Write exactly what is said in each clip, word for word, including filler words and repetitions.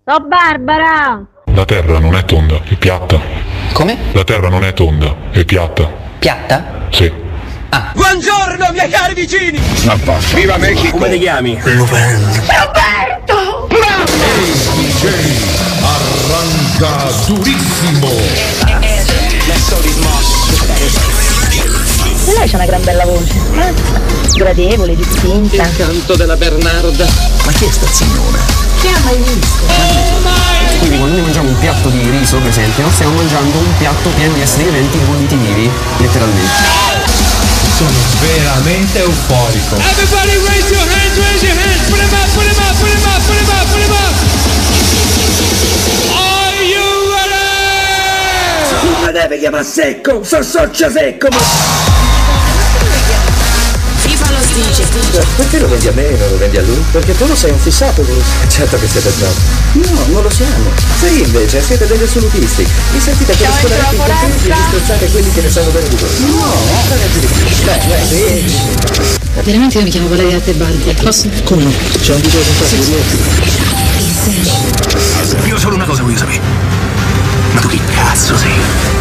Oh Barbara! La terra non è tonda, è piatta. Come? La terra non è tonda, è piatta. Piatta? Sì. Ah. Buongiorno miei cari vicini! Ma basta. Viva Mexico! Come ti chiami? Roberto! Bravo! D J arranca durissimo. E lei c'ha una gran bella voce, eh? Gradevole, distinta. Il canto della Bernarda. Ma chi è sta signora? Chi ha mai visto? Quindi quando noi mangiamo un piatto di riso, per esempio, stiamo mangiando un piatto pieno di esseri viventi bolliti vivi, letteralmente. Sono veramente euforico. Everybody raise your hands, raise your hands. Put 'em up, put 'em up, put 'em up, put 'em up, put 'em up. Are you ready? Non mi deve chiamare secco, so socio secco, ma... FIFA lo dice. Perché lo vendi a me e non lo vendi a lui? Perché tu lo sei un fissato, lui. Certo che siete snob. No, non lo siamo. Sì, invece, siete degli assolutisti. Vi sentite per scolare i contenti e disprezzare quelli che ne sanno bene di voi. No, ragazzi di più. Beh, beh, sì. Veramente io mi chiamo Valeria Tebaldi. Posso? Come no? C'è un video con te. Io solo una cosa voglio sapere. Ma tu chi cazzo sei?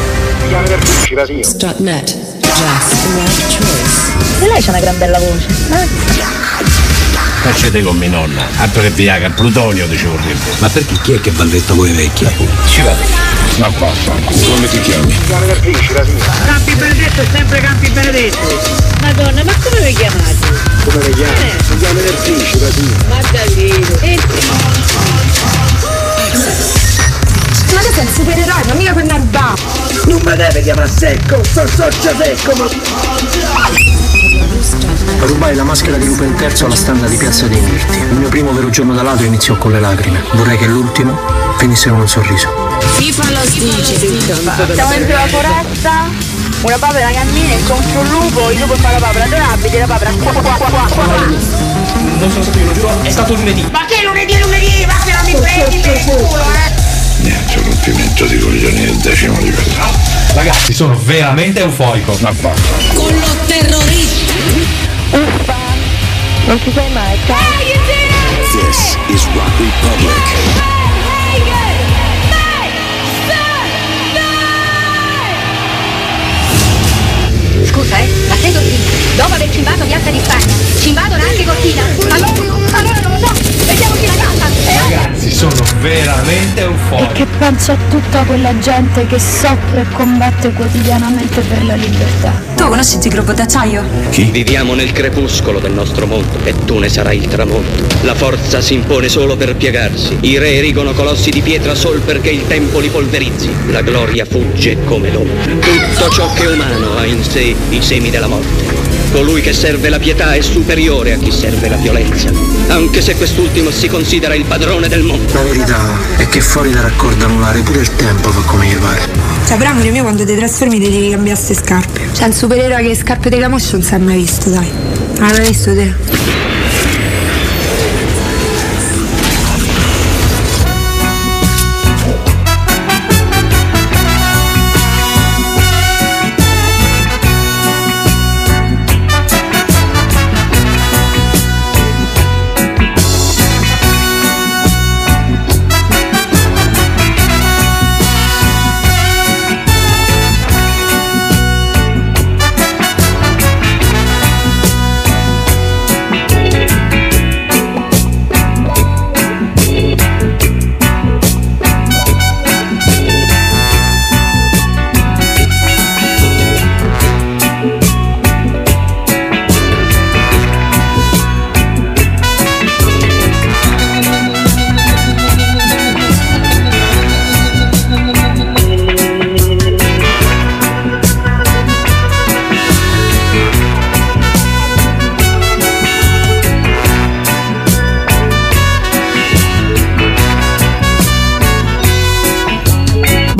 Strutnet. Just the right choice. E lei c'ha una gran bella voce, eh? Facete con mia nonna, altro che Viagra, Plutonio dicevo prima. Ma perché chi è che balletta voi vecchi? Ci vado. Ma basta. Come ti chiami? Campi Benedetto è sempre Campi Benedetto. Madonna, ma come vi chiamate? Come le chiami? Eh. Si chiama Nerfici, Rasino. Maddalino. E... Ma tu sei un supereroe, ma mica quel narba. Non mi deve chiamare secco, so socio secco, ma... Rubai la maschera di Lupin terzo alla standa di Piazza dei Mirti. Il mio primo vero giorno da ladro iniziò con le lacrime. Vorrei che l'ultimo finisse con un sorriso. FIFA lo dice. Siamo dentro la foresta, una papera cammina, incontro un lupo, il lupo fa la papera, dove abiti la papera? Qua, qua, qua, qua, qua. Non sono stato io, lo giuro, è stato lunedì. Ma che lunedì, lunedì? Ma che non mi prendi per il culo, eh? Niente, rompimento di coglioni del decimo livello. Ragazzi, sono veramente euforico. Ma basta. Con lo terrorista. Uffa, non ci sei mai, ciao. This is Rock Republic. Scusa, eh, ma sei Cortina? Dopo averci invaso Piazza di Spagna, ci invadono anche Cortina. Allora, allora non lo so, vediamoci la casa. Ragazzi, sono veramente euforico. E che penso a tutta quella gente che soffre e combatte quotidianamente per la libertà. Tu conosci il gruppo d'acciaio? Chi? Viviamo nel crepuscolo del nostro mondo e tu ne sarai il tramonto. La forza si impone solo per piegarsi. I re erigono colossi di pietra sol perché il tempo li polverizzi. La gloria fugge come l'ombra. Tutto ciò che è umano ha in sé i semi della morte. Colui che serve la pietà è superiore a chi serve la violenza, anche se quest'ultimo si considera il padrone del mondo. La verità è che fuori da raccordo anulare pure il tempo fa come gli pare. Cioè, però amore mio, quando ti trasformi ti devi cambiare ste scarpe. Cioè, un supereroe che scarpe di camoscio non si è mai visto, dai. Non l'hai mai visto te?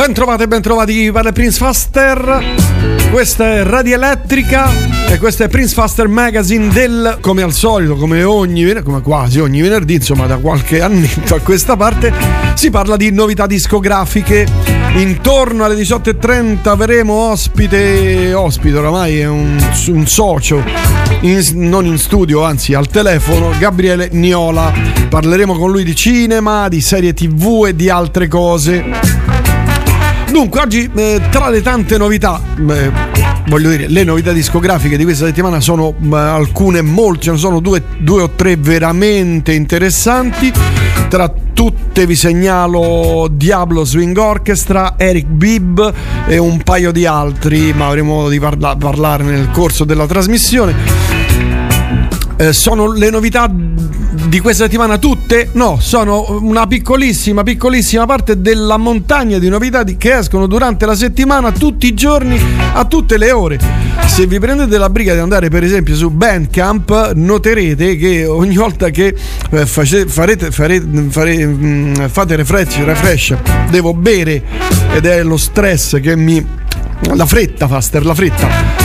Ben trovate, ben trovati, parla Prince Faster. Questa è Radio Elettrica e questo è Prince Faster Magazine del, come al solito, come ogni come quasi ogni venerdì, insomma da qualche annetto a questa parte, si parla di novità discografiche. Intorno alle diciotto e trenta avremo ospite, ospite oramai è un, un socio, in, non in studio, anzi al telefono, Gabriele Niola. Parleremo con lui di cinema, di serie tv e di altre cose. Dunque oggi eh, tra le tante novità, eh, voglio dire, le novità discografiche di questa settimana sono eh, alcune, molte, ce ne sono due, due o tre veramente interessanti. Tra tutte vi segnalo Diablo Swing Orchestra, Eric Bibb e un paio di altri, ma avremo modo di parla- parlare nel corso della trasmissione. Eh, sono le novità di questa settimana tutte? No, sono una piccolissima, piccolissima parte della montagna di novità di, che escono durante la settimana, tutti i giorni, a tutte le ore. Se vi prendete la briga di andare per esempio su Bandcamp, noterete che ogni volta che eh, face, farete, farete, fare, mh, fate refresh, refresh, devo bere ed è lo stress che mi... la fretta, Faster, la fretta.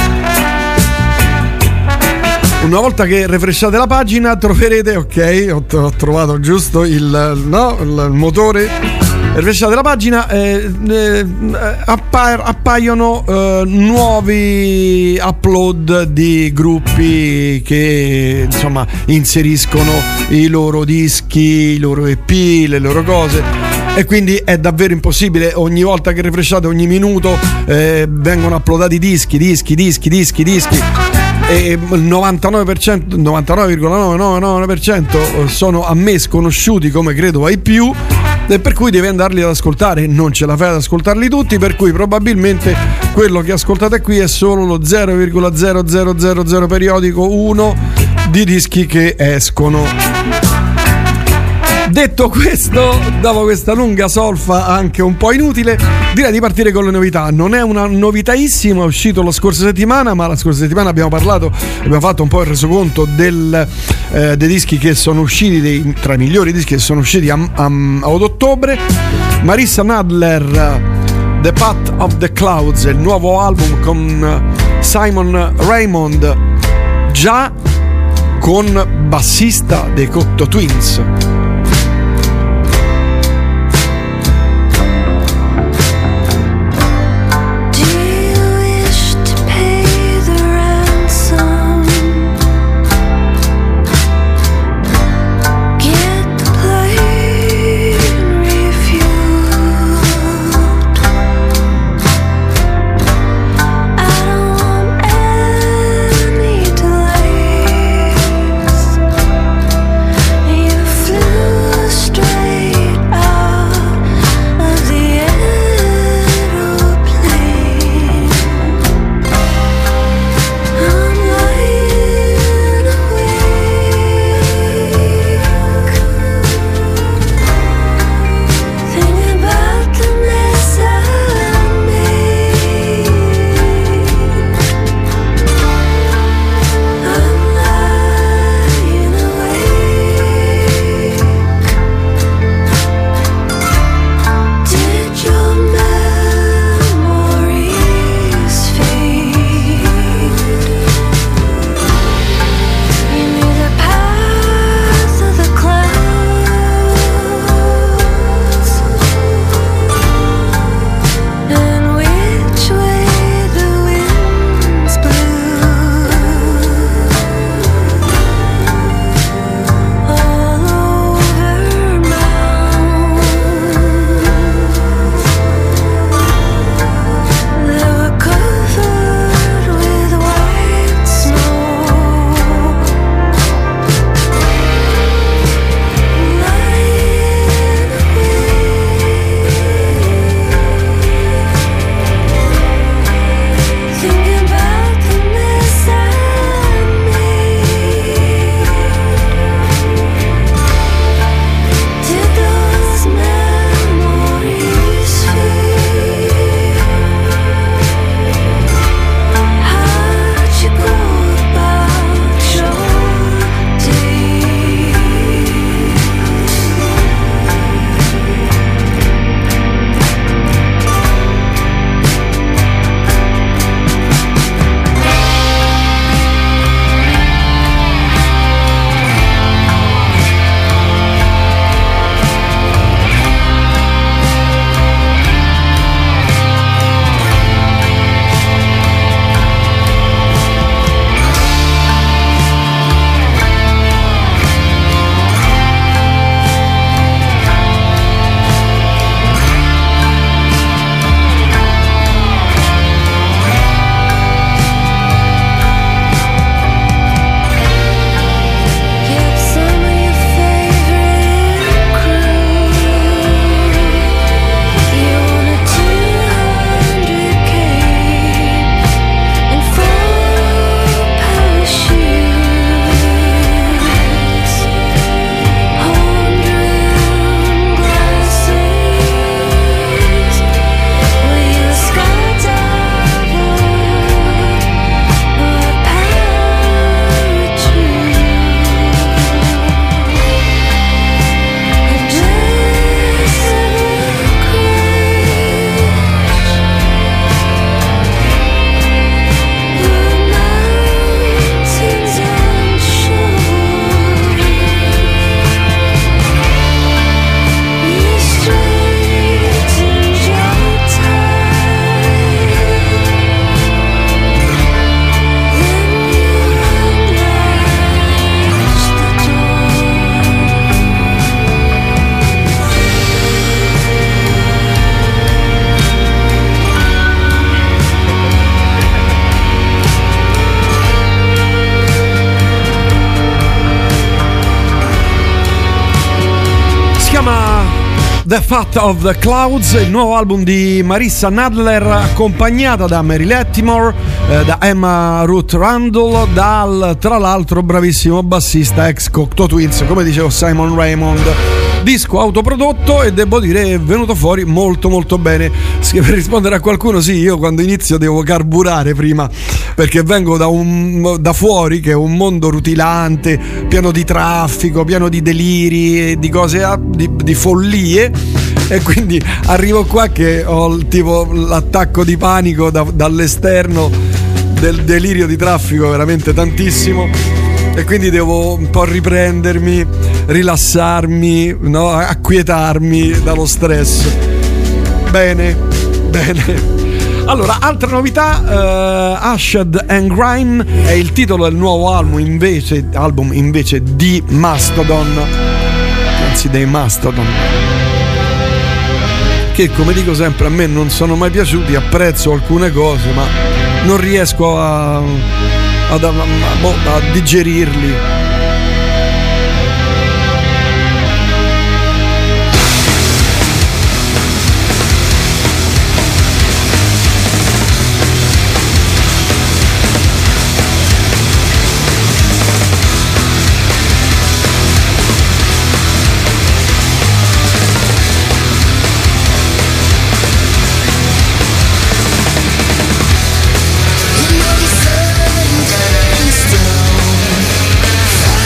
Una volta che refreshate la pagina troverete, ok, ho, ho trovato giusto il, no, il motore. Refreshate la pagina, eh, eh, appa- appaiono eh, nuovi upload di gruppi che insomma inseriscono i loro dischi, i loro E P, le loro cose. E quindi è davvero impossibile, ogni volta che refreshate, ogni minuto eh, vengono uploadati dischi, dischi, dischi, dischi, dischi. E il novantanove per cento, novantanove virgola novecentonovantanove per cento sono a me sconosciuti, come credo ai più, e per cui devi andarli ad ascoltare. Non ce la fai ad ascoltarli tutti, per cui probabilmente quello che ascoltate qui è solo lo zero virgola zero zero zero zero periodico uno di dischi che escono. Detto questo, dopo questa lunga solfa anche un po' inutile, direi di partire con le novità. Non è una novitaissima, è uscito la scorsa settimana, ma la scorsa settimana abbiamo parlato, abbiamo fatto un po' il resoconto del, eh, dei dischi che sono usciti, dei, tra i migliori dischi che sono usciti a, a, ad ottobre. Marissa Nadler, The Path of the Clouds, il nuovo album con Simon Raymond, già con bassista dei Cocteau Twins. Flew The Fat of the Clouds, il nuovo album di Marissa Nadler, accompagnata da Mary Latimore, eh, da Emma Ruth Randall, dal tra l'altro bravissimo bassista ex Cocteau Twins, come dicevo Simon Raymond. Disco autoprodotto e devo dire è venuto fuori molto molto bene. Per rispondere a qualcuno, sì, io quando inizio devo carburare prima, perché vengo da, un, da fuori che è un mondo rutilante, pieno di traffico, pieno di deliri, di cose, di, di follie, e quindi arrivo qua che ho il, tipo l'attacco di panico da, dall'esterno del delirio di traffico, veramente tantissimo, e quindi devo un po' riprendermi, rilassarmi, no? Acquietarmi dallo stress. Bene, bene. Allora, altra novità, uh, Ashed and Grime è il titolo del nuovo album invece, album invece di Mastodon, anzi dei Mastodon, che come dico sempre a me non sono mai piaciuti, apprezzo alcune cose ma non riesco a, a, a, a, a digerirli. Stone.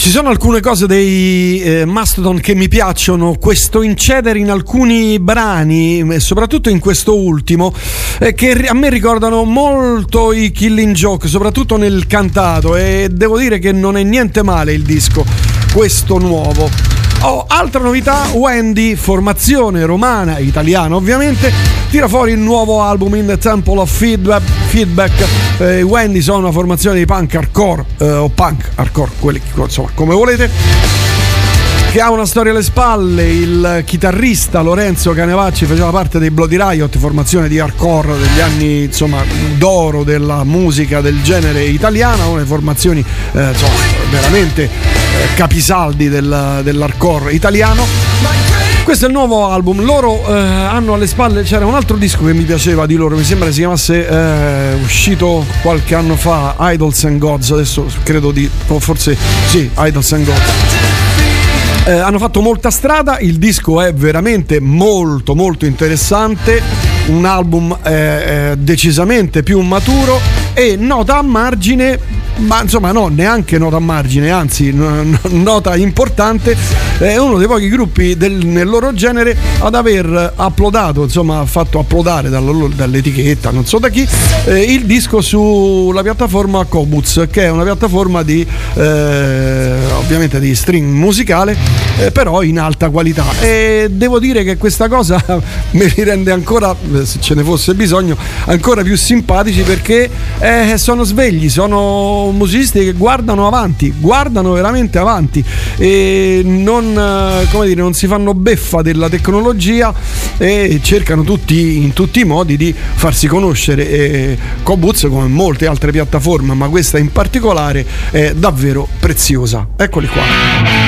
Ci sono alcune cose dei eh, Mastodon che mi piacciono, questo incedere in alcuni brani, e soprattutto in questo ultimo, eh, che a me ricordano molto i Killing Joke, soprattutto nel cantato, e devo dire che non è niente male il disco, questo nuovo. Oh, altra novità, Wendy, formazione romana, italiana ovviamente, tira fuori il nuovo album In the Temple of Feedback. feedback. Eh, Wendy sono una formazione di punk hardcore, eh, o punk hardcore, quelli, insomma, come volete, che ha una storia alle spalle. Il chitarrista Lorenzo Canevacci faceva parte dei Bloody Riot, formazione di hardcore degli anni, insomma, d'oro della musica del genere italiana, una delle formazioni eh, insomma, veramente eh, capisaldi del, dell'hardcore italiano. Questo è il nuovo album. Loro eh, hanno alle spalle, c'era un altro disco che mi piaceva di loro, mi sembra si chiamasse eh, uscito qualche anno fa, Idols and Gods, adesso credo di, o forse sì, Idols and Gods. Eh, hanno fatto molta strada, il disco è veramente molto molto interessante, un album eh, eh, decisamente più maturo, e nota a margine, ma insomma no, neanche nota a margine, anzi n- n- nota importante, è uno dei pochi gruppi del, nel loro genere ad aver uploadato, insomma fatto uploadare dalla, dall'etichetta, non so da chi, eh, il disco sulla piattaforma Qobuz, che è una piattaforma di eh, ovviamente di stream musicale, eh, però in alta qualità, e devo dire che questa cosa me li rende ancora, se ce ne fosse bisogno, ancora più simpatici, perché eh, sono svegli, sono musicisti che guardano avanti, guardano veramente avanti, e non, come dire, non si fanno beffa della tecnologia, e cercano tutti, in tutti i modi, di farsi conoscere. E Qobuz, come molte altre piattaforme, ma questa in particolare, è davvero preziosa. Eccoli qua.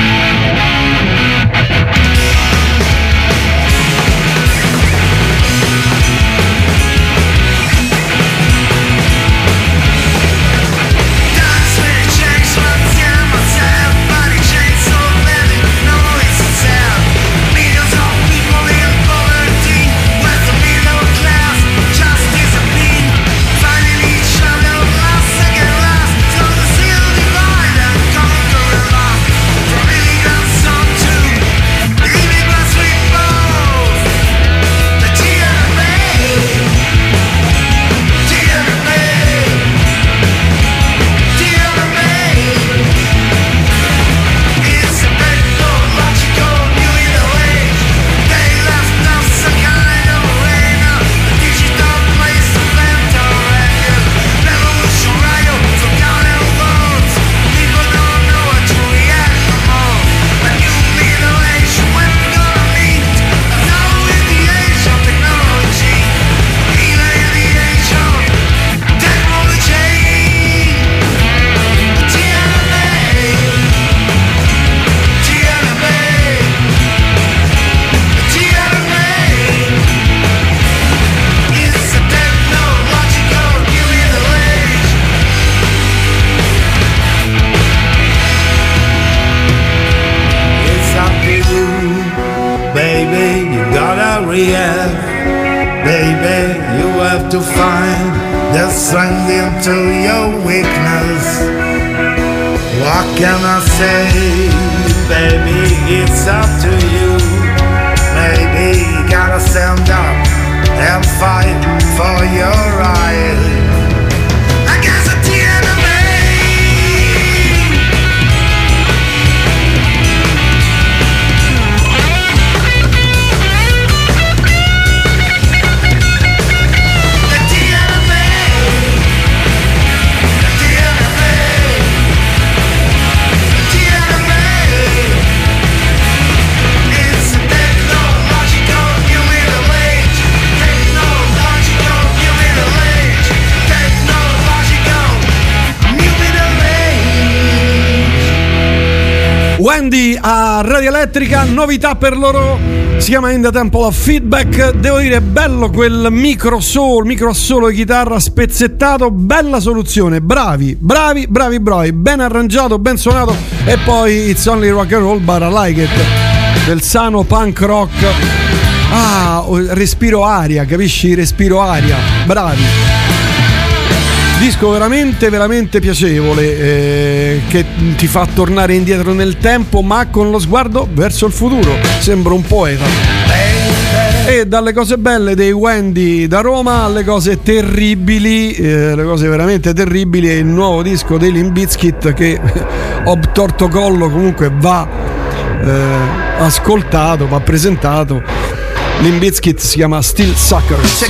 Wendy a Radio Elettrica, novità per loro, si chiama In the Temple of Feedback. Devo dire, bello quel micro soul, micro assolo di chitarra spezzettato, bella soluzione, bravi, bravi, bravi, bravi, ben arrangiato, ben suonato, e poi It's Only Rock and Roll but I Like It, del sano punk rock. Ah, respiro aria, capisci? Respiro aria, bravi. Disco veramente veramente piacevole, eh, che ti fa tornare indietro nel tempo ma con lo sguardo verso il futuro. Sembra un poeta. E dalle cose belle dei Wendy da Roma alle cose terribili, eh, le cose veramente terribili, è il nuovo disco dei Limp Bizkit che obtorto collo comunque va eh, ascoltato, va presentato. Limp Bizkit si chiama Still Suckers.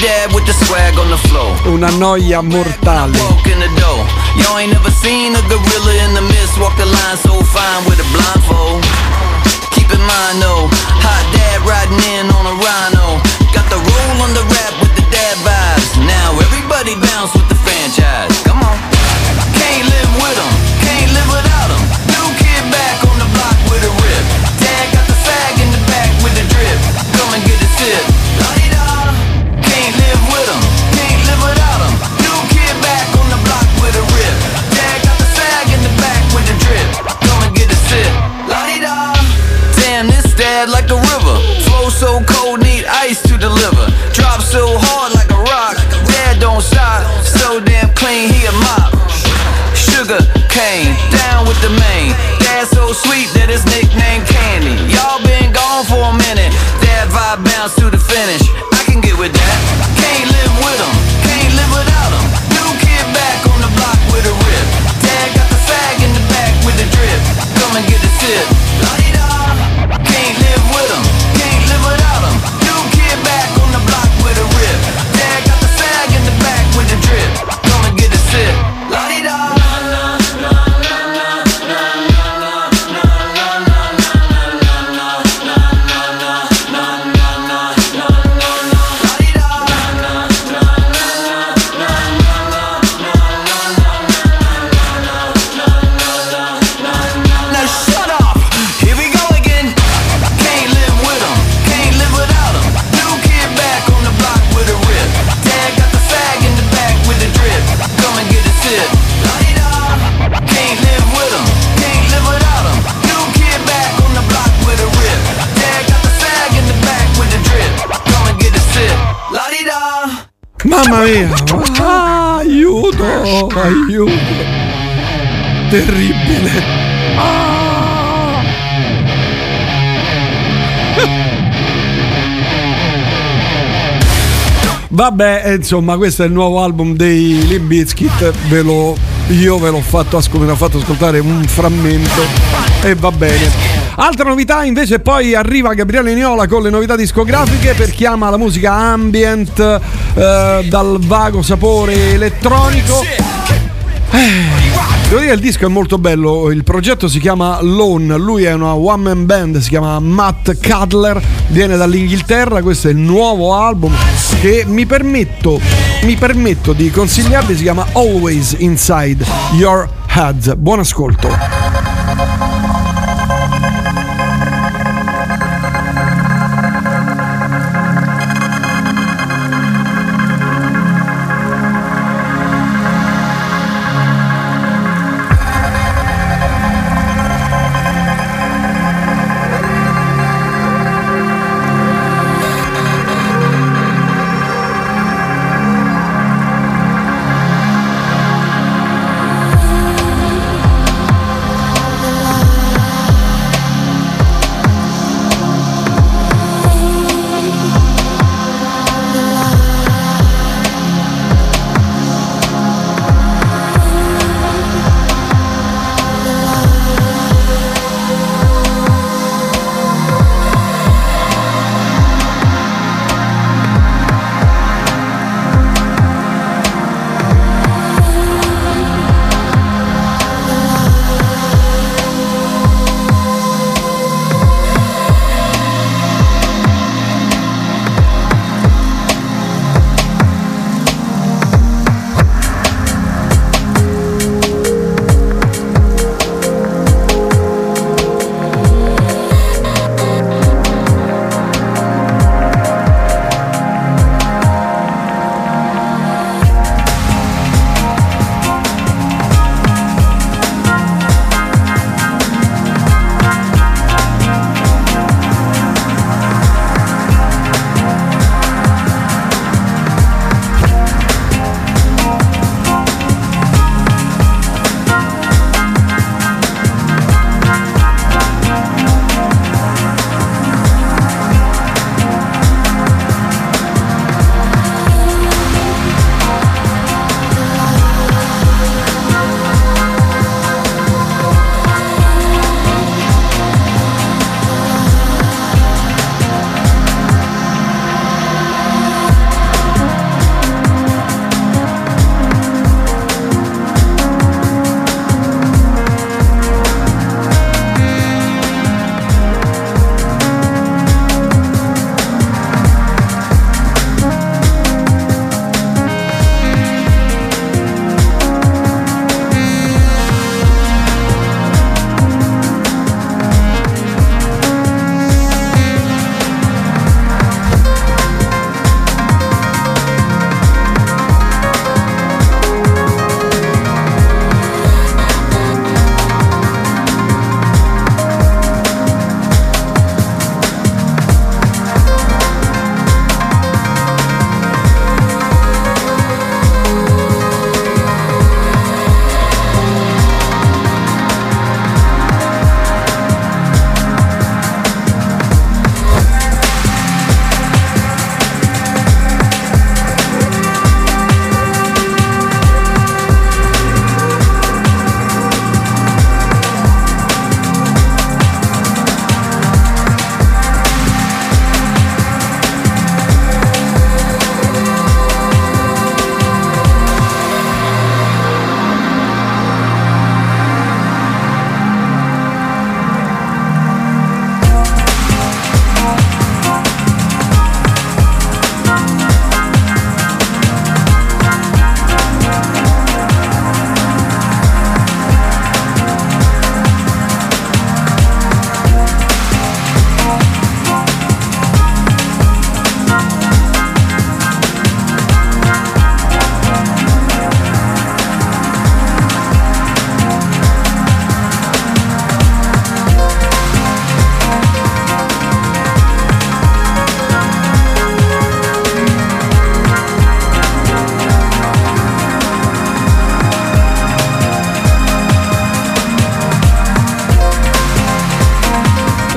Una noia mortale. You ain't never seen a gorilla in the mist walk the line so fine with a blindfold. Keep in mind though, hot dad riding in on a rhino. Got the roll on the rap with the dad vibes. Now everybody bounce with the franchise. Come on. Can't live with them, can't live without them. New kid back on the block with a rip. Dad got the fag in the back with the drip. Come and get a sip. La-di-da. Can't live with them, can't live without them. New kid back on the block with a rip. Dad got the fag in the back with the drip. Come and get a sip. La-di-da. Damn, this dad like a river. Flow so cold, need ice to deliver. Drop so hard like a rock. Dad don't stop. So damn clean, he a mop. Sugar cane, down with the main. Dad so sweet that his nickname Candy. Y'all been gone for a minute. Dad vibe bounce to the finish. I can get with that. Can't live with him, can't live without him. New kid back on the block with a rip. Dad got the fag in the back with the drip. Come and get a sip. La-di-da. Can't live with him, can't live without him. New kid back on the block with a rip. Dad got the fag in the back with the drip. Come and get a sip. La-di-da. Mamma mia, ah, aiuto, aiuto, terribile. Ah. Vabbè, insomma, questo è il nuovo album dei Limp Bizkit, ve lo, io ve l'ho fatto, ascol- me l'ho fatto ascoltare un frammento e va bene. Altra novità invece, poi arriva Gabriele Niola con le novità discografiche per chi ama la musica ambient eh, dal vago sapore elettronico. Eh, devo dire, il disco è molto bello, il progetto si chiama Lone, lui è una one man band, si chiama Matt Cutler, viene dall'Inghilterra, questo è il nuovo album che mi permetto, mi permetto di consigliarvi, si chiama Always Inside Your Head. Buon ascolto.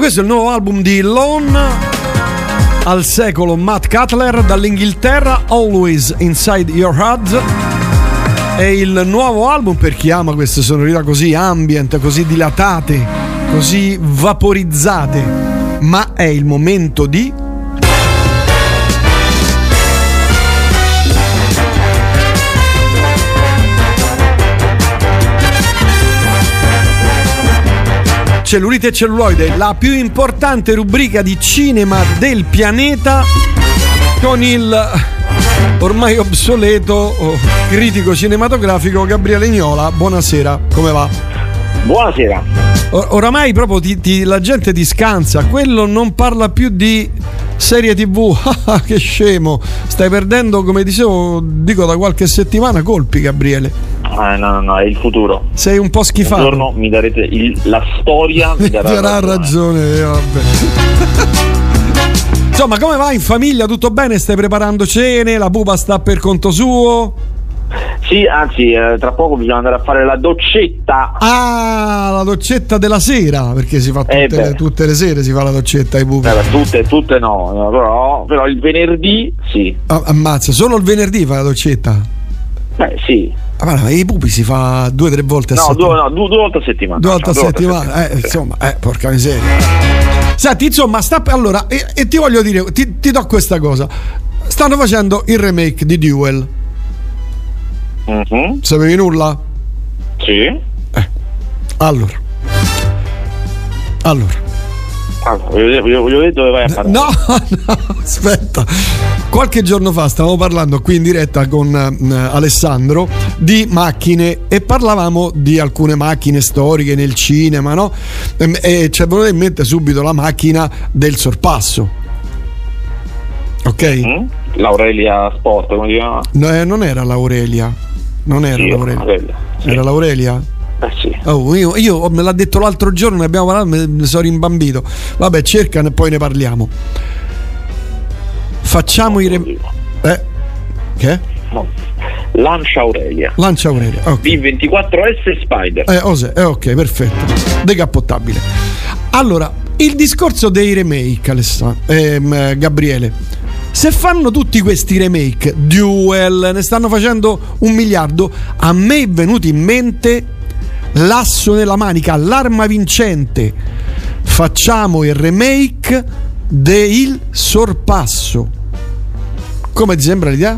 questo è il nuovo album di Lone al secolo, Matt Cutler, dall'Inghilterra, Always Inside Your Head. È il nuovo album per chi ama queste sonorità così ambient, così dilatate, così vaporizzate. Ma è il momento di Cellulite e celluloide, la più importante rubrica di cinema del pianeta, con il ormai obsoleto oh, critico cinematografico Gabriele Ignola. Buonasera, come va? Buonasera. Or- oramai proprio ti, ti, la gente ti scansa, quello non parla più di serie tivù. Che scemo, stai perdendo, come dicevo, dico da qualche settimana, colpi, Gabriele. Ah, no, no, no, è il futuro. Sei un po' schifato. Un giorno mi darete il, la storia mi darà, darà ragione, ragione vabbè. Insomma, come va in famiglia? Tutto bene? Stai preparando cene? La pupa sta per conto suo? Sì, anzi, eh, tra poco bisogna andare a fare la doccetta. Ah, la doccetta della sera, perché si fa tutte, eh le, tutte le sere si fa la doccetta ai pupi. Eh, tutte, tutte no, no però, però il venerdì sì. Ah, ammazza, solo il venerdì fa la doccetta? Beh, sì. Ah, ma i pupi si fa due o tre volte a no, settimana? Due, no, due, due volte a settimana. Due volte no, a due settimana, volte a settimana. Eh, sì. Insomma, eh, porca miseria. Senti, insomma, sta allora, e, e ti voglio dire, ti, ti do questa cosa. Stanno facendo il remake di Duel. Mm-hmm. Sapevi nulla? Sì. Eh. Allora. Allora. Allora, voglio, voglio, voglio vedere dove vai a parlare. No, no, aspetta. Qualche giorno fa stavamo parlando qui in diretta con uh, Alessandro di macchine e parlavamo di alcune macchine storiche nel cinema, no? E, e ci è venuta in mente subito la macchina del sorpasso. Ok? Mm? L'Aurelia Sport, come si chiama? No, eh, non era l'Aurelia. Non era sì, l'Aurelia. Aurelia, sì. Era l'Aurelia? Eh sì. Oh, io, io me l'ha detto l'altro giorno, ne abbiamo parlato, me ne sono rimbambito. Vabbè, cercane e poi ne parliamo. Facciamo i rem... Eh? Che? No. Lancia Aurelia. Lancia Aurelia, ok. V ventiquattro S Spider. Eh, ose, eh, ok, perfetto. Decappottabile. Allora, il discorso dei remake, Alessandro, ehm, Gabriele. Se fanno tutti questi remake, Duel, ne stanno facendo un miliardo, a me è venuto in mente l'asso nella manica, l'arma vincente. Facciamo il remake del Sorpasso. Come ti sembra l'idea?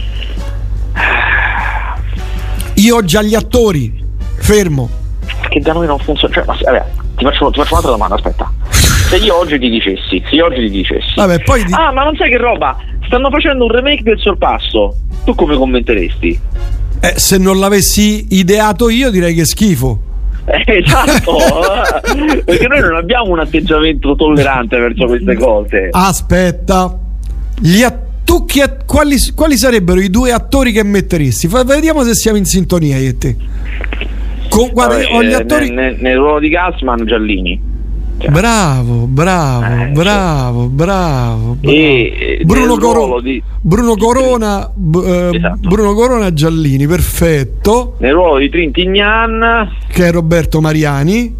Io ho già gli attori, fermo. Che da noi non funziona. Cioè, ma, vabbè, ti faccio, ti faccio un'altra domanda, aspetta. Se io oggi ti dicessi, se io oggi ti dicessi, vabbè, poi di... ah, ma non sai che roba? Stanno facendo un remake del Sorpasso. Tu come commenteresti? Eh, se non l'avessi ideato io, direi che è schifo. Eh, esatto. Perché noi non abbiamo un atteggiamento tollerante verso queste cose. Aspetta, gli attori. Tu chi a- quali, quali sarebbero i due attori che metteresti? Fa- vediamo se siamo in sintonia io e te. Con, guarda, Vabbè, ho gli eh, attori. Nel, nel, nel ruolo di Gassman, Giallini. Cioè. Bravo, bravo, eh, bravo, cioè. bravo, bravo. E Bruno, Coro- di... Bruno Corona, b- eh, esatto. Bruno Corona Giallini, perfetto. Nel ruolo di Trintignan, che è Roberto Mariani.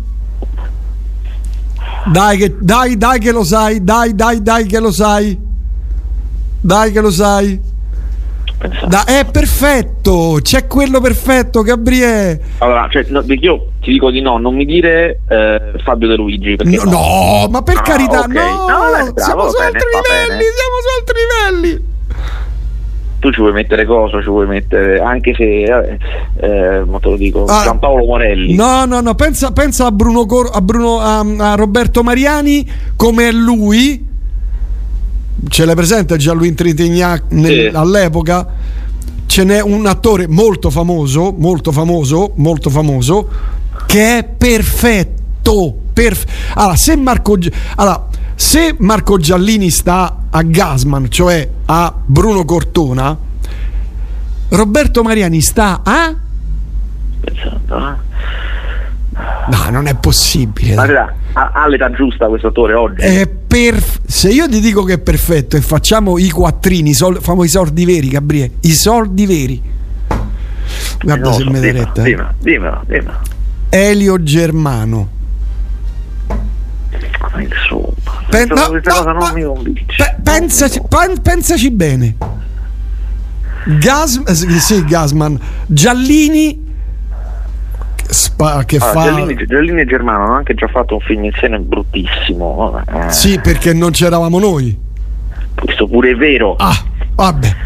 Dai che, dai, dai che lo sai, dai, dai, dai che lo sai. Dai che lo sai. Da, è perfetto, c'è quello perfetto, Gabriele. Allora, cioè, no, io ti dico di no, non mi dire eh, Fabio De Luigi. No, no. no, ma per ah, carità, okay. no, no bravo, siamo su altri livelli, siamo su altri livelli. Tu ci vuoi mettere cosa? Ci vuoi mettere, anche se vabbè, eh, ma te lo dico, ah, Giampaolo Morelli. No, no, no, pensa, pensa a Bruno, Cor- a, Bruno a, a Roberto Mariani come è lui. Ce l'hai presente Gianluigi Trintignac nel, sì. All'epoca ce n'è un attore molto famoso, molto famoso, molto famoso che è perfetto. Perf- allora, se Marco allora, se Marco Giallini sta a Gassman, cioè a Bruno Cortona, Roberto Mariani sta a pensando, eh? No, non è possibile. Ma ha, ha l'età giusta questo attore oggi. È perf- se io ti dico che è perfetto e facciamo i quattrini, i sol- facciamo i soldi veri, Gabriele, i soldi veri. Guarda se me diretta. Dimmelo, dimmelo, dimmelo. Elio Germano. insomma, Pen- questa, no, questa no, cosa non ma- mi convince. Pe- pensaci, pen- pensaci bene. Gas, eh, sì, sì, Gasman, Giallini spa- che allora, fa Giallini, Giallini e Germano hanno anche già fatto un film insieme bruttissimo. Eh, sì, perché non c'eravamo noi. Questo pure è vero. Ah, vabbè.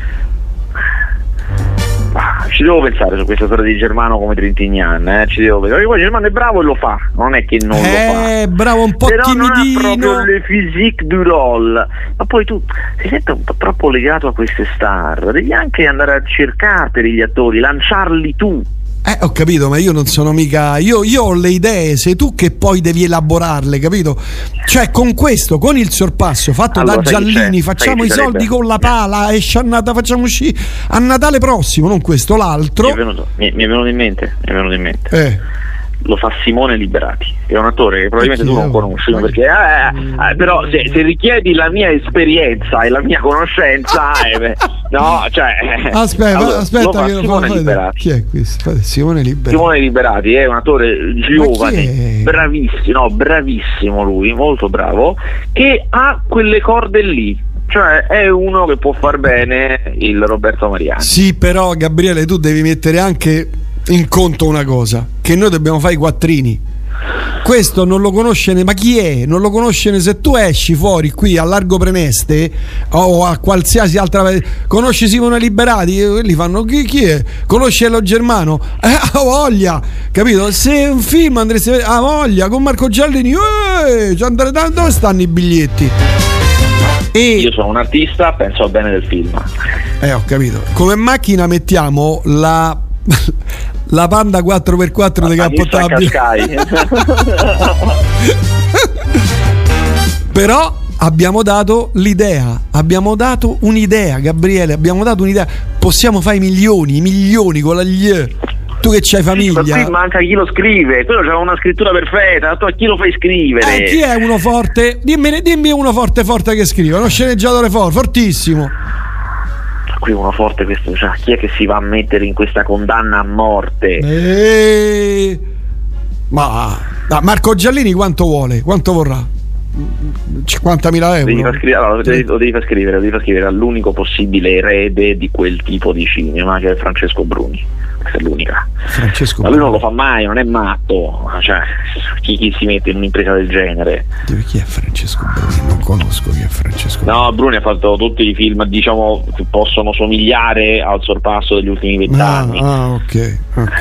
Ah, ci devo pensare su questa storia di Germano come Trintignant, eh? Ci devo pensare. Perché poi Germano è bravo e lo fa, non è che non eh, lo fa. bravo, un po' però timidino. non ha proprio le physique du rôle. Ma poi tu ti senti un po' troppo legato a queste star, devi anche andare a cercarli gli attori, lanciarli tu. Eh, ho capito, ma io non sono mica. Io, io ho le idee, sei tu che poi devi elaborarle, capito? Cioè, con questo, con il sorpasso fatto allora, da Giallini, facciamo i soldi con la pala, esce a Natale, facciamo uscire a Natale prossimo, non questo, l'altro. Mi è venuto, mi, mi è venuto in mente, mi è venuto in mente. Eh. Lo fa Simone Liberati, è un attore che probabilmente tu non conosci, perché eh, eh, però se, se richiedi la mia esperienza e la mia conoscenza eh, beh, no, cioè aspetta, allora, aspetta che lo Simone fa, Liberati. Chi è questo? Simone Liberati. Simone Liberati è un attore giovane, bravissimo, no, bravissimo lui, molto bravo, che ha quelle corde lì. Cioè è uno che può far bene il Roberto Mariani. Sì, però Gabriele, tu devi mettere anche in conto una cosa, che noi dobbiamo fare i quattrini. Questo non lo conosce ne, ma chi è? Non lo conosce ne, se tu esci fuori qui a Largo Preneste o a qualsiasi altra, conosci Simone Liberati, quelli fanno chi, chi è? Conosci Elo Germano? Eh, ha voglia, capito? Se un film andresti a vedere, ha voglia, con Marco Giallini, eh, dove stanno i biglietti? E io sono un artista, penso al bene del film. Eh, ho capito. Come macchina mettiamo la la Panda quattro per quattro decappottabile. Però abbiamo dato l'idea, abbiamo dato un'idea, Gabriele, abbiamo dato un'idea. Possiamo fare i milioni, i milioni con la gli. Tu che c'hai famiglia. Ma qui manca chi lo scrive, quello c'ha una scrittura perfetta, tu a chi lo fai scrivere? Eh, chi è uno forte? Dimmi, dimmi uno forte forte che scrive, uno sceneggiatore forte, fortissimo. Qui uno forte, questo, cioè, chi è che si va a mettere in questa condanna a morte? Eh, ma ah, Marco Giallini quanto vuole? Quanto vorrà? cinquantamila euro? Devi far scrivere, allora, lo, devi, lo devi far scrivere, lo devi far scrivere all'unico possibile erede di quel tipo di cinema, che è Francesco Bruni. Questa è l'unica. Francesco ma lui non lo fa mai, non è matto, cioè chi, chi si mette in un'impresa del genere? Chi è Francesco Bruni? Non conosco chi è Francesco Bruni. No, Bruni ha fatto tutti i film, diciamo, che possono somigliare al sorpasso degli ultimi vent'anni. Ah, ah, ok, ok.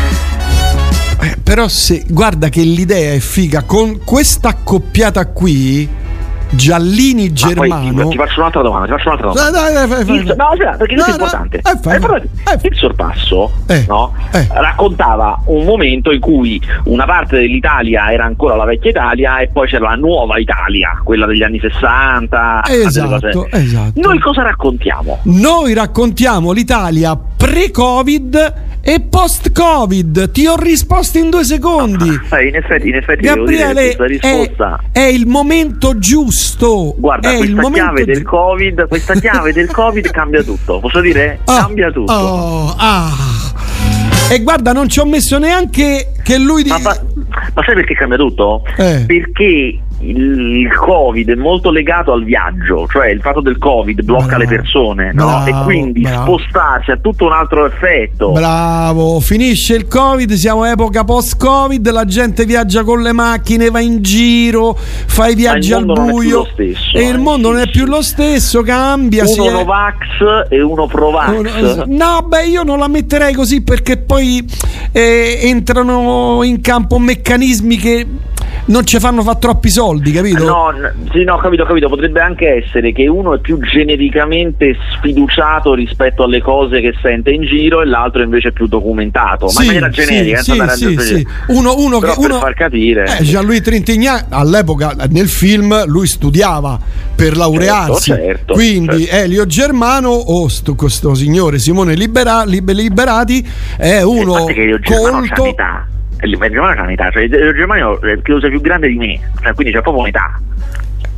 Eh, però se guarda che l'idea è figa, con questa accoppiata qui Giallini Germano. Poi, ti, ti faccio un'altra domanda, ti faccio un'altra domanda. Dai, dai, fai, fai, il, no, aspetta, perché questo no, è importante. No, eh, fai, eh, però, eh, il sorpasso eh, no, eh. raccontava un momento in cui una parte dell'Italia era ancora la vecchia Italia e poi c'era la nuova Italia, quella degli anni sessanta. Esatto, esatto. Noi cosa raccontiamo? Noi raccontiamo l'Italia pre-Covid e post-Covid. Ti ho risposto in due secondi. Ah, in effetti, in effetti Gabriele, devo dire che risposta è, è il momento giusto. Guarda, è questa il chiave gi- del Covid, questa chiave del Covid cambia tutto. Posso dire? Oh, cambia tutto. Oh, ah. E guarda, non ci ho messo neanche che lui di... ma, ma, ma sai perché cambia tutto? Eh. Perché il, il Covid è molto legato al viaggio, cioè il fatto del Covid blocca bravo, le persone, bravo, no? E quindi bravo. spostarsi ha tutto un altro effetto. Bravo, finisce il Covid, siamo epoca post-Covid, la gente viaggia con le macchine, va in giro, fa i viaggi al buio stesso, e eh, il mondo sì, non è sì. più lo stesso, cambia. Uno si è... Novax e uno Provax. Uno... No, beh, io non la metterei così perché poi eh, entrano in campo meccanismi che non ci fanno fare troppi soldi, capito? No, sì, no, capito, capito. Potrebbe anche essere che uno è più genericamente sfiduciato rispetto alle cose che sente in giro e l'altro invece è più documentato, sì, ma in maniera generica, sì, senza sì, andare sì, a sì. Uno, uno però che per uno... far capire. Eh, Jean-Louis Trintignant all'epoca nel film lui studiava per laurearsi, certo, certo, quindi certo. Elio Germano o sto, questo signore Simone Libera, Liber, Liberati è uno colto. Il Germano c'ha un'età, cioè il Germano credo sia più grande di me, cioè, quindi c'è proprio un'età.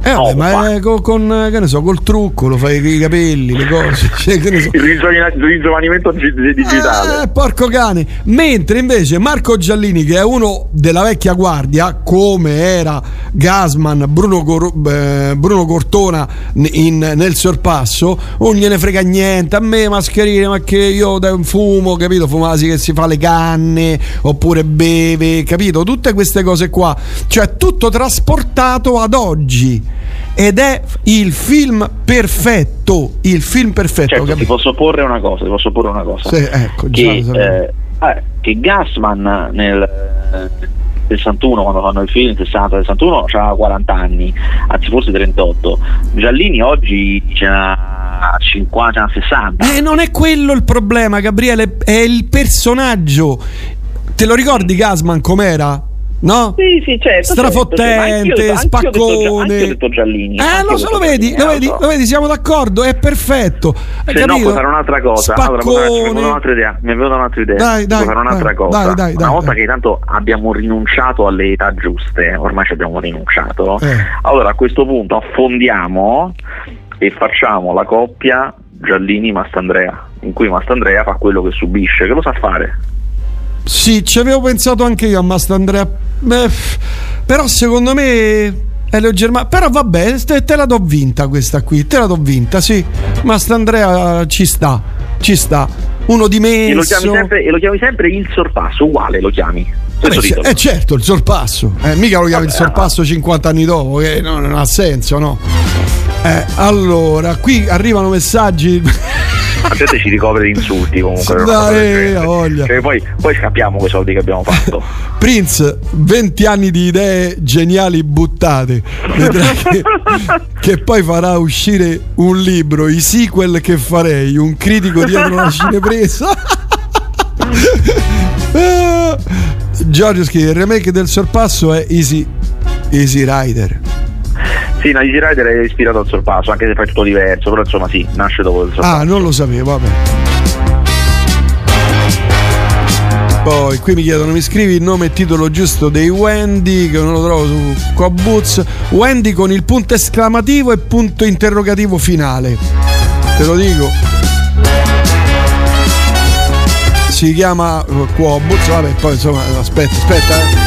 Eh, vabbè, ma è con, con che ne so, col trucco lo fai i capelli, le cose. Cioè, che ne so. Il rigiovani- il ringiovanimento digitale. Eh, porco cane. Mentre invece Marco Giallini, che è uno della vecchia guardia, come era Gasman, Bruno, Cor- eh, Bruno Cortona in, nel Sorpasso, non gliene frega niente. A me mascherine, ma che io fumo, capito? Fumasi che si fa le canne oppure beve, capito? Tutte queste cose qua, cioè tutto trasportato ad oggi. Ed è il film perfetto, il film perfetto. Certo, ti posso porre una cosa, ti posso porre una cosa. Sì, ecco, che, già, eh, eh, che Gassman nel eh, sessantuno, quando fanno il film, sessanta sessantuno, c'ha quaranta anni, anzi forse trentotto. Giallini oggi ce n'ha cinquanta, sessanta. Eh, non è quello il problema, Gabriele, è il personaggio. Te lo ricordi Gasman com'era? No? Sì, sì, certo. Strafottente, certo, sì. spaccone. Anche ho detto Giallini. Eh, lo, so, lo vedi, lo vedi, lo vedi, siamo d'accordo, è perfetto. Hai Se capito? no, puoi fare un'altra cosa. Allora, mi è venuta un'altra idea. Mi è venuta un'altra idea. Dai, dai, puoi fare un'altra dai, cosa. dai, dai, Una dai, volta dai. che tanto abbiamo rinunciato alle età giuste, ormai ci abbiamo rinunciato. Eh. Allora, a questo punto affondiamo e facciamo la coppia Giallini-Mastandrea, in cui Mastandrea fa quello che subisce, che lo sa fare. Sì, ci avevo pensato anche io a Mastandrea. Beh, però secondo me è leggermente. Però vabbè, te, te la do vinta questa qui. Te la do vinta, sì. Mastandrea ci sta, ci sta. Uno dimesso. E lo chiami sempre, e lo chiami sempre il Sorpasso, uguale lo chiami. Vabbè, c- eh certo, il Sorpasso. Eh, mica lo chiami Vabbè, il Sorpasso cinquanta anni dopo, che no, non ha senso, no? Eh, allora, qui arrivano messaggi. La gente ci ricopre di insulti comunque. Dai, ha voglia. Cioè, poi, poi scappiamo quei soldi che abbiamo fatto. Prince, venti anni di idee geniali buttate. Vedrai che, che poi farà uscire un libro, i sequel che farei, un critico dietro la cinepresa. Ah, Giorgio scrive: il remake del Sorpasso è Easy, Easy Rider. Sì, no, Easy Rider è ispirato al Sorpasso, anche se fa tutto diverso, però insomma sì, nasce dopo il Sorpasso. Ah, non lo sapevo, vabbè. Poi qui mi chiedono: mi scrivi il nome e titolo giusto dei Wendy, che non lo trovo su Quabuz. Wendy con il punto esclamativo e punto interrogativo finale. Te lo dico. Si chiama Quabuz, vabbè, poi insomma, aspetta, aspetta, eh.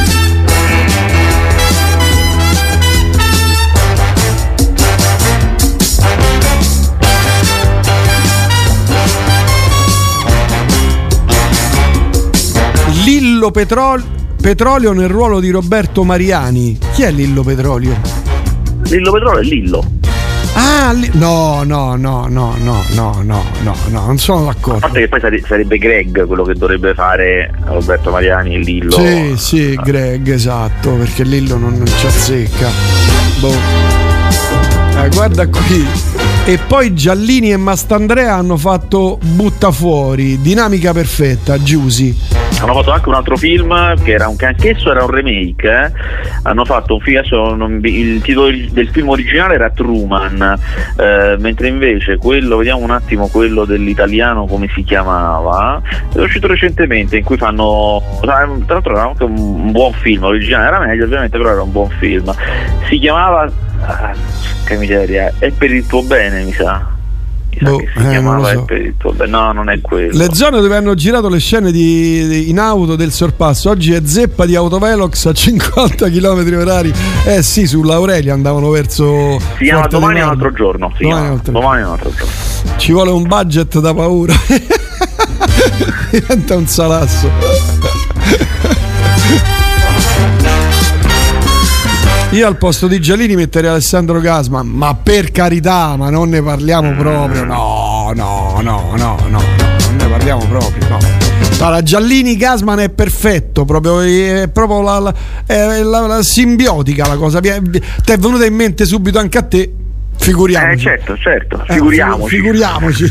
Lillo Petrol- Petrolio nel ruolo di Roberto Mariani. Chi è Lillo Petrolio? Lillo Petrolio è Lillo. Ah, li- no, no, no, no, no, no, no, no, no, non sono A d'accordo. parte che poi sare- sarebbe Greg quello che dovrebbe fare Roberto Mariani e Lillo. Sì, sì, Greg, esatto, perché Lillo non, non ci azzecca. Boh. Eh, guarda qui. E poi Giallini e Mastandrea hanno fatto Butta Fuori, Dinamica Perfetta, Giusy. Hanno fatto anche un altro film che era un, che anch'esso era un remake, eh? Hanno fatto un film, adesso non, il titolo del film originale era Truman, eh, mentre invece quello, vediamo un attimo quello dell'italiano come si chiamava, è uscito recentemente, in cui fanno, tra l'altro era anche un, un buon film, l'originale era meglio ovviamente, però era un buon film, si chiamava, ah, che miseria, È per il tuo bene, mi sa. Boh, che si eh, chiamava non lo so. È per il tuo bene. No, non è quello. Le zone dove hanno girato le scene di, di- in auto del Sorpasso oggi è zeppa di autovelox a cinquanta chilometri orari. Eh sì, sull'Aurelia andavano verso Si chiama Forte Domani dei è un Marmi. altro giorno. Si Domani è chiama un altro Domani è un altro giorno. Ci vuole un budget da paura. Diventa un salasso. Io al posto di Giallini metterei Alessandro Gasman, ma per carità, ma non ne parliamo proprio. No, no, no, no, no, non ne parliamo proprio, no. Allora, Giallini Gasman è perfetto, proprio, è proprio la, la, è la, la simbiotica la cosa. Ti è venuta in mente subito anche a te? Figuriamoci. Eh certo, certo, Eh, figuriamoci. figuriamoci.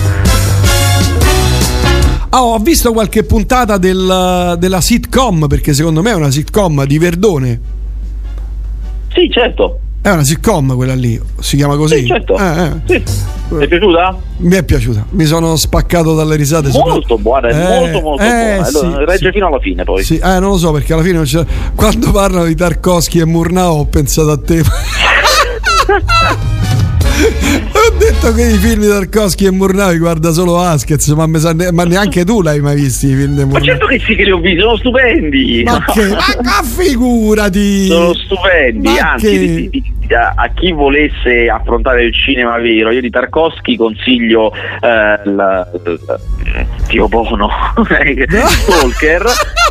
Oh, ho visto qualche puntata del, della sitcom, perché secondo me è una sitcom di Verdone. Sì, certo. È una sitcom quella lì, si chiama così? Sì, certo. Eh, eh. Sì. Ti è piaciuta? Mi è piaciuta, mi sono spaccato dalle risate. Molto buona, è Eh, molto molto eh, buona. sì, Allora, regge sì. fino alla fine poi. Sì, eh, non lo so, perché alla fine non c'è... quando parlano di Tarkovsky e Murnau ho pensato a te. Ho detto che i film di Tarkovsky e Murnau guarda solo Askez, ma, ne- ma neanche tu l'hai mai visti i film di Murnau? Ma certo che sì che li ho visti, sono stupendi. Ma che? Ma, ma figurati! Sono stupendi, ma anzi che... di, di, di, a, a chi volesse affrontare il cinema vero, io di Tarkovsky consiglio eh, la, la, Dio Bono, Stalker.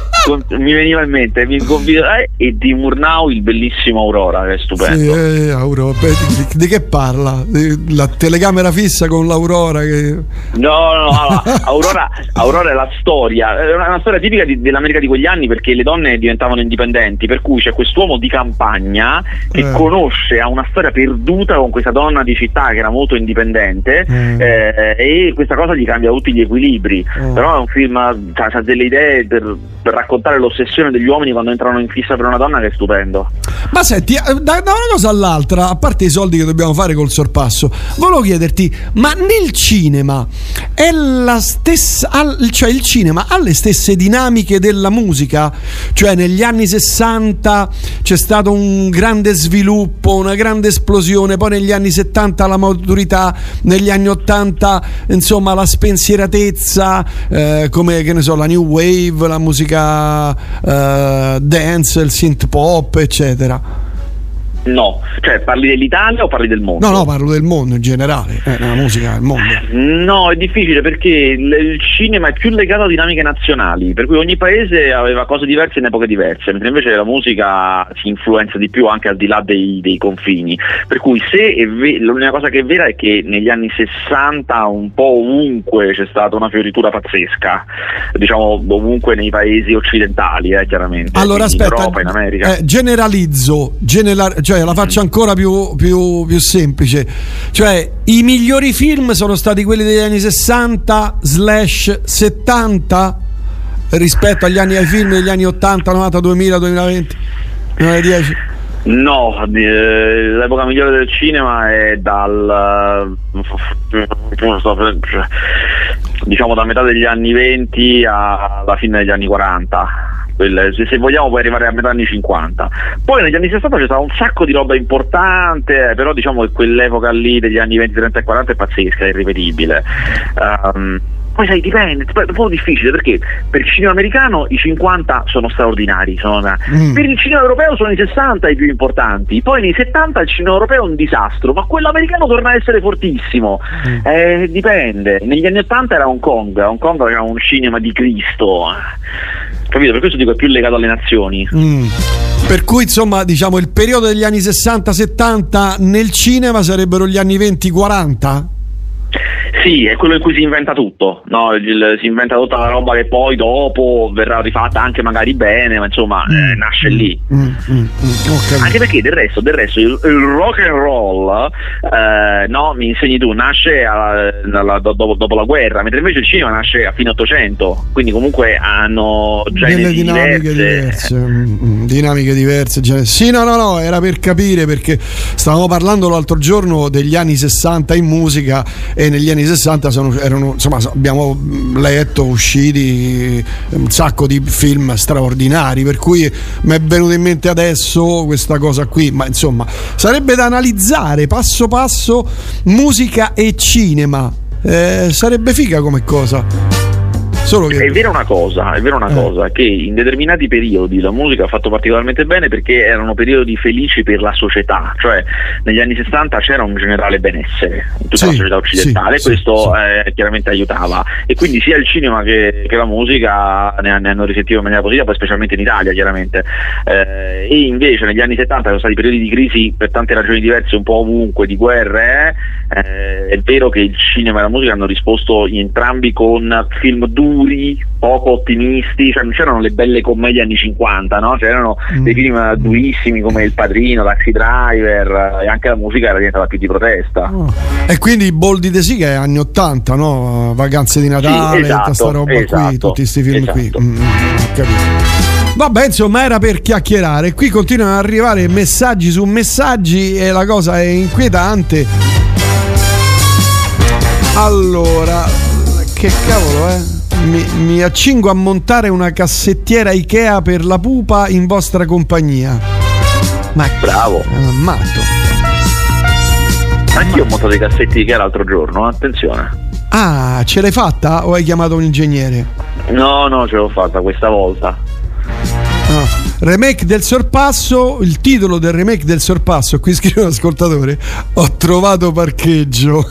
Mi veniva in mente mi convido, eh, e di Murnau il bellissimo Aurora, che è stupendo. Sì, eh, Aurora. Beh, di, di che parla? Di, la telecamera fissa con l'Aurora che... No, no, no, Aurora, Aurora è la storia, è una storia tipica di, dell'America di quegli anni, perché le donne diventavano indipendenti, per cui c'è quest'uomo di campagna che eh. conosce, ha una storia perduta con questa donna di città che era molto indipendente eh. Eh, e questa cosa gli cambia tutti gli equilibri. Eh. Però è un film, ha delle idee per, per raccontare l'ossessione degli uomini quando entrano in fissa per una donna, che è stupendo. Ma senti, da, da una cosa all'altra, a parte i soldi che dobbiamo fare col sorpasso, volevo chiederti, ma nel cinema è la stessa, cioè il cinema ha le stesse dinamiche della musica? Cioè negli anni sessanta c'è stato un grande sviluppo, una grande esplosione, poi negli anni settanta la maturità, negli anni ottanta insomma la spensieratezza, eh, come che ne so, la new wave, la musica Uh, dance, il synth pop, eccetera. No, cioè parli dell'Italia o parli del mondo? No, no, parlo del mondo in generale, eh, la musica, il mondo. No, è difficile perché il, il cinema è più legato a dinamiche nazionali, per cui ogni paese aveva cose diverse in epoche diverse, mentre invece la musica si influenza di più anche al di là dei, dei confini. Per cui se è ve- l'unica cosa che è vera è che negli anni sessanta un po' ovunque c'è stata una fioritura pazzesca, diciamo ovunque nei paesi occidentali, eh, chiaramente. Allora in aspetta, Europa, in America. Eh, generalizzo, general- cioè la faccio ancora più, più, più semplice, cioè i migliori film sono stati quelli degli anni sessanta slash settanta rispetto agli anni ai film degli anni ottanta, novanta, duemila, duemilaventi, duemiladieci. No, eh, l'epoca migliore del cinema è dal diciamo da metà degli anni venti alla fine degli anni quaranta. Se, se vogliamo puoi arrivare a metà anni cinquanta. Poi negli anni sessanta c'è stato un sacco di roba importante, però diciamo che quell'epoca lì degli anni venti, trenta e quaranta è pazzesca, è irripetibile. Um, poi sai, dipende, è un po' difficile perché per il cinema americano i cinquanta sono straordinari, sono mm. per il cinema europeo sono i sessanta i più importanti, poi nei settanta il cinema europeo è un disastro, ma quello americano torna a essere fortissimo. mm. Eh, dipende. Negli anni ottanta era Hong Kong, Hong Kong era un cinema di Cristo, capito? Per questo dico è più legato alle nazioni. Mm. Per cui insomma diciamo il periodo degli anni sessanta settanta nel cinema sarebbero gli anni venti quaranta? Sì, è quello in cui si inventa tutto, no? Il, si inventa tutta la roba che poi dopo verrà rifatta anche magari bene, ma insomma mm. eh, nasce lì. Mm, mm, mm, okay. Anche perché del resto, del resto il, il rock and roll, eh, no, mi insegni tu, nasce alla, alla, dopo, dopo la guerra, mentre invece il cinema nasce a fine Ottocento, quindi comunque hanno generi dinamiche diverse, mm, dinamiche diverse. Generi. Sì, no, no, no, era per capire, perché stavamo parlando l'altro giorno degli anni sessanta in musica e negli anni sessanta sono, erano, insomma, abbiamo letto usciti un sacco di film straordinari, per cui mi è venuto in mente adesso questa cosa qui, ma insomma sarebbe da analizzare passo passo musica e cinema, eh, sarebbe figa come cosa. Solo che... È vera una cosa, è vera una eh. cosa, che in determinati periodi la musica ha fatto particolarmente bene perché erano periodi felici per la società, cioè negli anni sessanta c'era un generale benessere in tutta sì, la società occidentale, sì, e questo sì, eh, chiaramente aiutava, e quindi sia il cinema che, che la musica ne, ne hanno risentito in maniera positiva, poi specialmente in Italia chiaramente, eh, e invece negli anni settanta sono stati periodi di crisi per tante ragioni diverse un po' ovunque, di guerre, eh, è vero che il cinema e la musica hanno risposto entrambi con film duri, poco ottimisti, cioè non c'erano le belle commedie anni cinquanta, no? C'erano mm. dei film durissimi come Il Padrino, Taxi Driver, e anche la musica era diventata più di protesta. Oh. E quindi Boldi De Sica è anni ottanta, no? Vacanze di Natale, sì, esatto, tutta sta roba esatto, qui, tutti questi film esatto. qui. Mm, ho capito. Vabbè, insomma, era per chiacchierare. Qui continuano ad arrivare messaggi su messaggi e la cosa è inquietante. Allora, che cavolo, eh? Mi, mi accingo a montare una cassettiera Ikea per la pupa in vostra compagnia. Ma bravo, è un matto. Anch'io ho montato i cassetti che era l'altro giorno, attenzione. Ah, ce l'hai fatta o hai chiamato un ingegnere? No, no, ce l'ho fatta questa volta. No. Remake del sorpasso, il titolo del remake del sorpasso, qui scrive un ascoltatore: ho trovato parcheggio.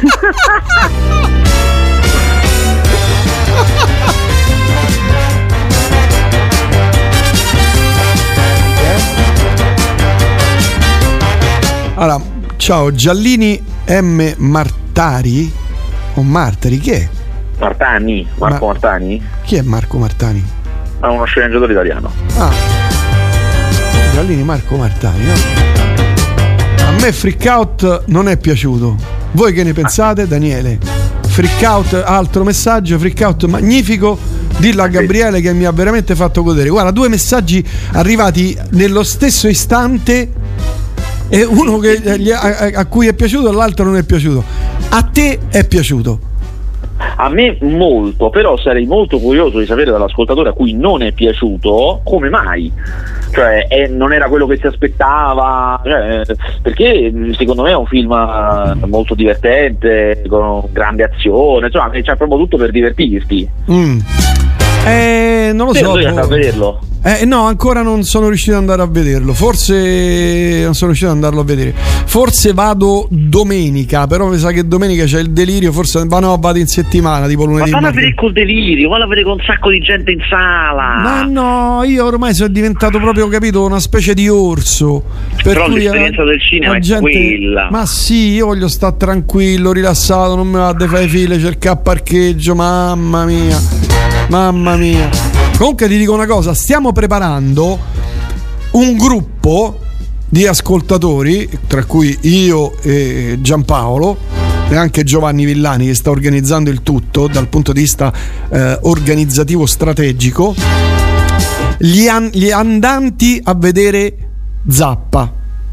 Allora, ciao Giallini M. Martari o Martari, chi è? Martani, Marco Ma- Martani? Chi è Marco Martani? È uno sceneggiatore italiano. Ah, Giallini Marco Martani, no? A me Freak Out non è piaciuto. Voi che ne pensate, Daniele? Freak Out, altro messaggio, Freak Out magnifico. Dillo a Gabriele che mi ha veramente fatto godere. Guarda, due messaggi arrivati nello stesso istante. E uno che gli a, a cui è piaciuto e l'altro non è piaciuto. A te è piaciuto? A me molto, però sarei molto curioso di sapere dall'ascoltatore a cui non è piaciuto come mai. Cioè, è, non era quello che si aspettava, cioè, perché secondo me è un film molto divertente, con grande azione, insomma, c'è proprio tutto per divertirti. Mm. Eh, non lo sì, so. Devi andare a vederlo. Eh, no, ancora non sono riuscito ad andare a vederlo. Forse non sono riuscito ad andarlo a vedere. Forse vado domenica, però mi sa che domenica c'è il delirio. Forse va, no, vado in settimana, tipo lunedì. Ma vanno a vedere col delirio, vanno a vedere con un sacco di gente in sala. Ma no, io ormai sono diventato proprio, capito, una specie di orso. Per però cui l'esperienza la, del cinema è gente, quella. Ma sì, io voglio stare tranquillo, rilassato, non mi va a fare file, cercare parcheggio, mamma mia. Mamma mia. Comunque ti dico una cosa, stiamo preparando un gruppo di ascoltatori, tra cui io e Giampaolo e anche Giovanni Villani, che sta organizzando il tutto dal punto di vista eh, organizzativo strategico, gli, an- gli andanti a vedere Zappa.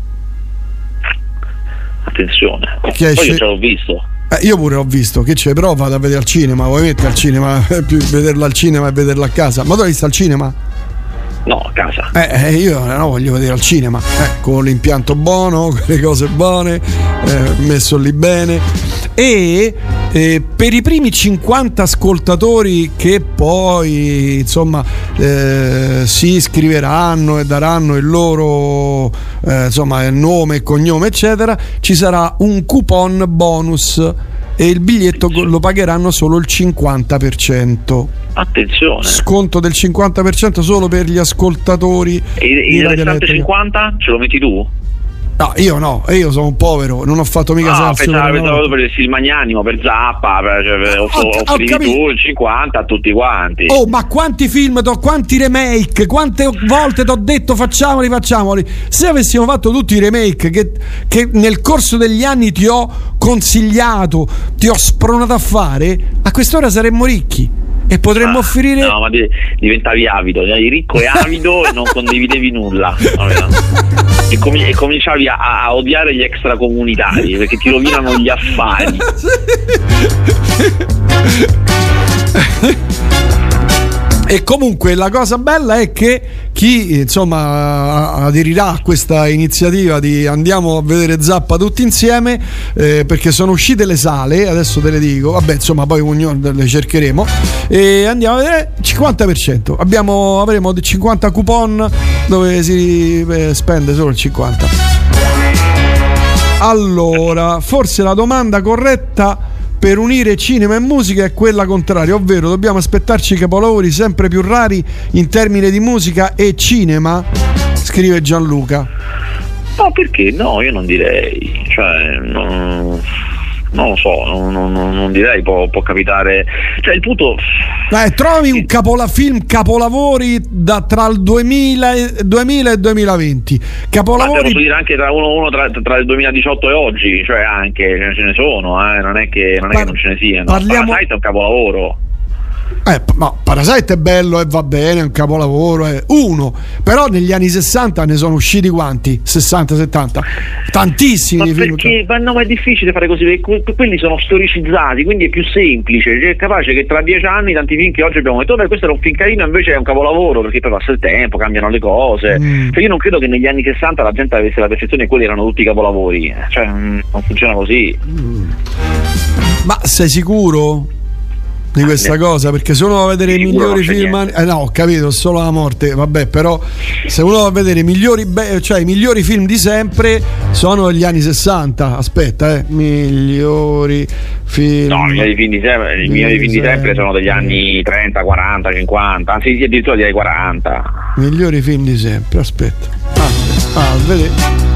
Attenzione, che poi io già l'ho visto. Eh, io pure l'ho visto, che c'è, però vado a vedere al cinema, vuoi mettere al cinema, più vederlo al cinema e vederlo a casa. Ma tu l'hai visto al cinema? No, a casa. Eh, eh io no, voglio vedere al cinema, eh, con l'impianto buono, con le cose buone, eh, messo lì bene. E eh, per i primi cinquanta ascoltatori che poi insomma eh, si iscriveranno e daranno il loro eh, insomma nome e cognome eccetera, ci sarà un coupon bonus e il biglietto lo pagheranno solo il cinquanta per cento. Attenzione. Sconto del cinquanta per cento solo per gli ascoltatori. E il restante cinquanta ce lo metti tu? No, io no, io sono un povero, non ho fatto mica ah, senso. pensavo, pensavo per il magnanimo, per Zappa, per, cioè, ho, ho, offrivi ho tu il cinquanta a tutti quanti. Oh, ma quanti film, t'ho, quanti remake, quante volte ti ho detto facciamoli, facciamoli. Se avessimo fatto tutti i remake che, che nel corso degli anni ti ho consigliato, ti ho spronato a fare, a quest'ora saremmo ricchi. E potremmo ah, offrire. No, ma diventavi avido, eri ricco e avido e non condividevi nulla. E, com- e cominciavi a-, a odiare gli extracomunitari perché ti rovinano gli affari. E comunque la cosa bella è che chi insomma aderirà a questa iniziativa di andiamo a vedere Zappa tutti insieme, eh, perché sono uscite le sale, adesso te le dico, vabbè insomma poi ognuno le cercheremo, e andiamo a vedere cinquanta per cento, abbiamo, avremo cinquanta coupon dove si eh, spende solo il cinquanta. Allora, forse la domanda corretta per unire cinema e musica è quella contraria, ovvero dobbiamo aspettarci capolavori sempre più rari in termini di musica e cinema, scrive Gianluca. No, perché no, io non direi, cioè non, non lo so, non, non, non direi, può, può capitare, cioè il punto. Eh, trovi un capola film capolavori da tra il duemila, duemila e duemilaventi. Capolavori. Ma posso dire anche tra uno, uno tra, tra il duemiladiciotto e oggi, cioè anche ce ne sono, eh, non è che non, Par- è che non ce ne siano. Parliamo... Parasite è un capolavoro. Eh, no, Parasite è bello e va bene, è un capolavoro, è uno, però negli anni sessanta ne sono usciti quanti? sessanta settanta? Tantissimi. Ma perché ma no, ma è difficile fare così, perché quelli sono storicizzati, quindi è più semplice, cioè è capace che tra dieci anni tanti film che oggi abbiamo detto, beh, questo era un film carino, invece è un capolavoro, perché poi passa il tempo, cambiano le cose. Mm. Cioè io non credo che negli anni sessanta la gente avesse la percezione che quelli erano tutti capolavori, cioè non funziona così. Mm. Ma sei sicuro di questa cosa? Perché se uno va a vedere i migliori film, eh no, ho capito, solo la morte, vabbè, però se uno va a vedere i migliori be- cioè i migliori film di sempre sono gli anni sessanta. Aspetta, eh, migliori film. No, i migliori film di sempre, i migliori film di sempre sono degli anni trenta, quaranta, cinquanta, anzi addirittura direi quaranta. Migliori film di sempre, aspetta. Ah, ah vedi.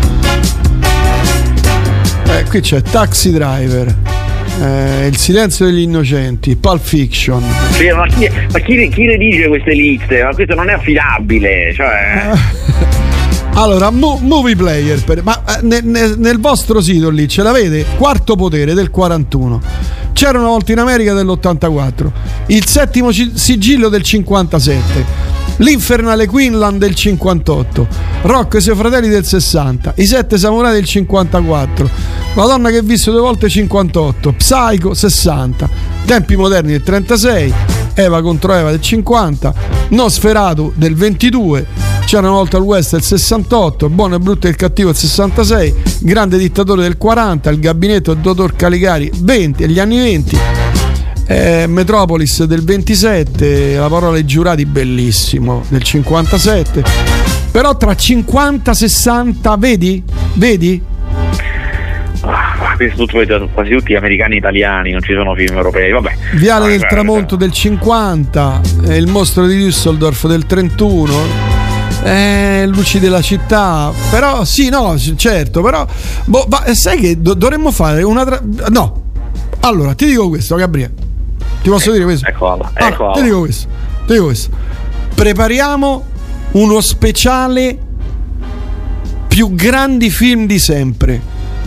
Eh, qui c'è Taxi Driver. Eh, Il silenzio degli innocenti, Pulp Fiction. Sì, ma chi, ma chi, chi redige queste liste? Ma questo non è affidabile, cioè. Allora, mo, Movie Player, per, ma eh, ne, ne, nel vostro sito lì ce l'avete? Quarto potere del quarantuno. C'era una volta in America dell'ottantaquattro. Il settimo c- sigillo del cinquantasette. L'Infernale Queenland del cinquantotto. Rocco e i suoi fratelli del sessanta. I sette samurai del cinquantaquattro. La donna che ha visto due volte cinquantotto. Psycho sessanta. Tempi moderni del trentasei. Eva contro Eva del cinquanta. Nosferatu del ventidue. C'era una volta il West del sessantotto. Il buono e brutto e il cattivo del sessantasei. Grande dittatore del quaranta. Il gabinetto del dottor Caligari venti, agli anni venti. Eh, Metropolis del ventisette. La parola ai giurati, bellissimo, del cinquantasette. Però tra cinquanta e sessanta, vedi? Vedi? Ah, questo tutto, quasi tutti americani e italiani, non ci sono film europei, vabbè. Viale ah, del guarda, tramonto del cinquanta. eh, Il mostro di Düsseldorf del trentuno. Eh, Luci della città. Però sì, no, certo. Però boh, ma sai che do- dovremmo fare una tra- no. Allora ti dico questo, Gabriele. Ti posso ecco, dire questo? Eccola, allora, eccola. Ti dico questo. Ti dico questo. Prepariamo uno speciale più grandi film di sempre.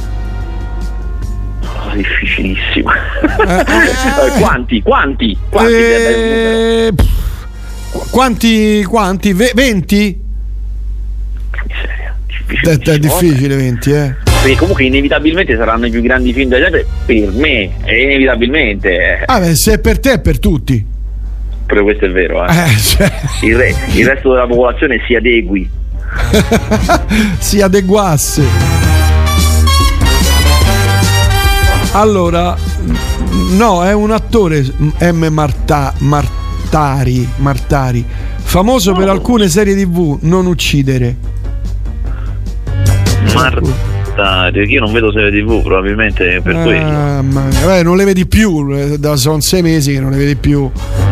Oh, difficilissimo. Eh, eh, quanti? Quanti? Quanti? Eh, quanti? Quanti? V- venti? Miseria, è, è difficile venti, eh. Perché comunque inevitabilmente saranno i più grandi film della gente per me, e inevitabilmente. Ah, beh, se è per te è per tutti. Però questo è vero, eh. Eh, cioè... il, re, il resto della popolazione si adegui. Si adeguasse. Allora, no, è un attore, M. Marta, Martari, Martari, famoso no. per alcune serie tivù, Non uccidere. Martari. Io non vedo serie tivù, probabilmente per ah, quello. Ma, vabbè, non le vedi più, da, sono sei mesi che non le vedi più.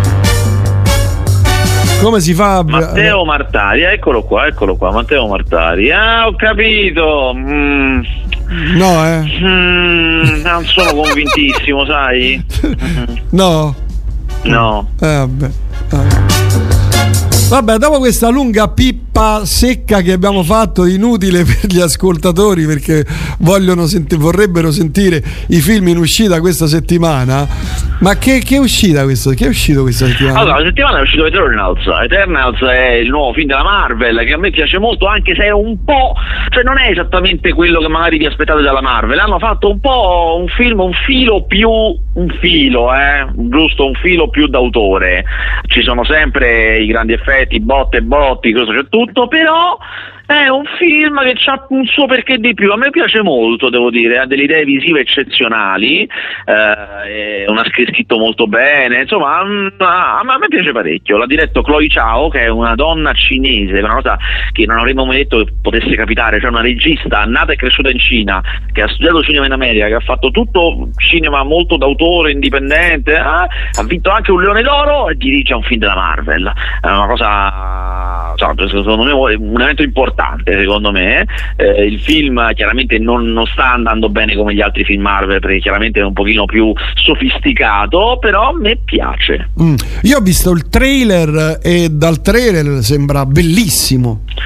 Come si fa? Matteo Martari, eccolo qua, eccolo qua, Matteo Martari. Ah, ho capito. Mm. No, eh. Mm, non sono convintissimo, sai? No. No. Eh, vabbè. Ah. Vabbè, dopo questa lunga pippa secca che abbiamo fatto, inutile per gli ascoltatori perché vogliono senti- vorrebbero sentire i film in uscita questa settimana. Ma che, che è uscita questa? Che è uscito questa settimana? Allora, la settimana è uscito Eternals. Eternals è il nuovo film della Marvel che a me piace molto, anche se è un po', cioè non è esattamente quello che magari vi aspettate dalla Marvel. Hanno fatto un po' un film, un filo più un filo, eh, giusto, un filo più d'autore. Ci sono sempre i grandi effetti, botte e botti, cosa c'è tutto, però è un film che ha un suo perché di più. A me piace molto, devo dire, ha delle idee visive eccezionali, eh, è una scritto molto bene, insomma, a, a me piace parecchio. L'ha diretto Chloe Zhao, che è una donna cinese, una cosa che non avremmo mai detto che potesse capitare, cioè una regista nata e cresciuta in Cina, che ha studiato cinema in America, che ha fatto tutto cinema molto d'autore, indipendente, eh? Ha vinto anche un Leone d'Oro e dirige un film della Marvel. È una cosa, cioè, secondo me, un evento importante. Secondo me eh, il film chiaramente non, non sta andando bene come gli altri film Marvel, perché chiaramente è un pochino più sofisticato, però a me piace. mm. Io ho visto il trailer e dal trailer sembra bellissimo.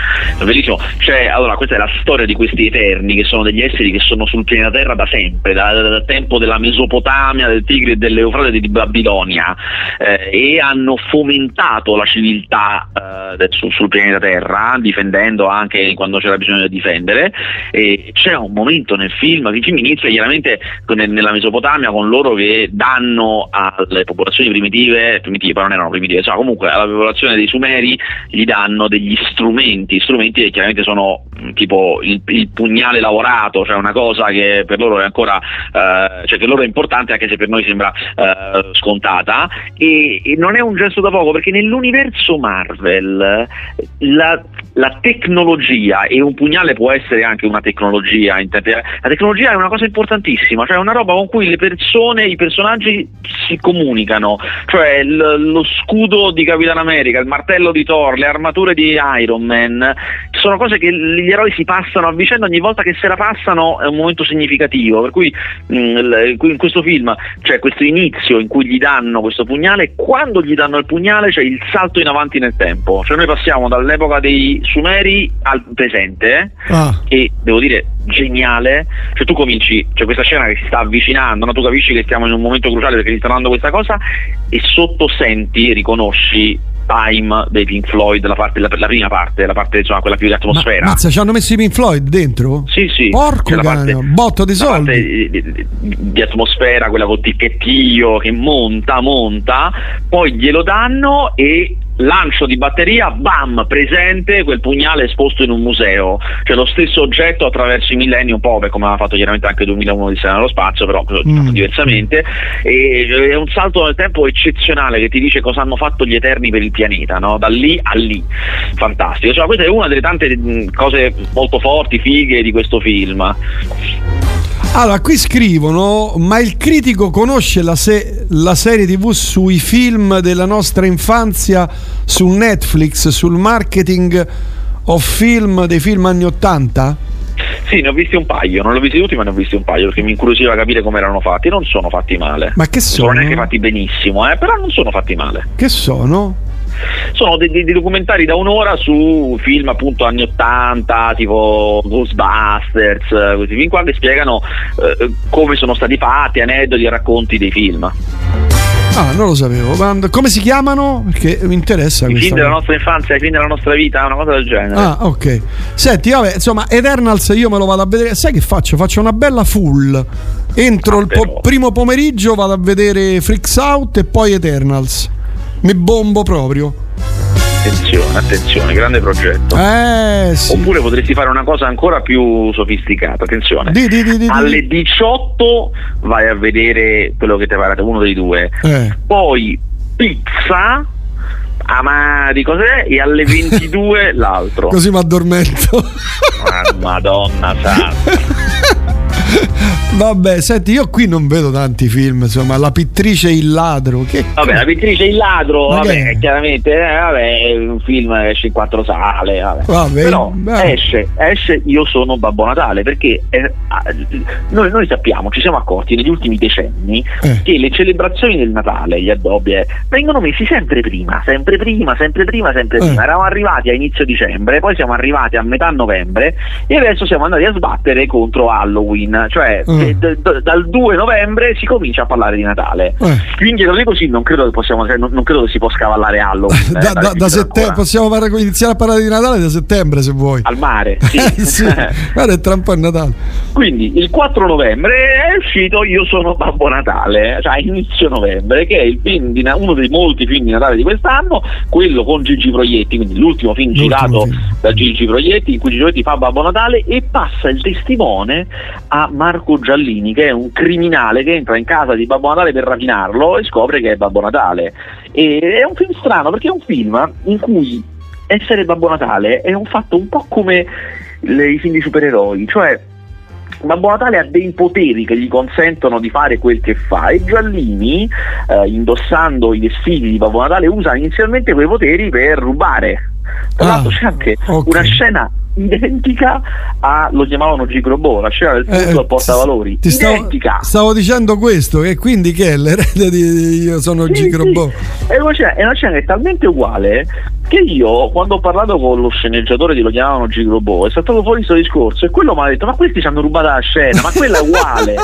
bellissimo. Cioè, allora, questa è la storia di questi Eterni, che sono degli esseri che sono sul pianeta Terra da sempre, da, da, dal tempo della Mesopotamia, del Tigri e dell'Eufrate di Babilonia, eh, e hanno fomentato la civiltà eh, del, sul, sul pianeta Terra, difendendo anche quando c'era bisogno di difendere. E c'è un momento nel film, il film inizia chiaramente con, nella Mesopotamia, con loro che danno alle popolazioni primitive, primitive, però non erano primitive, cioè comunque alla popolazione dei Sumeri gli danno degli strumenti, strumenti che chiaramente sono tipo il, il pugnale lavorato, cioè una cosa che per loro è ancora, eh, cioè che loro è importante anche se per noi sembra eh, scontata, e, e non è un gesto da poco, perché nell'universo Marvel la, la tecnologia, e un pugnale può essere anche una tecnologia, la tecnologia è una cosa importantissima, cioè è una roba con cui le persone, i personaggi si comunicano, cioè l- lo scudo di Capitan America, il martello di Thor, le armature di Iron Man, sono cose che gli eroi si passano a vicenda, ogni volta che se la passano è un momento significativo, per cui mh, in questo film c'è questo inizio in cui gli danno questo pugnale, e quando gli danno il pugnale c'è il salto in avanti nel tempo, cioè noi passiamo dall'epoca dei Sumeri al presente, ah. e devo dire geniale, cioè tu cominci, c'è questa scena che si sta avvicinando, no? Tu capisci che stiamo in un momento cruciale perché gli stanno dando questa cosa, e sotto senti, riconosci Time dei Pink Floyd, la, parte, la, la prima parte, la parte insomma quella più di atmosfera. Ma, mazza, ci hanno messo i Pink Floyd dentro? Sì, sì. Porco cane, botto di soldi. Di, di, di atmosfera, quella col ticchettio che monta, monta, poi glielo danno e lancio di batteria, bam, presente quel pugnale esposto in un museo, cioè lo stesso oggetto attraverso i millenni, un po' come aveva fatto chiaramente anche duemilauno di Odissea nello spazio, però mm. diversamente, e è un salto nel tempo eccezionale che ti dice cosa hanno fatto gli Eterni per il pianeta, no? Da lì a lì, fantastico, cioè, questa è una delle tante cose molto forti, fighe di questo film. Allora, qui scrivono: ma il critico conosce la, se- la serie tivù sui film della nostra infanzia su Netflix, sul marketing of film dei film anni ottanta? Sì, ne ho visti un paio, non l'ho visti tutti, ma ne ho visti un paio perché mi incuriosiva capire come erano fatti. Non sono fatti male. Ma che sono? Non sono neanche fatti benissimo, eh, però non sono fatti male. Che sono? Sono dei, dei documentari da un'ora su film appunto anni ottanta, tipo Ghostbusters, questi film qua che spiegano eh, come sono stati fatti, aneddoti e racconti dei film. Ah, non lo sapevo. Come si chiamano? Perché mi interessa. I film della nostra infanzia, i film della nostra vita, una cosa del genere. Ah, ok. Senti, vabbè, insomma, Eternals io me lo vado a vedere. Sai che faccio? Faccio una bella full. Entro ah, il po- primo pomeriggio vado a vedere Freaks Out e poi Eternals. Mi bombo proprio. Attenzione, attenzione, grande progetto. Eh, sì. Oppure potresti fare una cosa ancora più sofisticata. Attenzione. Di, di, di, di, alle diciotto vai a vedere quello che ti pare, uno dei due. Eh. Poi pizza, amari, cos'è? E alle ventidue l'altro. Così mi addormento. Ah, Madonna santa. Vabbè, senti, io qui non vedo tanti film, insomma, La pittrice e il ladro. Che vabbè, La pittrice e il ladro, ma vabbè, chiaramente, eh, vabbè, è un film che esce in quattro sale, vabbè. Vabbè, però vabbè. esce, esce Io sono Babbo Natale, perché è, noi, noi sappiamo, ci siamo accorti negli ultimi decenni eh. che le celebrazioni del Natale, gli addobbi, eh, vengono messi sempre prima, sempre prima, sempre prima, sempre prima. Eh. Eravamo arrivati a inizio dicembre, poi siamo arrivati a metà novembre e adesso siamo andati a sbattere contro Halloween, cioè eh. d- d- dal due novembre si comincia a parlare di Natale. Eh. Quindi così non credo che possiamo, non, non credo che si possa cavallare Halloween. da, eh, da, da settembre possiamo par- iniziare a parlare di Natale da settembre se vuoi. Al mare, sì. sì. Guarda, è tra un po' è Natale. Quindi il quattro novembre è uscito Io sono Babbo Natale, cioè inizio novembre, che è il film di, uno dei molti film di Natale di quest'anno, quello con Gigi Proietti, quindi l'ultimo film l'ultimo girato film. da Gigi Proietti, in cui Gigi Proietti fa Babbo Natale e passa il testimone a Marco Giallini, che è un criminale che entra in casa di Babbo Natale per rapinarlo e scopre che è Babbo Natale. E è un film strano perché è un film in cui essere Babbo Natale è un fatto un po' come le, i film di supereroi, cioè Babbo Natale ha dei poteri che gli consentono di fare quel che fa e Giallini, eh, indossando i vestiti di Babbo Natale, usa inizialmente quei poteri per rubare. Tra l'altro ah, c'è anche okay. una scena identica a Lo chiamavano Gigrobò, la scena del furto Eh, al portavalori, Ti stavo, identica. stavo dicendo questo, che quindi che è l'erede di Io sono Sì, Gigrobò. sì. È una scena, è una scena che è talmente uguale che io, quando ho parlato con lo sceneggiatore di Lo chiamavano Gigrobò, è saltato fuori questo discorso e quello mi ha detto: ma questi ci hanno rubato la scena, ma quella è uguale.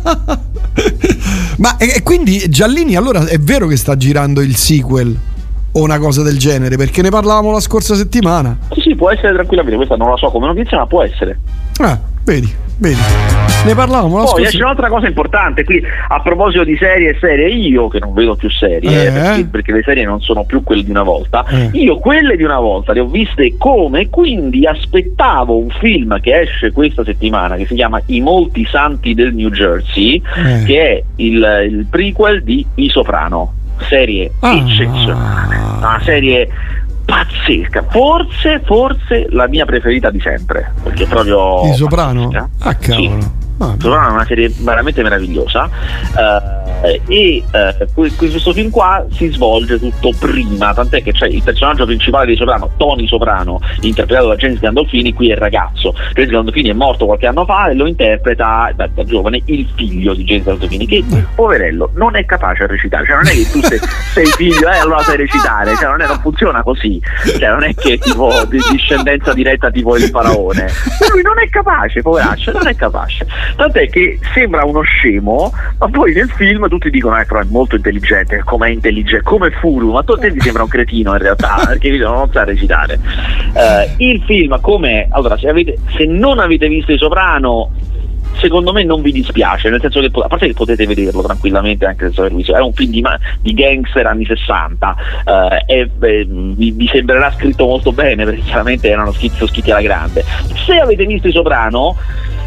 Ma e, e quindi Giallini allora è vero che sta girando il sequel o una cosa del genere, perché ne parlavamo la scorsa settimana. Sì, sì, può essere tranquillamente, questa non la so come notizia, ma può essere. Ah, vedi, vedi. Ne parlavamo la Poi scorsa c'è un'altra cosa importante qui, a proposito di serie e serie, io che non vedo più serie, Eh. perché, perché le serie non sono più quelle di una volta, Eh. io quelle di una volta le ho viste come, quindi aspettavo un film che esce questa settimana, che si chiama I molti santi del New Jersey, Eh. che è il, il prequel di I Soprano, serie Ah. eccezionale, una serie pazzesca, forse, forse la mia preferita di sempre, perché è proprio Il Soprano? pazzesca. Ah, cavolo. Ah, Soprano è una serie veramente meravigliosa, eh, e eh, que- questo film qua si svolge tutto prima, tant'è che c'è il personaggio principale di Soprano, Tony Soprano, interpretato da James Gandolfini, qui è il ragazzo. James Gandolfini è morto qualche anno fa e lo interpreta da, da giovane il figlio di James Gandolfini, che poverello non è capace a recitare, cioè non è che tu sei, sei figlio e eh, allora sai recitare, cioè non, è, non funziona così, cioè non è che tipo di discendenza diretta tipo il faraone, lui non è capace, poveraccio, non è capace. Tant'è che sembra uno scemo, ma poi nel film tutti dicono: eh, però è molto intelligente, com'è intelligente, come Furu, ma tu a te ti sembra un cretino in realtà, perché non sa recitare. Eh, il film, come allora, se, avete, se non avete visto I Soprano, secondo me non vi dispiace, nel senso che, a parte che potete vederlo tranquillamente anche senza aver visto, è un film di, di gangster anni sessanta, eh, e eh, vi, vi sembrerà scritto molto bene, perché chiaramente erano scritti, scritti alla grande. Se avete visto I Soprano,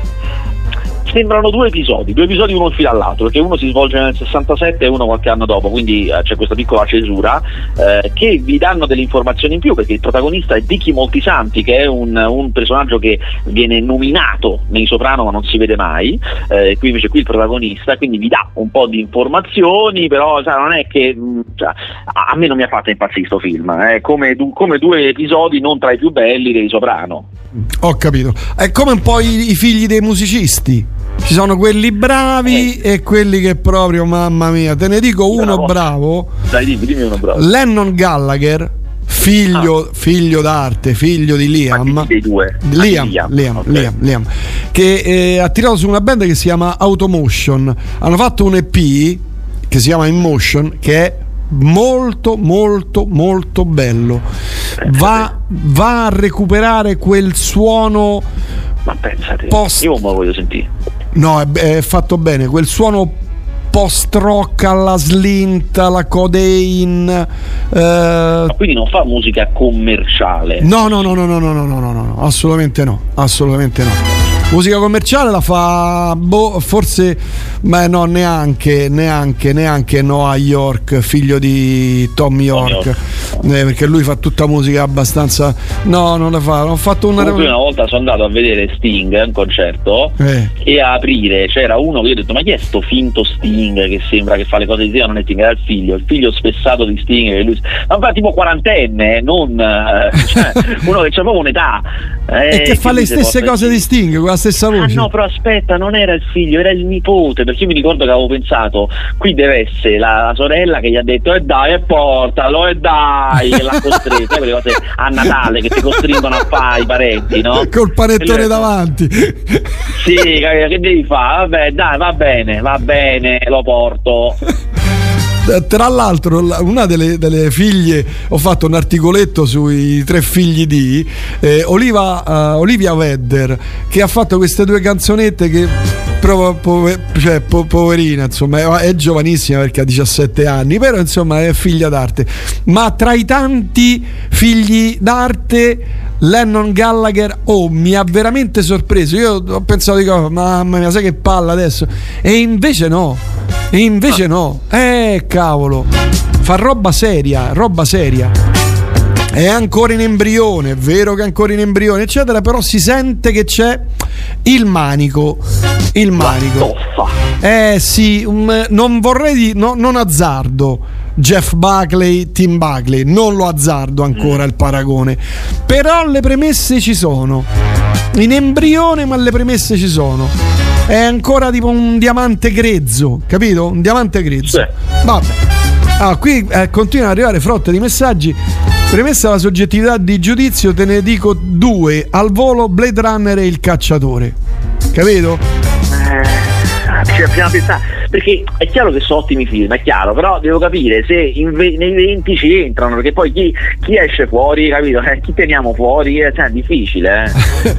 sembrano due episodi, due episodi uno filo all'altro, perché uno si svolge nel sessantasette e uno qualche anno dopo, quindi eh, c'è questa piccola cesura, eh, che vi danno delle informazioni in più, perché il protagonista è Dicky Moltisanti, che è un, un personaggio che viene nominato nei Soprano ma non si vede mai, eh, qui invece qui il protagonista, quindi vi dà un po' di informazioni, però cioè, non è che mh, cioè, a me non mi ha fatto impazzire sto film, è come, du- come due episodi non tra i più belli dei Soprano. ho capito. È come un po' i, i figli dei musicisti. Ci sono quelli bravi eh. e quelli che proprio, mamma mia, te ne dico uno no, bravo. Dai, dimmi, dimmi uno bravo. Lennon Gallagher, figlio, ah. figlio d'arte, figlio di Liam. Dei due. Liam, Liam, Liam, okay. Liam, Liam, che eh, ha tirato su una band che si chiama Automotion. Hanno fatto un E P che si chiama In Motion, che è molto molto molto bello. Va, va a recuperare quel suono. Ma pensate, post... io me lo voglio sentire. No, è, è fatto bene, quel suono post rock alla slint, alla codeine. Eh... Ma quindi non fa musica commerciale? No, no, no, no, no, no, no, no, no, no, assolutamente no, assolutamente no. Musica commerciale la fa, boh, forse, ma no, neanche, neanche, neanche Noah York, figlio di Tom York, Tom York. Eh, perché lui fa tutta musica abbastanza, no, non la fa. Ho fatto una. Comunque una volta sono andato a vedere Sting, un concerto, eh. e a aprire c'era uno che io ho detto: ma chi è sto finto Sting che sembra che fa le cose di Sting? Non è Sting, era il figlio, il figlio spessato di Sting, che lui, ma fa tipo quarantenne, non cioè, uno che c'ha proprio un'età, eh, e che fa le stesse cose dire. di Sting, con la stessa voce. Ah no, però aspetta, non era il figlio, era il nipote, perché io mi ricordo che avevo pensato: qui deve essere la, la sorella che gli ha detto e eh dai e portalo e dai, e l'ha costretta, sai quelle cose a Natale che ti costringono a fare i parenti, no? Col panettone davanti. Sì, che devi fare? Vabbè, dai, va bene, va bene, lo porto. Tra l'altro, una delle, delle figlie, ho fatto un articoletto sui tre figli di eh, Oliva, uh, Olivia Vedder, che ha fatto queste due canzonette che proprio pove, cioè, po- poverina, insomma, è, è giovanissima perché ha diciassette anni, però insomma è figlia d'arte. Ma tra i tanti figli d'arte, Lennon Gallagher, oh, mi ha veramente sorpreso. Io ho pensato, dico, mamma mia, sai che palla adesso? E invece no, e invece no, eh cavolo, fa roba seria, roba seria. È ancora in embrione, è vero che è ancora in embrione, eccetera, però si sente che c'è il manico, il manico. Eh sì, um, non vorrei di, no, non azzardo, Jeff Buckley, Tim Buckley. Non lo azzardo ancora il paragone, però le premesse ci sono, in embrione, ma le premesse ci sono. È ancora tipo un diamante grezzo, capito? Un diamante grezzo. Sì. Vabbè. Ah, qui eh, continuano ad arrivare frotte di messaggi. Premessa la soggettività di giudizio, te ne dico due al volo: Blade Runner e Il Cacciatore. Capito? Eh, ci abbiamo pensato, perché è chiaro che sono ottimi film, è chiaro, però devo capire se in ve- nei venti ci entrano, perché poi chi, chi esce fuori, capito? Eh, chi teniamo fuori? Eh, cioè, è difficile, eh.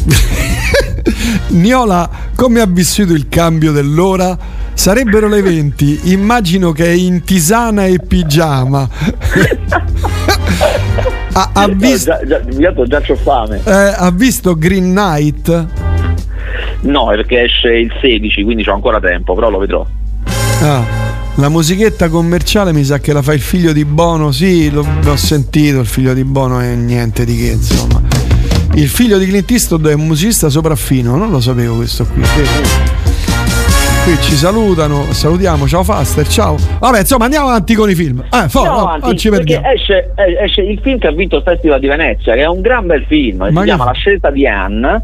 Niola, come ha vissuto il cambio dell'ora? Sarebbero le venti, immagino che è in tisana e pigiama. ha, ha visto già, già, già, già c'ho fame. Eh, ha visto Green Knight? No, perché esce il sedici, quindi c'ho ancora tempo, però lo vedrò. Ah, la musichetta commerciale mi sa che la fa il figlio di Bono. Sì, l'ho, l'ho sentito, il figlio di Bono è niente di che, insomma. Il figlio di Clint Eastwood è un musicista sopraffino, non lo sapevo questo qui. Qui ci salutano, salutiamo, ciao Faster, ciao. Vabbè, insomma, andiamo avanti con i film. Eh, for, andiamo no, avanti, non ci perché perdiamo. esce, esce il film che ha vinto il Festival di Venezia, che è un gran bel film, si Ma chiama che... La scelta di Anne,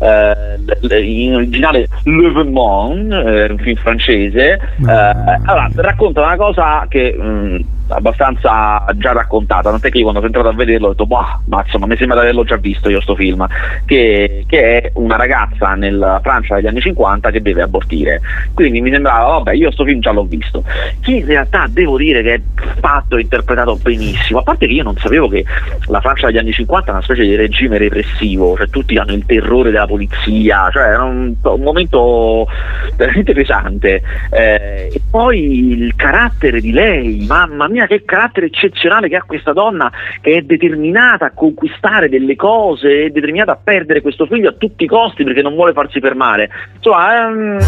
eh, in originale Le Vermont, eh, un film francese. Eh, allora, racconta una cosa che mh, abbastanza già raccontata, tant'è che io quando sono entrato a vederlo ho detto bah, ma insomma mi sembra di averlo già visto io sto film, che, che è una ragazza nella Francia degli anni cinquanta che deve abortire, quindi mi sembrava vabbè, io sto film già l'ho visto, che in realtà devo dire che è fatto e interpretato benissimo, a parte che io non sapevo che la Francia degli anni cinquanta è una specie di regime repressivo, cioè tutti hanno il terrore della polizia, cioè era un, un momento veramente pesante, eh, e poi il carattere di lei, mamma mia, che carattere eccezionale che ha questa donna, che è determinata a conquistare delle cose, è determinata a perdere questo figlio a tutti i costi perché non vuole farsi fermare. Insomma, è, um,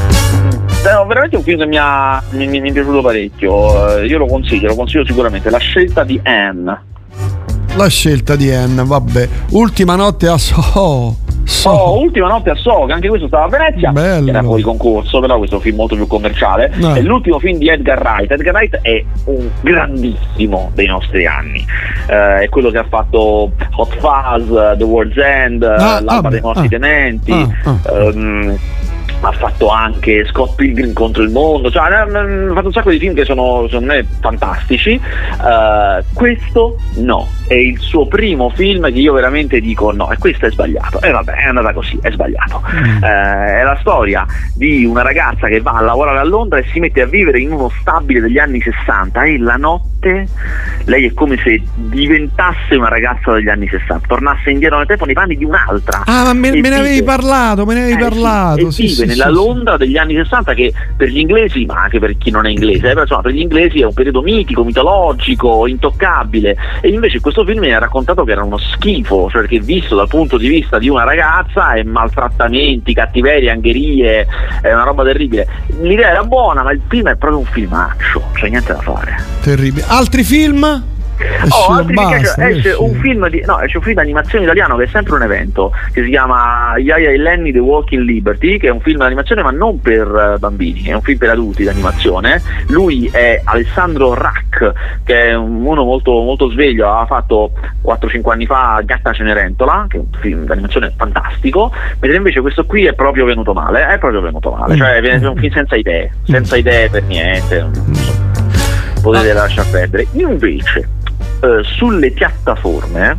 è veramente un film che mi, ha, mi, mi, mi è piaciuto parecchio. Io lo consiglio, lo consiglio sicuramente. La scelta di Anne. La scelta di Anne, vabbè. Ultima notte a Soho. So. Oh, Ultima notte a Soho, che anche questo stava a Venezia. Bello. Era fuori concorso, però questo è un film molto più commerciale. No. È l'ultimo film di Edgar Wright. Edgar Wright è un grandissimo dei nostri anni. Eh, è quello che ha fatto Hot Fuzz, The World's End, ah, L'alba ah, dei morti ah, tenenti. Ah, ah. Um, ha fatto anche Scott Pilgrim contro il mondo, cioè ha fatto un sacco di film che sono secondo me fantastici. Uh, questo no, è il suo primo film che io veramente dico no, e questo è sbagliato, e eh, vabbè, è andata così, è sbagliato. Mm. Uh, è la storia di una ragazza che va a lavorare a Londra e si mette a vivere in uno stabile degli anni sessanta, e la notte lei è come se diventasse una ragazza degli anni sessanta, tornasse indietro nel tempo nei panni di un'altra. Ah, ma me, me ne avevi parlato, me ne avevi eh, parlato. Sì, sì, e vive sì, nella sì, Londra degli anni sessanta, che per gli inglesi, ma anche per chi non è inglese, eh, però, insomma, per gli inglesi è un periodo mitico, mitologico, intoccabile, e invece in questo film mi ha raccontato che era uno schifo, cioè che visto dal punto di vista di una ragazza è maltrattamenti, cattiverie, angherie, è una roba terribile. L'idea era buona, ma il film è proprio un filmaccio, c'è niente da fare. Terribile. Altri film? Oh, altri basta, esce un film di no, esce un film d'animazione italiano che è sempre un evento, che si chiama Yaya e Lenny The Walking Liberty, che è un film d'animazione ma non per bambini, è un film per adulti d'animazione. Lui è Alessandro Rack, che è uno molto molto sveglio, ha fatto quattro cinque anni fa Gatta Cenerentola, che è un film d'animazione fantastico, mentre invece questo qui è proprio venuto male, è proprio venuto male, cioè è un film senza idee, senza idee per niente, non so, potete lasciar perdere. Invece Uh, sulle piattaforme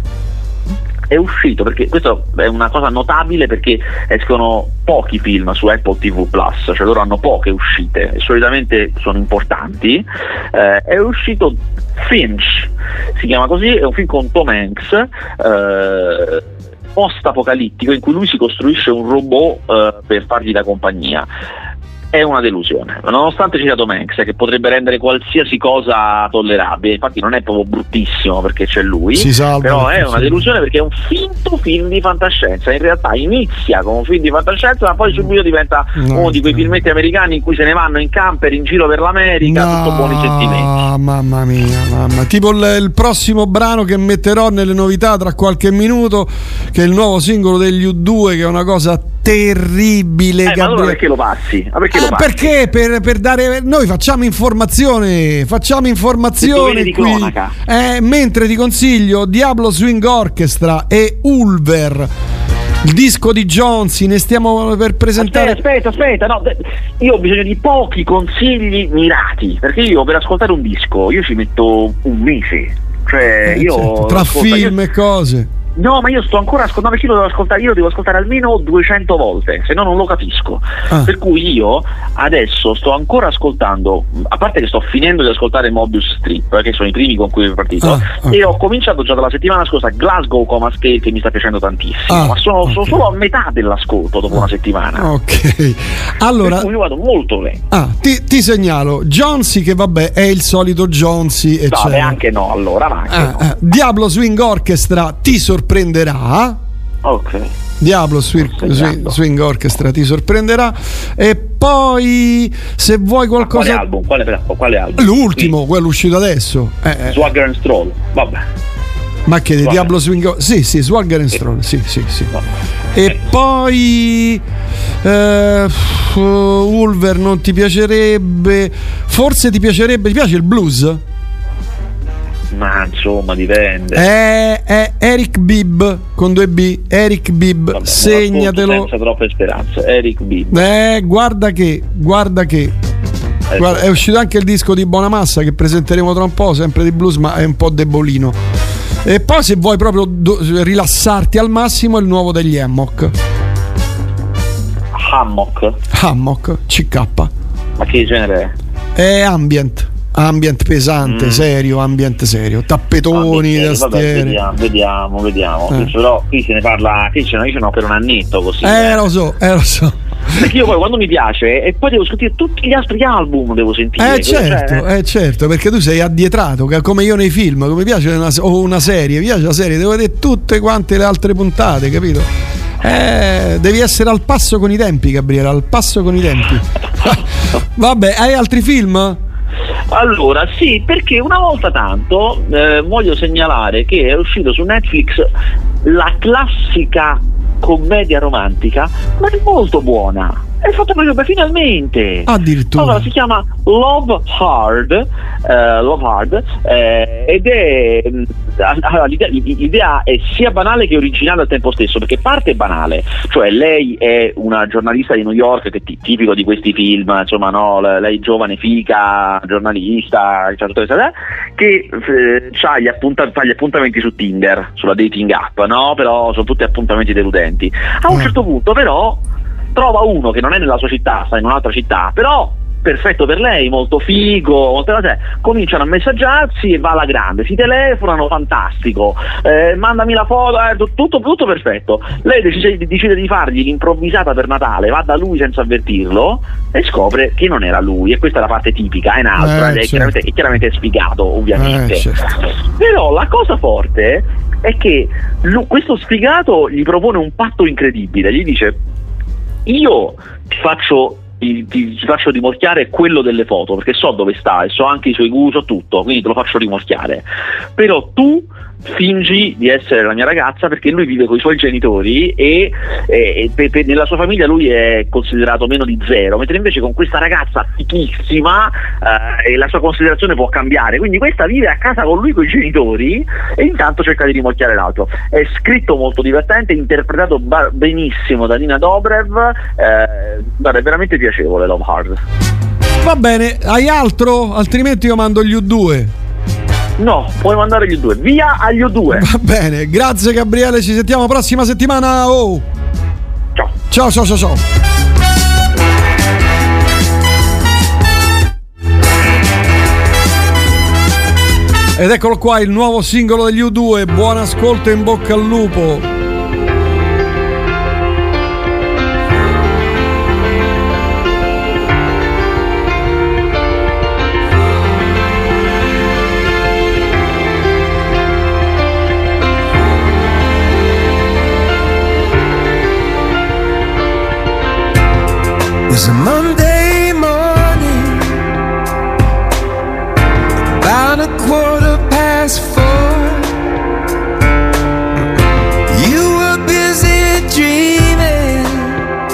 è uscito, perché questo è una cosa notabile, perché escono pochi film su Apple ti vu Plus, cioè loro hanno poche uscite e solitamente sono importanti. Uh, è uscito Finch, si chiama così, è un film con Tom Hanks, uh, post-apocalittico, in cui lui si costruisce un robot uh, per fargli la compagnia. È una delusione, nonostante ci sia Tom Hanks, che potrebbe rendere qualsiasi cosa tollerabile, infatti non è proprio bruttissimo perché c'è lui, salva, però è una delusione perché è un finto film di fantascienza, in realtà inizia come un film di fantascienza ma poi subito diventa no, uno di quei filmetti americani in cui se ne vanno in camper in giro per l'America, no, tutto buoni sentimenti. Mamma mia, mamma. Tipo il, il prossimo brano che metterò nelle novità tra qualche minuto, che è il nuovo singolo degli U due, che è una cosa terribile, eh, ma Gabriele. allora perché lo passi? Ma perché Eh, lo passi? perché per, per dare noi facciamo informazione, facciamo informazione di qui. cronaca. Eh, mentre ti consiglio Diablo Swing Orchestra e Ulver, il disco di Jonsi, ne stiamo per presentare. Aspetta, aspetta, aspetta, no, io ho bisogno di pochi consigli mirati, perché io per ascoltare un disco io ci metto un mese, cioè Eh, io certo, tra ascolta, film io... e cose. No, ma io sto ancora ascoltando, perché io lo devo ascoltare, io devo ascoltare almeno duecento volte, se no non lo capisco. Ah. Per cui io adesso sto ancora ascoltando, a parte che sto finendo di ascoltare Mobius Strip, che sono i primi con cui ho partito, Ah, ah. e ho cominciato già dalla settimana scorsa Glasgow Coma Scale, che mi sta piacendo tantissimo, Ah, ma sono, sono ok. solo a metà dell'ascolto dopo una settimana. Ok, allora Per cui io vado molto lento. ah, ti, ti segnalo Jonsi, che vabbè è il solito Jonsi, No, eccetera. beh, anche no, allora, ma anche Ah, no. ah, Diablo Swing Orchestra ti sorprenderà. Ok. Diablo Swing, Swing, Swing Orchestra ti sorprenderà. E poi se vuoi Quale qualcosa, album? Quale, quale album? l'ultimo, quello uscito adesso. Eh, eh. Swagger and Stroll, vabbè. Ma che di Swagger. Diablo Swing Or- sì, sì, Swagger and Stroll, sì, sì, sì. E poi eh, f- Ulver non ti piacerebbe, forse ti piacerebbe, ti piace il blues? Ma insomma, dipende. È, è Eric Bibb con due B, Eric Bibb, Vabbè, segnatelo. senza troppe speranze. Eric Bibb. Eh, guarda che, guarda che. Guarda, è uscito anche il disco di Bonamassa che presenteremo tra un po', sempre di blues, ma è un po' debolino. E poi se vuoi proprio do- rilassarti al massimo, il nuovo degli Hammock. Hammock. Hammock, C K. Ma che genere è? È ambient. Ambient pesante, Mm. serio, ambient serio, tappetoni, Ah, vabbè, tastiere. vediamo, vediamo, vediamo. Eh. Però qui se ne parla, qui ce ne dicono per un annetto così. Eh, lo so, eh, lo so. Perché io poi quando mi piace e poi devo sentire tutti gli altri album, devo sentire. Eh certo, Cioè, eh certo, perché tu sei addietrato, che come io nei film, come piace una, o una serie, mi piace la serie, devo vedere tutte quante le altre puntate, capito? Eh, devi essere al passo con i tempi, Gabriele, al passo con i tempi. Vabbè, hai altri film? Allora, sì, perché una volta tanto eh, voglio segnalare che è uscito su Netflix la classica commedia romantica, ma è molto buona. È fatto proprio beh, finalmente. Addirittura. Allora si chiama Love Hard, eh, Love Hard eh, ed è mh, allora, l'idea, l'idea è sia banale che originale al tempo stesso, perché parte banale, cioè lei è una giornalista di New York, che è tipico di questi film, insomma, no, lei giovane, fica, giornalista, eccetera, eccetera, che eh, c'ha gli appunta- fa gli appuntamenti su Tinder, sulla dating app, no? Però sono tutti appuntamenti deludenti. A un certo punto però trova uno che non è nella sua città, sta in un'altra città, però perfetto per lei, molto figo, molte cose. Cominciano a messaggiarsi e va alla grande, si telefonano, fantastico, eh, mandami la foto, eh, tutto, tutto perfetto. Lei decide, decide di fargli l'improvvisata per Natale, va da lui senza avvertirlo e scopre che non era lui, e questa è la parte tipica, è un'altra, Eh, ed è, certo. chiaramente, è chiaramente sfigato, ovviamente. Eh, certo. Però la cosa forte è che lu- questo sfigato gli propone un patto incredibile, gli dice: io ti faccio ti, ti faccio rimorchiare quello delle foto, perché so dove sta e so anche i suoi gusti, so tutto, quindi te lo faccio rimorchiare, però tu fingi di essere la mia ragazza, perché lui vive con i suoi genitori e, e, e per, nella sua famiglia lui è considerato meno di zero, mentre invece con questa ragazza fichissima eh, la sua considerazione può cambiare, quindi questa vive a casa con lui con i genitori e intanto cerca di rimorchiare l'altro. È scritto molto divertente, interpretato ba- benissimo da Nina Dobrev, eh, guarda, è veramente piacevole Love Hard. Va bene, hai altro? Altrimenti io mando gli U due. No, puoi mandare gli U due. Via agli U due. Va bene, grazie Gabriele, ci sentiamo prossima settimana. Oh. Ciao. Ciao, ciao, ciao, ciao. Ed eccolo qua il nuovo singolo degli U due. Buon ascolto e in bocca al lupo. It was a Monday morning, about a quarter past four. You were busy dreaming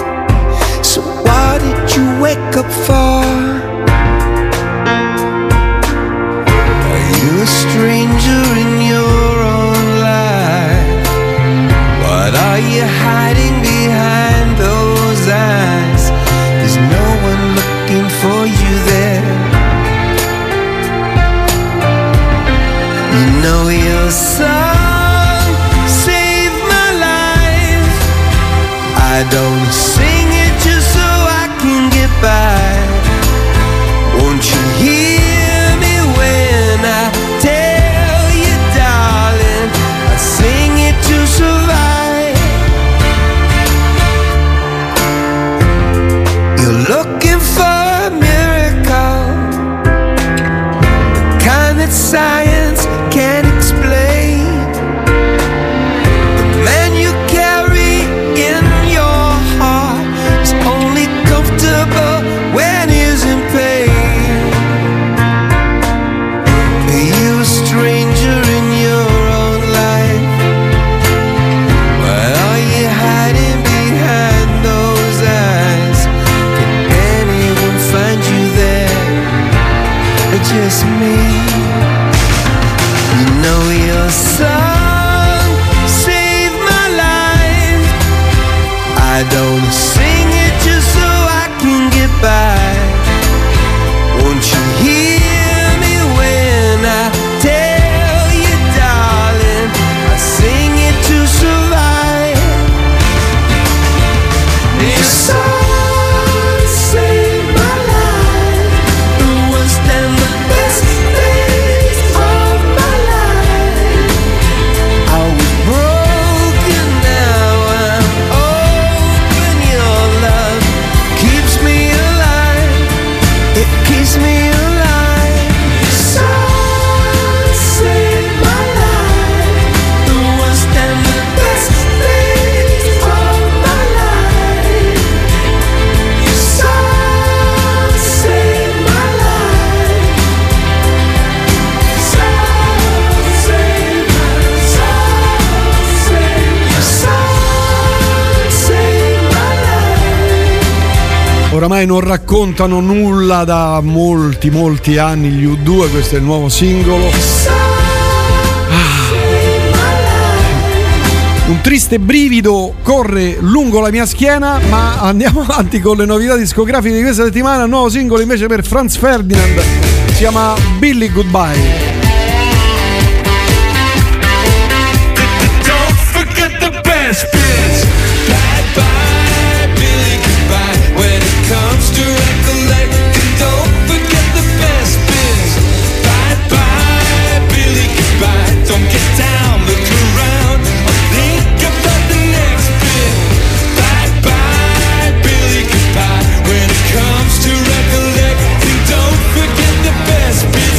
oramai non raccontano nulla da molti molti anni, gli U due. Questo è il nuovo singolo. Ah. Un triste brivido corre lungo la mia schiena, ma andiamo avanti con le novità discografiche di questa settimana. Nuovo singolo invece per Franz Ferdinand, si chiama Billy Goodbye. Comes to recollect, don't forget the best bits. Bye bye, Billy, goodbye. Don't get down, look around, or think about the next bit. Bye bye, Billy, goodbye. When it comes to recollecting, don't forget the best bits.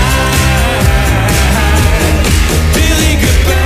I, Billy, goodbye.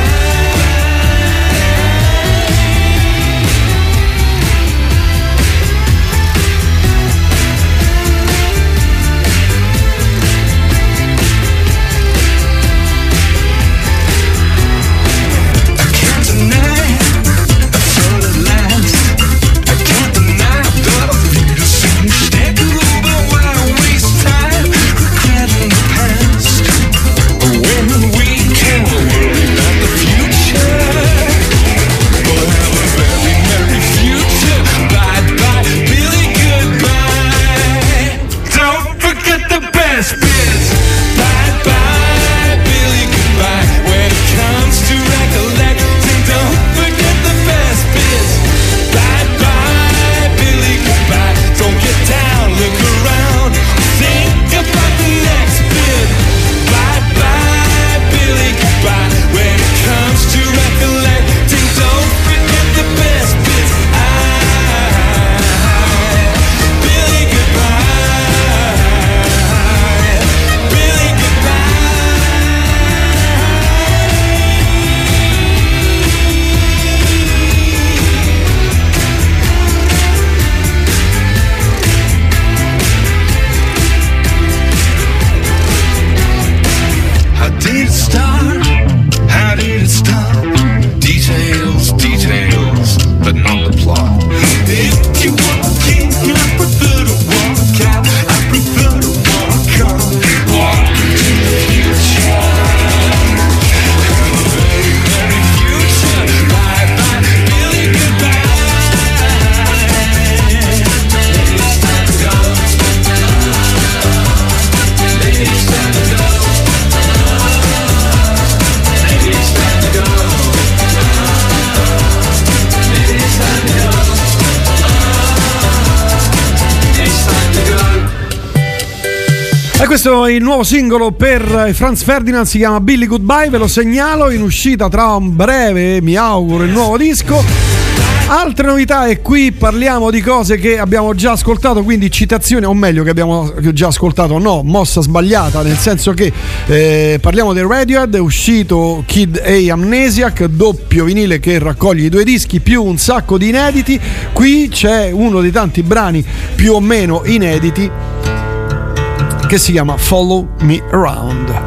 Questo è il nuovo singolo per Franz Ferdinand, si chiama Billy Goodbye, ve lo segnalo, in uscita tra un breve, mi auguro, il nuovo disco. Altre novità, e qui parliamo di cose che abbiamo già ascoltato, quindi citazioni, o meglio che abbiamo già ascoltato, no, mossa sbagliata, nel senso che eh, parliamo del Radiohead, è uscito Kid A Amnesiac, doppio vinile che raccoglie i due dischi più un sacco di inediti. Qui c'è uno dei tanti brani più o meno inediti che si chiama Follow Me Around.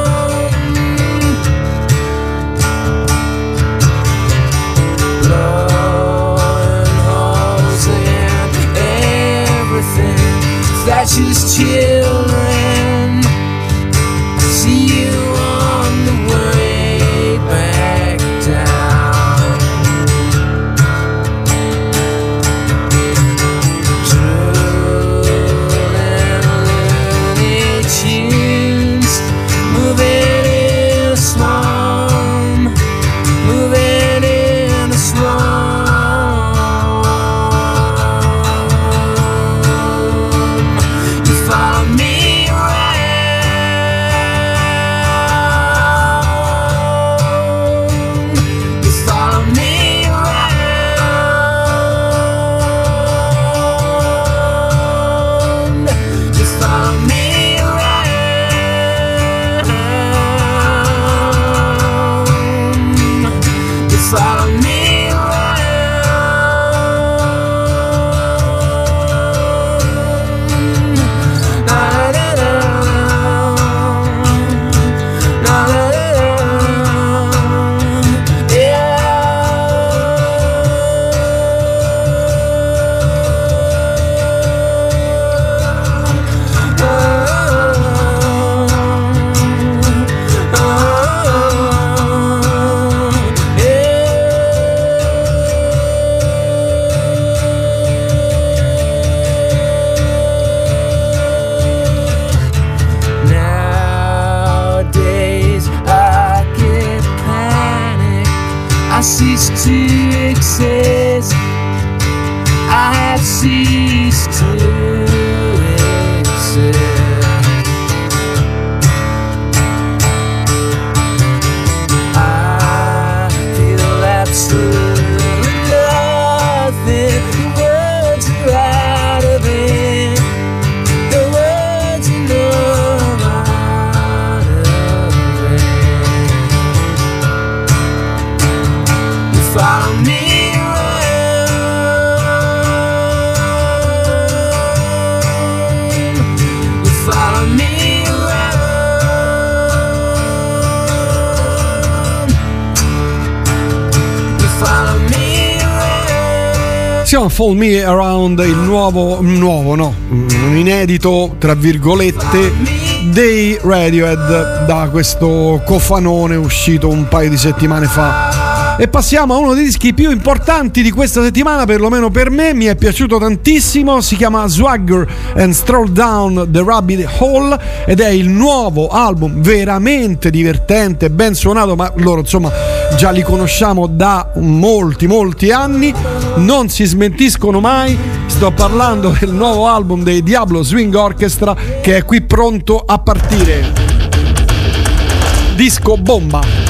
Love precious children. See you on the way back down. True and loony tunes, moving in a swarm, moving in a swarm. You follow me around, you follow me around, you follow me around, you follow me Nowadays I get panic, I cease to exist, I have ceased to exist. I feel absolutely nothing, the words are out of it, the words you know out of it. You follow me around, you follow me around, you follow me around. Si chiama Follow Me Around, il nuovo, nuovo no, un inedito tra virgolette dei Radiohead, da questo cofanone uscito un paio di settimane fa. E passiamo a uno dei dischi più importanti di questa settimana, perlomeno per me, mi è piaciuto tantissimo, si chiama Swagger and Stroll Down the Rabbit Hole ed è il nuovo album veramente divertente, ben suonato, ma loro insomma già li conosciamo da molti molti anni, non si smentiscono mai. Sto parlando del nuovo album dei Diablo Swing Orchestra che è qui pronto a partire. Disco bomba.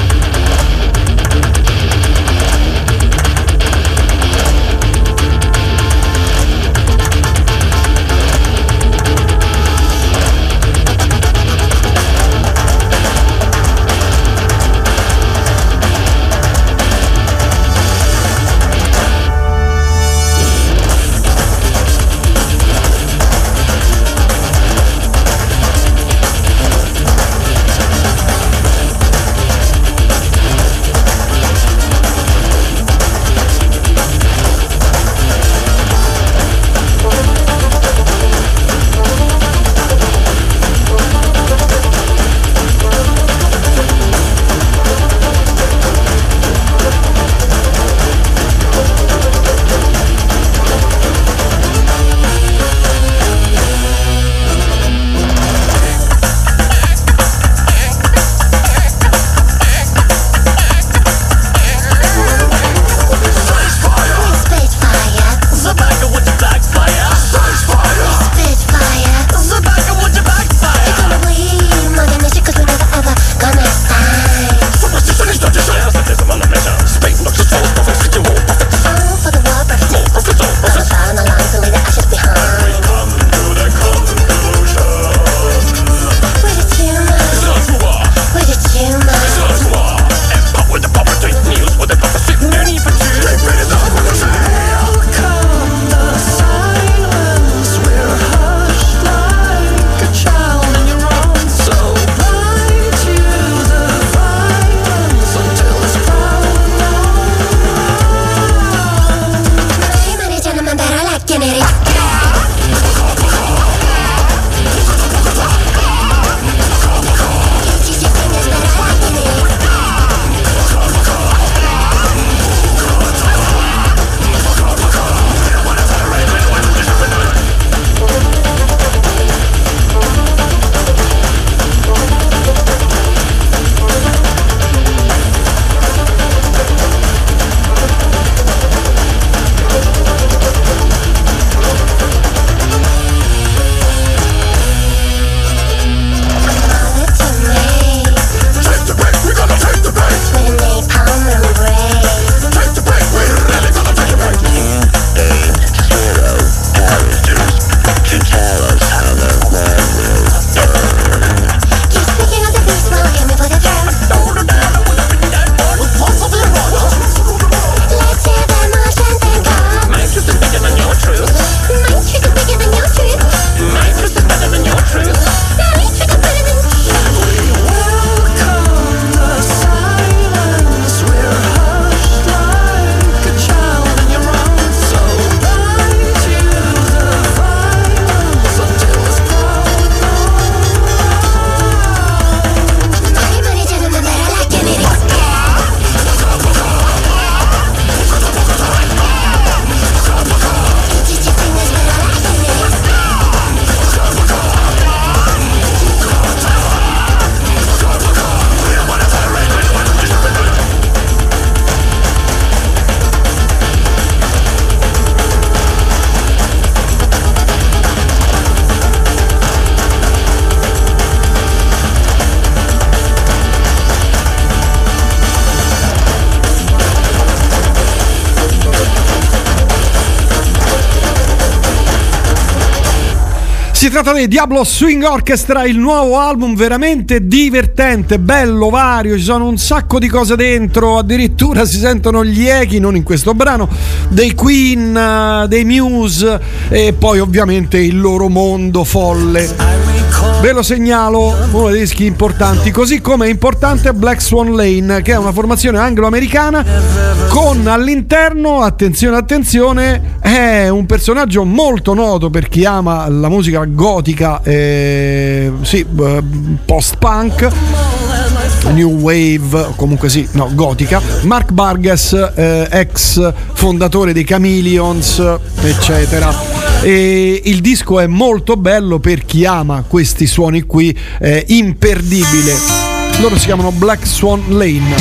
Si tratta di Diablo Swing Orchestra, il nuovo album veramente divertente, bello, vario, ci sono un sacco di cose dentro, addirittura si sentono gli echi, non in questo brano, dei Queen, dei Muse e poi ovviamente il loro mondo folle. Ve lo segnalo, uno dei dischi importanti, così come è importante Black Swan Lane, che è una formazione anglo-americana con all'interno, attenzione attenzione, è un personaggio molto noto per chi ama la musica gotica, eh, sì, post-punk, new wave, comunque sì, no, gotica. Mark Burgess, eh, ex fondatore dei Chameleons, eccetera. E il disco è molto bello per chi ama questi suoni qui, è imperdibile. Loro si chiamano Black Swan Lane.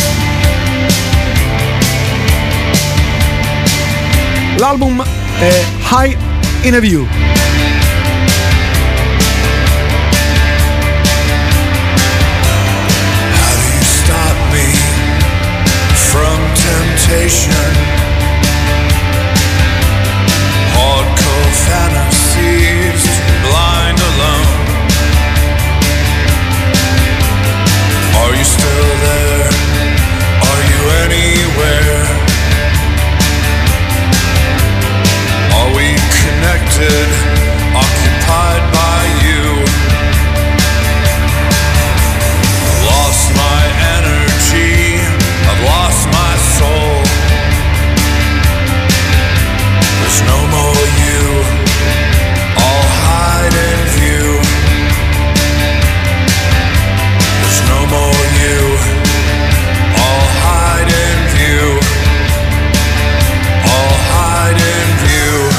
L'album è High in a View. How do you stop me from temptation? Hardcore fantasies, blind alone. Are you still there? Are you anywhere? Are we connected? Occupied by you? Lost my energy, I've lost my soul. There's no more you, I'll hide in view. There's no more you, I'll hide in view. I'll hide in view.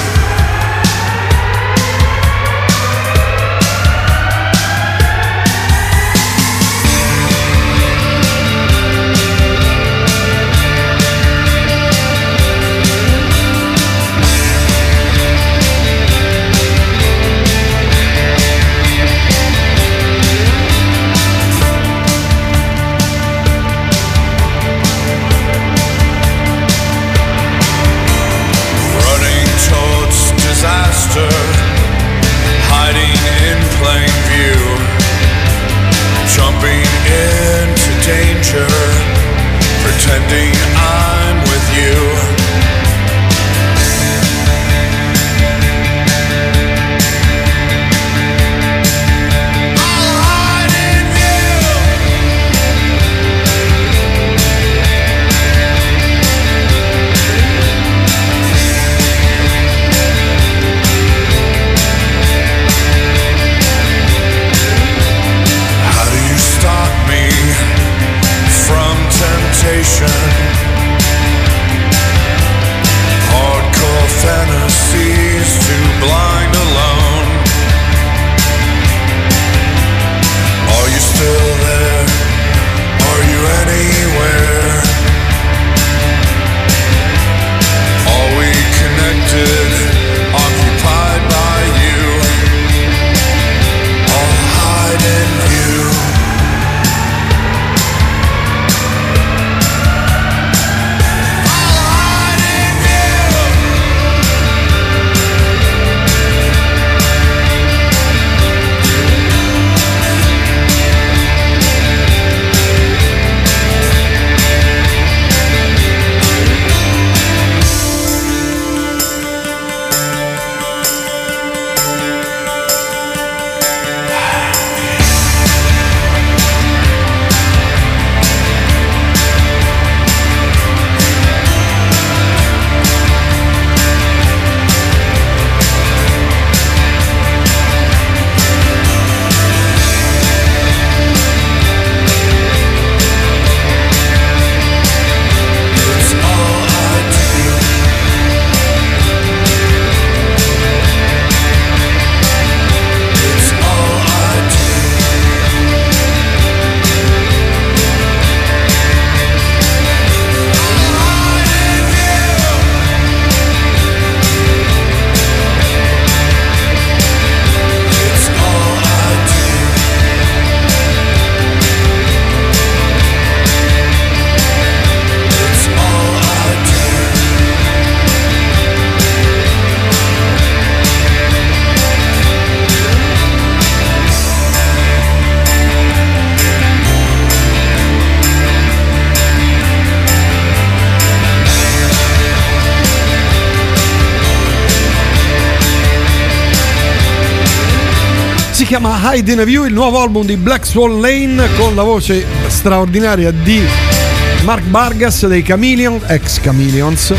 Hiding in plain view, jumping into danger, pretending I'm with you. Hardcore fantasies, too blind alone. Are you still there? Are you anywhere? Are we connected? Occupied by you? I'll hide in you. chiama Hide in a View, il nuovo album di Black Swan Lane con la voce straordinaria di Mark Vargas dei Chameleon, ex Chameleons,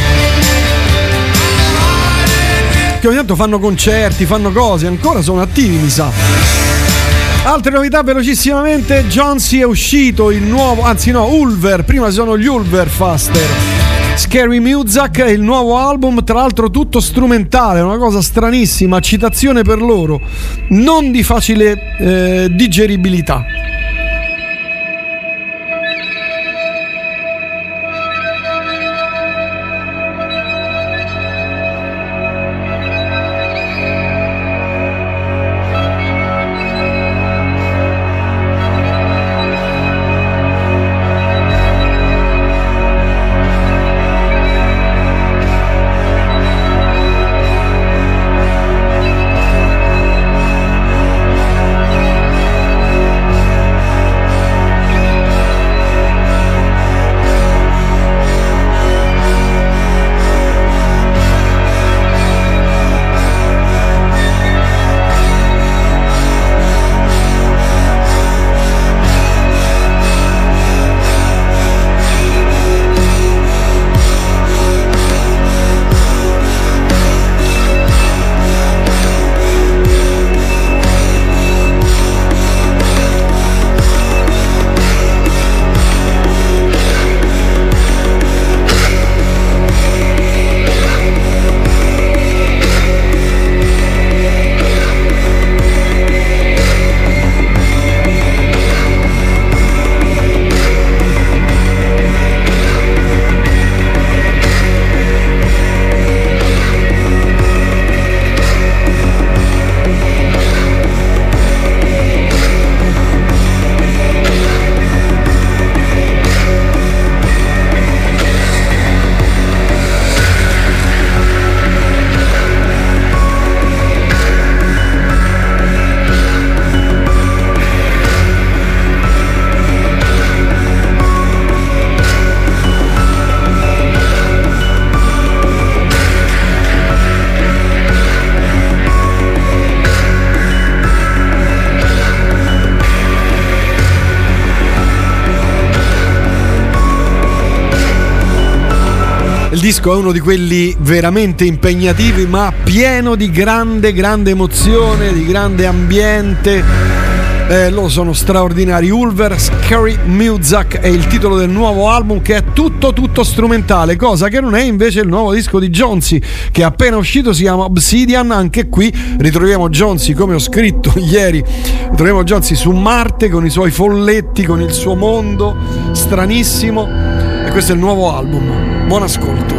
che ogni tanto fanno concerti, fanno cose, ancora sono attivi mi sa. Altre novità velocissimamente: Jonesy è uscito il nuovo, anzi no, Ulver, prima sono gli Ulver Faster. Scary Music è il nuovo album, tra l'altro tutto strumentale, una cosa stranissima, citazione per loro, non di facile eh, digeribilità. Il disco è uno di quelli veramente impegnativi, ma pieno di grande, grande emozione, di grande ambiente. Eh, loro sono straordinari. Ulver, Scary Music è il titolo del nuovo album, che è tutto tutto strumentale, cosa che non è invece il nuovo disco di Jonesy, che è appena uscito, si chiama Obsidian. Anche qui ritroviamo Jonesy, come ho scritto ieri, ritroviamo Jonesy su Marte con i suoi folletti, con il suo mondo stranissimo, e questo è il nuovo album. Buon ascolto.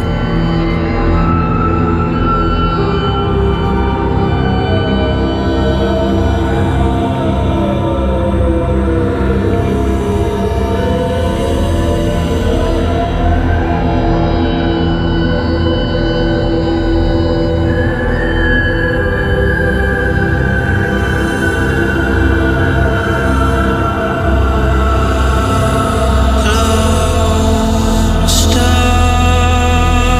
Star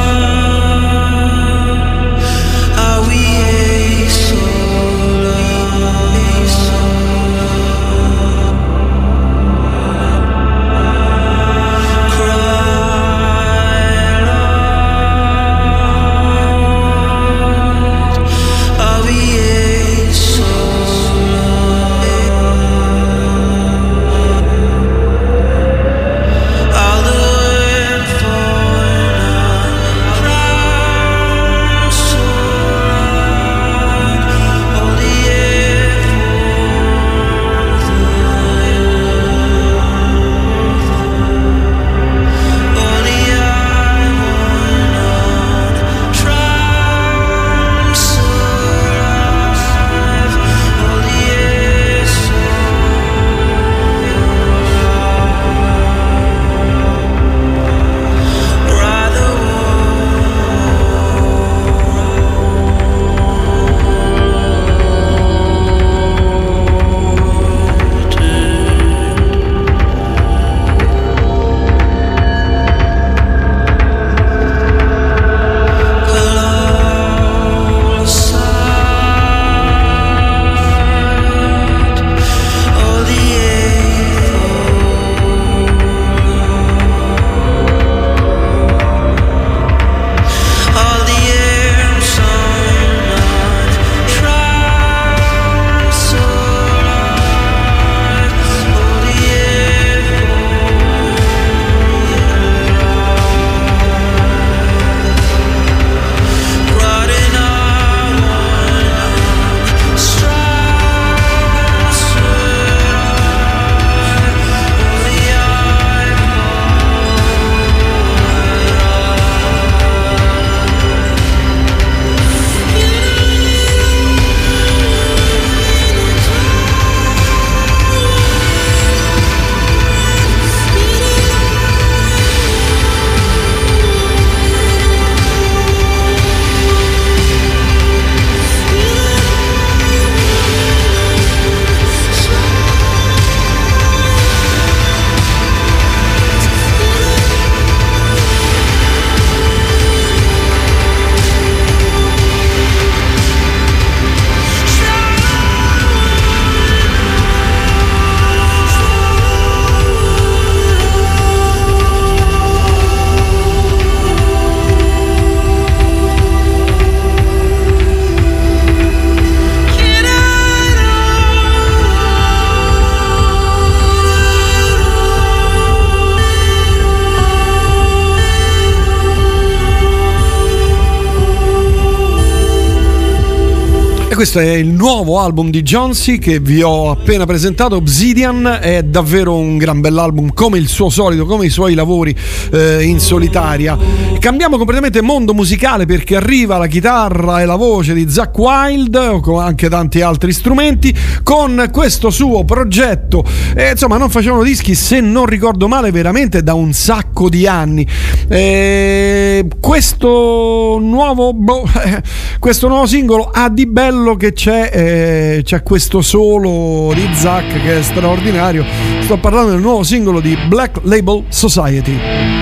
E questo è il nuovo album di Jonsi che vi ho appena presentato, Obsidian. È davvero un gran bell'album, come il suo solito, come i suoi lavori eh, in solitaria. Cambiamo completamente mondo musicale perché arriva la chitarra e la voce di Zakk Wylde, con anche tanti altri strumenti, con questo suo progetto. E, insomma, non facevano dischi, se non ricordo male, veramente da un sacco di anni. E questo nuovo boh, questo nuovo singolo ha di bello che c'è, eh, c'è questo solo di Zakk che è straordinario. Sto parlando del nuovo singolo di Black Label Society.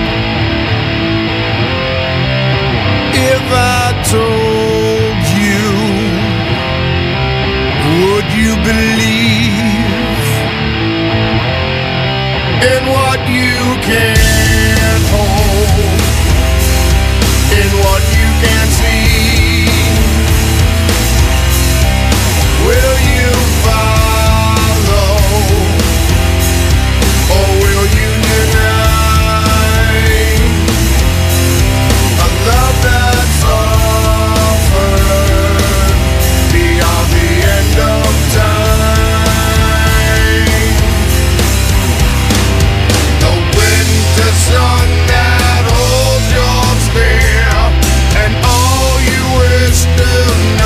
If I told you, would you believe in what you can't hold, in what you can't see? Will you follow, or will you deny a love that's offered beyond the end of time? The winter sun that holds your spear, and all you wish to know.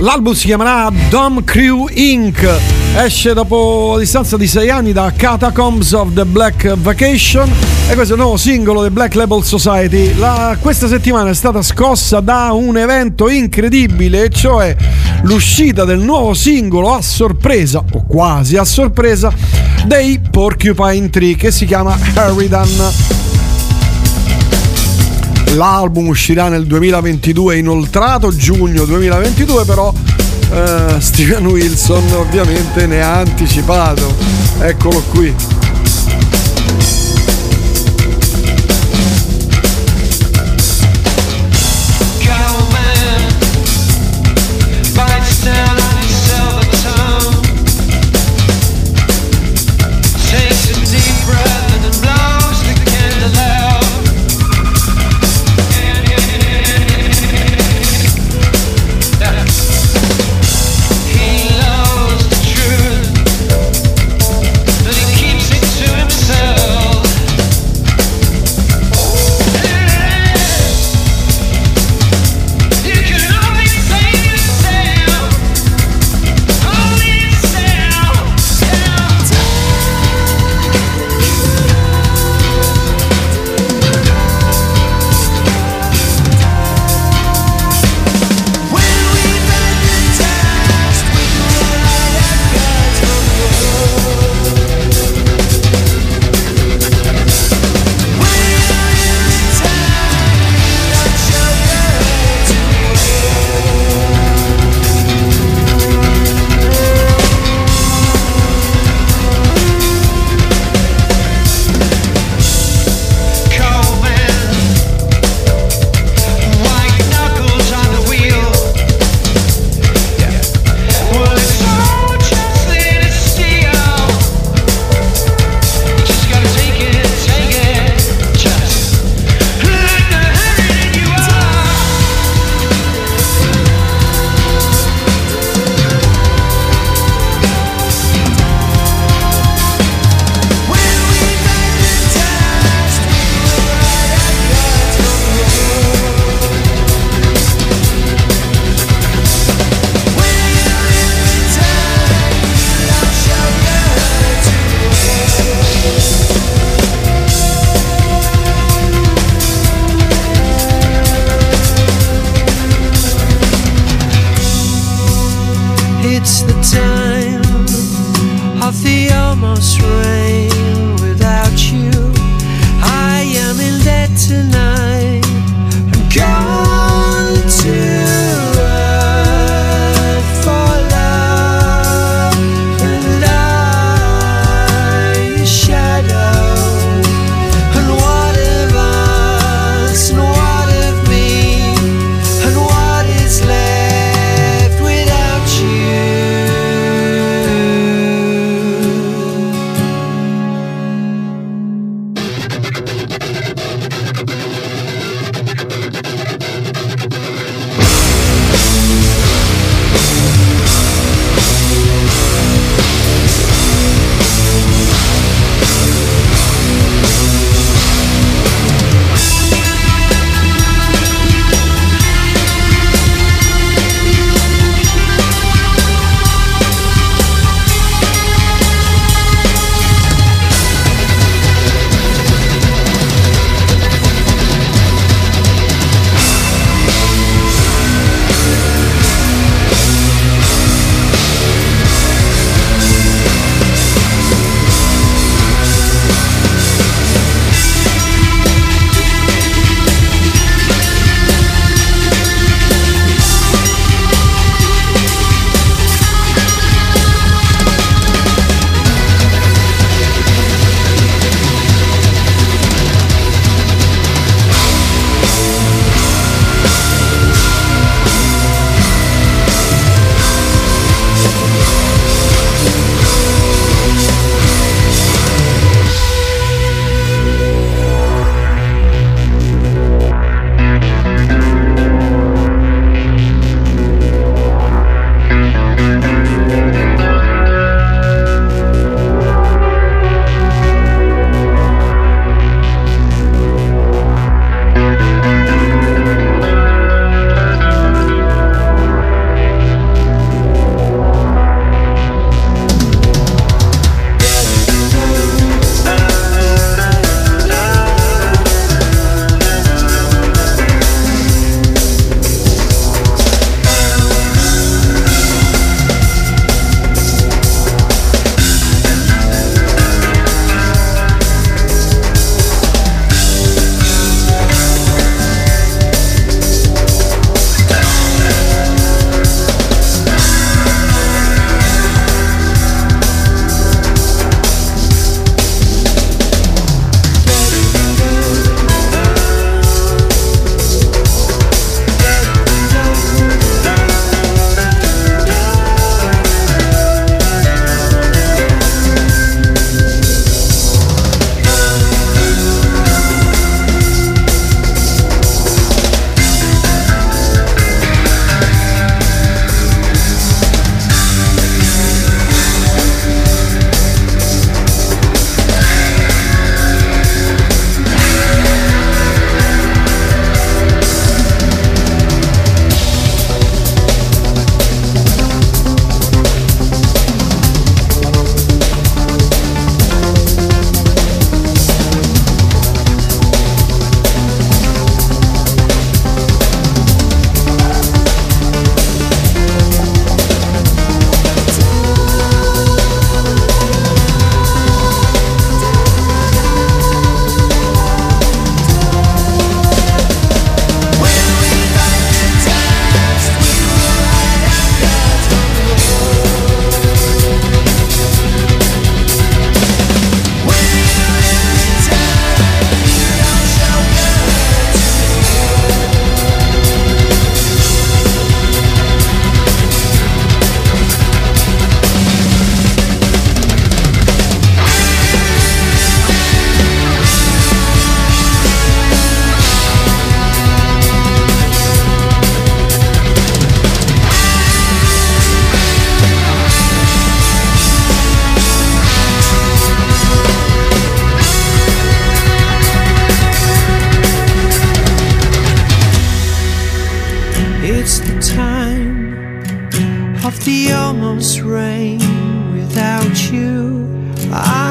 L'album si chiamerà Dome Crew incorporated. Esce dopo a distanza di sei anni da Catacombs of the Black Vacation e questo è il nuovo singolo del Black Label Society. La, questa settimana è stata scossa da un evento incredibile, cioè l'uscita del nuovo singolo a sorpresa, o quasi a sorpresa, dei Porcupine Tree, che si chiama Harridan. L'album uscirà nel duemilaventidue inoltrato, giugno duemilaventidue, però uh, Steven Wilson ovviamente ne ha anticipato. Eccolo qui. Keeps it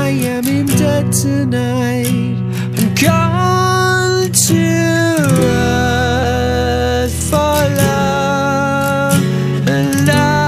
Miami dead tonight. I'm gone to earth for love and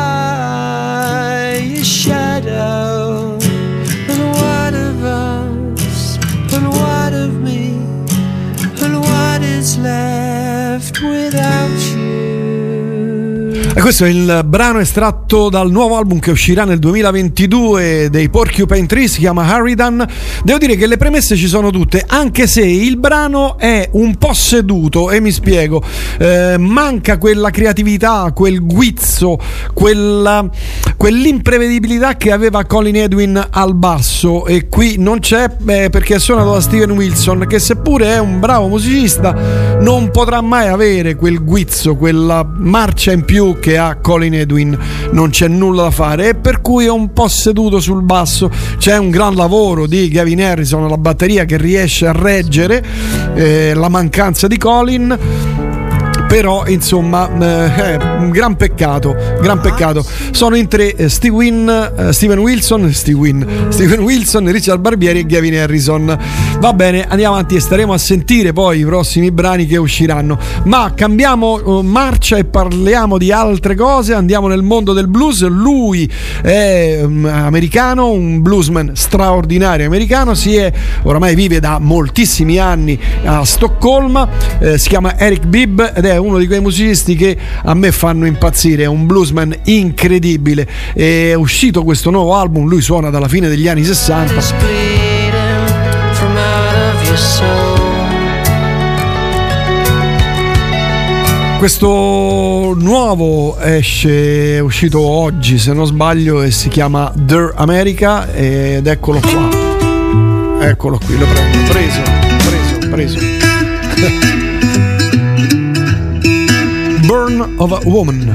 I a shadow. And what of us? And what of me? And what is left without you? E questo è il brano estratto dal nuovo album che uscirà nel duemilaventidue dei Porcupine Tree, si chiama Harridan. Devo dire che le premesse ci sono tutte, anche se il brano è un po' seduto, e mi spiego. Eh, manca quella creatività, quel guizzo, quella, quell'imprevedibilità che aveva Colin Edwin al basso, e qui non c'è, eh, perché è suonato da Steven Wilson, che seppure è un bravo musicista non potrà mai avere quel guizzo, quella marcia in più che ha Colin Edwin. Non c'è nulla da fare, e per cui è un po' seduto sul basso. C'è un gran lavoro di Gavin Harrison alla batteria che riesce a reggere eh, la mancanza di Colin. Però insomma eh, un gran peccato, gran peccato. Sono in tre eh, Steven, eh, Steven Wilson, Steven, Steven Wilson, Richard Barbieri e Gavin Harrison. Va bene, andiamo avanti e staremo a sentire poi i prossimi brani che usciranno. Ma cambiamo uh, marcia e parliamo di altre cose. Andiamo nel mondo del blues. Lui è um, americano, un bluesman straordinario americano. Si è oramai vive da moltissimi anni a Stoccolma. Eh, si chiama Eric Bibb ed è uno di quei musicisti che a me fanno impazzire. È un bluesman incredibile. È uscito questo nuovo album, lui suona dalla fine degli anni sessanta. Questo nuovo esce, è uscito oggi se non sbaglio, e si chiama The America, ed eccolo qua, eccolo qui, l'ho preso, preso, preso, preso. Burn of a Woman.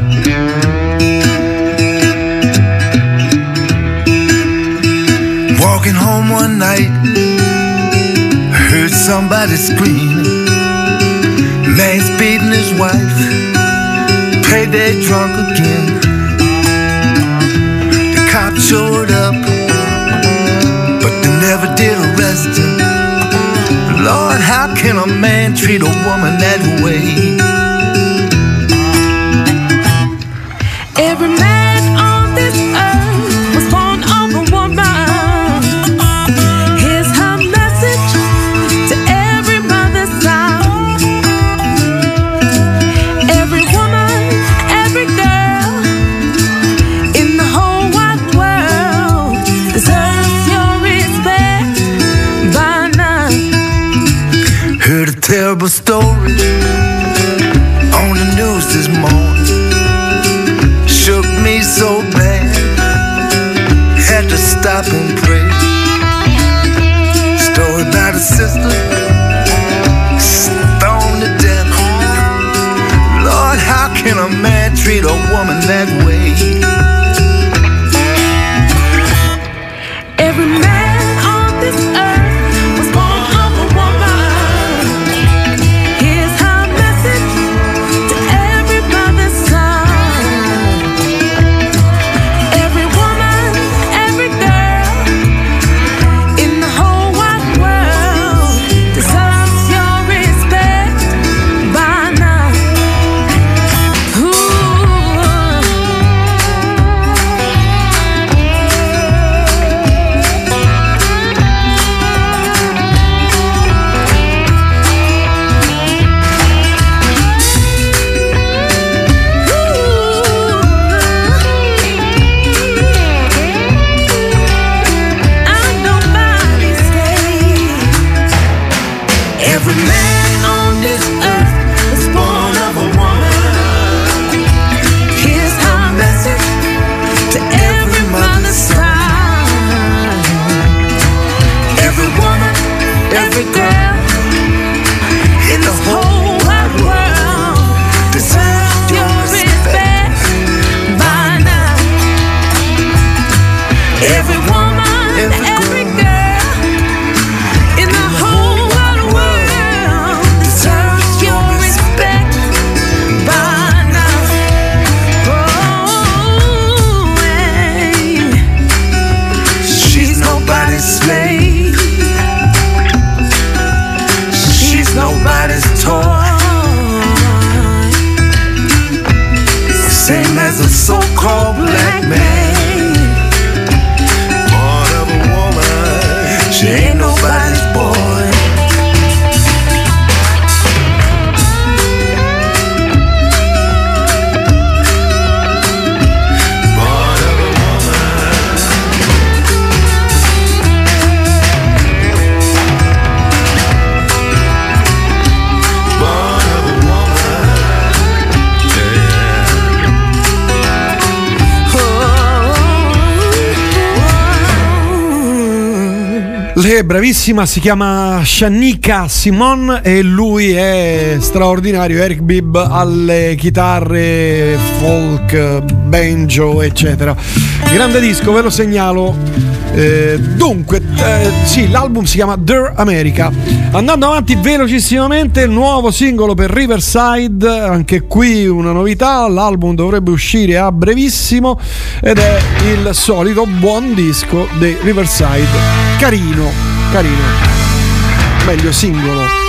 Walking home one night, I heard somebody screaming. Man's beating his wife, payday drunk again. The cops showed up, but they never did arrest him. Lord, how can a man treat a woman that way? Every man on this earth was born of a woman. Here's her message to every mother's son. Every woman, every girl in the whole wide world deserves your respect by none. Heard a terrible story on the news this morning. Shook me so bad, had to stop and pray. Story about a sister stoned to death. Lord, how can a man treat a woman that way? Every man on this earth was born of a woman. Here's her message to every mother's son. Every woman, every girl in the whole wide world deserves your respect by now. Ooh. She ain't nobody's boy. Lei è bravissima, si chiama Shanika Simone e lui è straordinario, Eric Bibb alle chitarre, folk, banjo, eccetera. Grande disco, ve lo segnalo. Eh, dunque, eh, sì, l'album si chiama Dear America. Andando avanti velocissimamente, il nuovo singolo per Riverside, anche qui una novità, l'album dovrebbe uscire a brevissimo ed è il solito buon disco dei Riverside. Carino, carino, meglio singolo.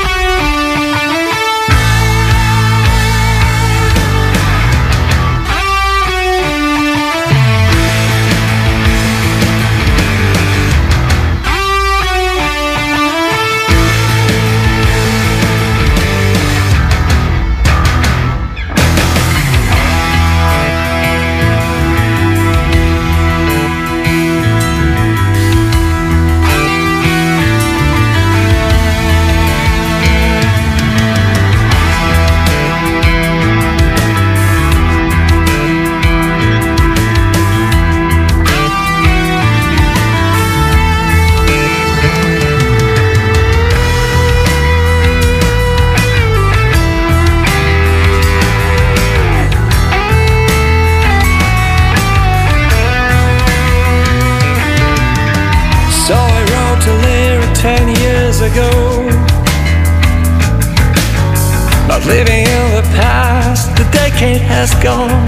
Not living in the past, the decade has gone.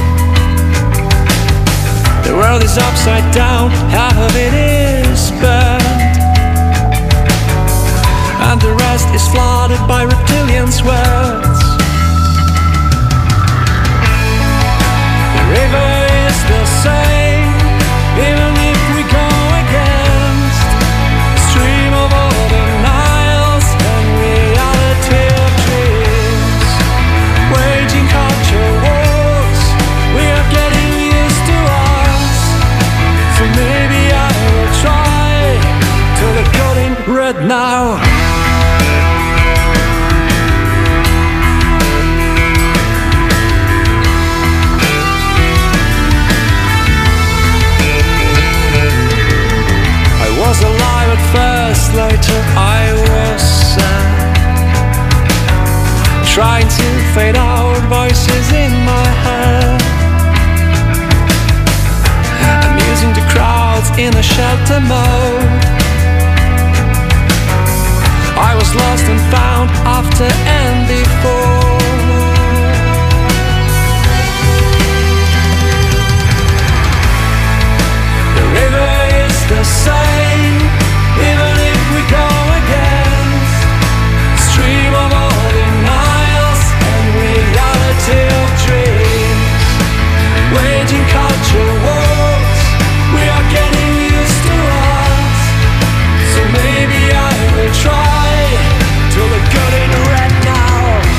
The world is upside down, half of it is burned, and the rest is flooded by reptilians' words. The river is the same, even if we go against the stream of all the Niles and reality of dreams. Waging culture wars, we are getting used to us. So maybe I will try till the good in red now. I was alive at first, later I was sad, trying to fade out voices in my head, amusing the crowds in a shelter mode. I was lost and found after and before. The river is the same, even if we go against the stream of all the Niles and reality of dreams. Waging culture wars, we are getting used to us. So maybe I will try till the good in red now.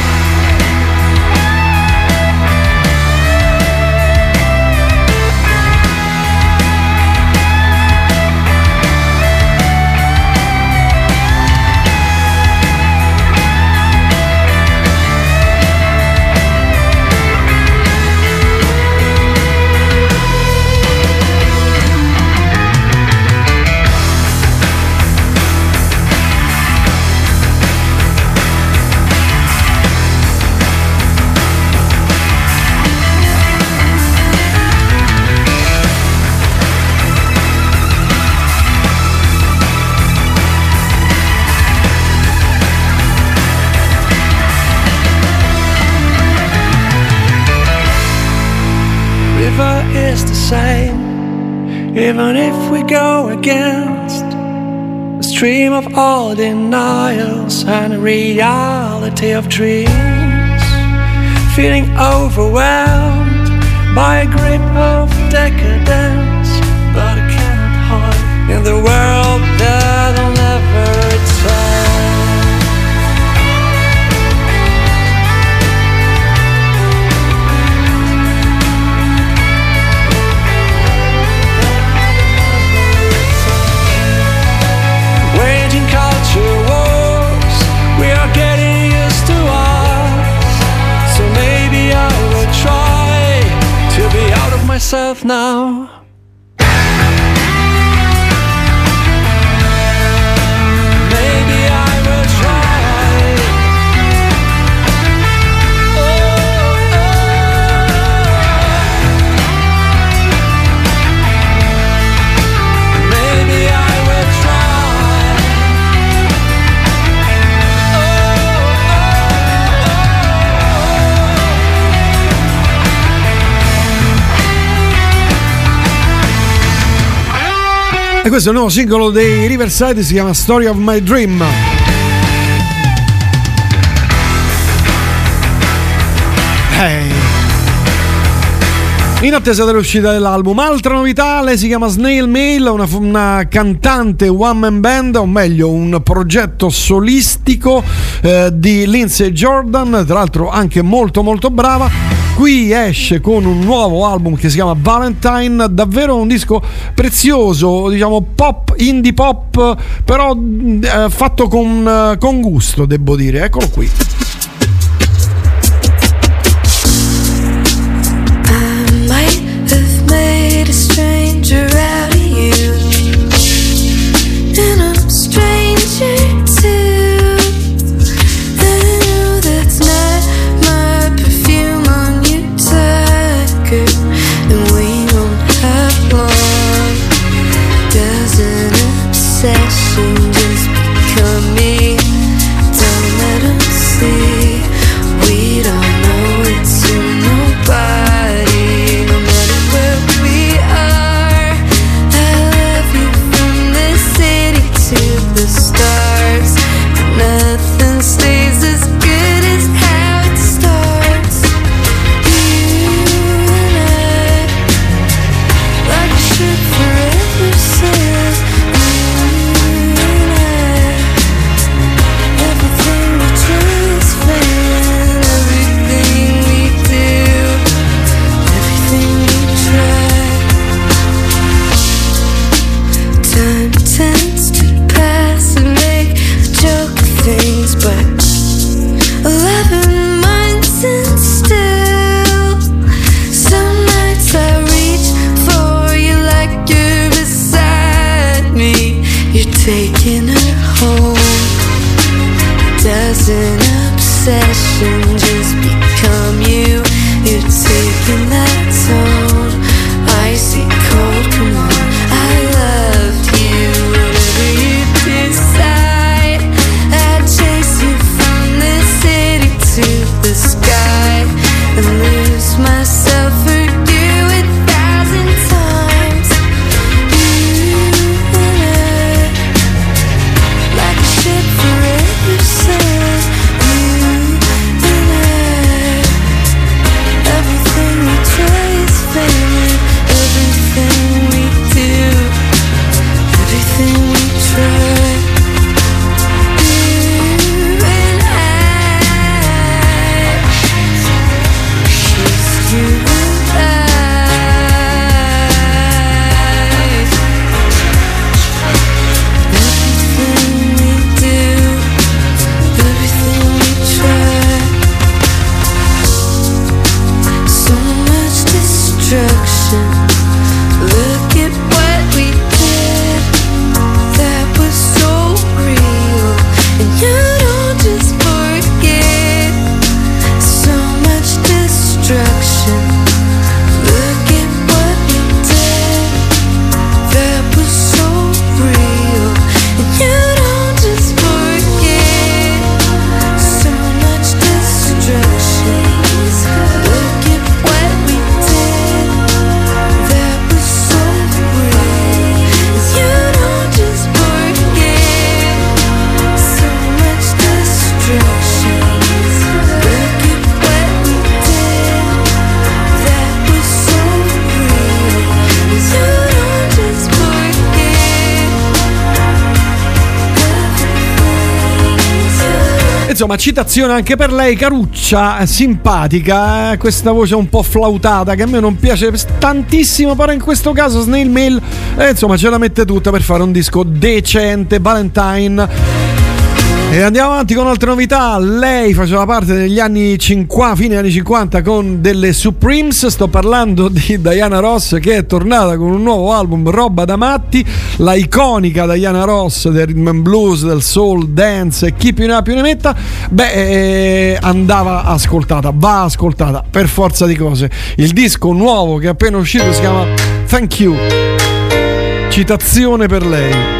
River is the same, even if we go against the stream of all denials and reality of dreams. Feeling overwhelmed by a grip of decadence, but I cannot hide in the world that myself now. Maybe I will try. Oh, oh. Maybe I will try. E questo è il nuovo singolo dei Riverside, si chiama Story of My Dream. Hey. In attesa dell'uscita dell'album, altra novità, lei si chiama Snail Mail, una, una cantante one man band, o meglio un progetto solistico eh, di Lindsay Jordan, tra l'altro anche molto molto brava. Qui esce con un nuovo album che si chiama Valentine, davvero un disco prezioso, diciamo pop, indie pop, però eh, fatto con, con gusto, devo dire. Eccolo qui. Just become me. Don't let 'em see. We don't know it's to nobody. No matter where we are, I love you from the city to the stars. Nothing stays as good as how it starts. You and I, like a ship forever sails. Taking her home, doesn't obsession just become you? You're taking that tone, icy cold, come on, I loved you. Whatever you decide, I'd chase you from the city to the sky and lose myself for you a thousand times. Forever says you and I. Everything we try is failing. Everything we do, everything we try. You and I, just you and I. Everything we do, everything we try. So much destruction. Look at what we did. That was so real. And you don't just forget. So much destruction. Look at what we did. That was so real. And you don't just forget. So much destruction. Look at what we did. That was so real. And you don't just forget. So much destruction. Look at what we did. That was so real. And you don't just forget. Insomma, citazione anche per lei, Caruccia, simpatica, eh? Questa voce un po' flautata che a me non piace tantissimo, però in questo caso Snail Mail eh, insomma ce la mette tutta per fare un disco decente. Valentine. E andiamo avanti con altre novità. Lei faceva parte negli anni cinquanta, fine anni cinquanta, con delle Supremes. Sto parlando di Diana Ross, che è tornata con un nuovo album, roba da matti. La iconica Diana Ross del rhythm and blues, del soul, dance e chi più ne ha più ne metta. Beh, eh, andava ascoltata, va ascoltata per forza di cose. Il disco nuovo che è appena uscito si chiama Thank You. Citazione per lei.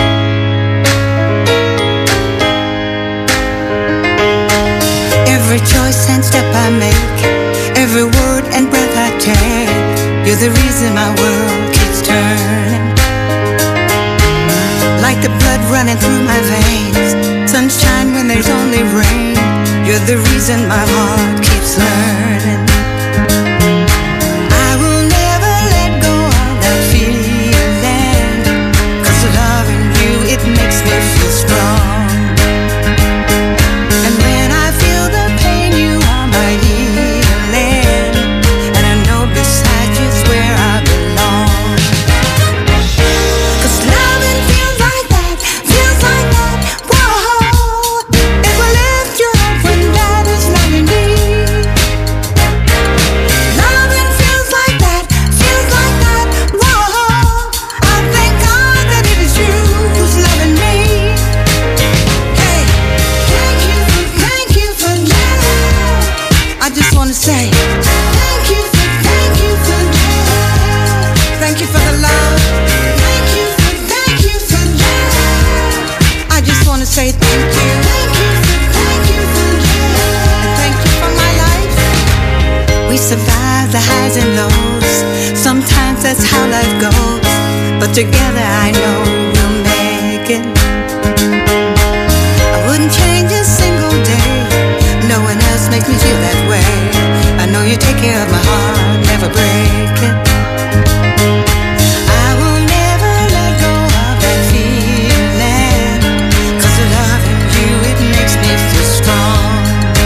Every choice and step I make, every word and breath I take, you're the reason my world keeps turning. Like the blood running through my veins, sunshine when there's only rain, you're the reason my heart keeps learning. I will never let go of that feeling, 'cause loving you, it makes me feel strong. Say thank you for, thank you for love. Thank you for the love. Thank you for, thank you for love. I just want to say thank you. Thank you for, thank you for love. Thank you for my life. We survive the highs and lows. Sometimes that's how life goes. But together I know we'll make it. I wouldn't change a single day. No one else makes me feel that way. I know you take care of my heart, never break it. I will never let go of that feeling, 'cause loving you, it makes me feel strong.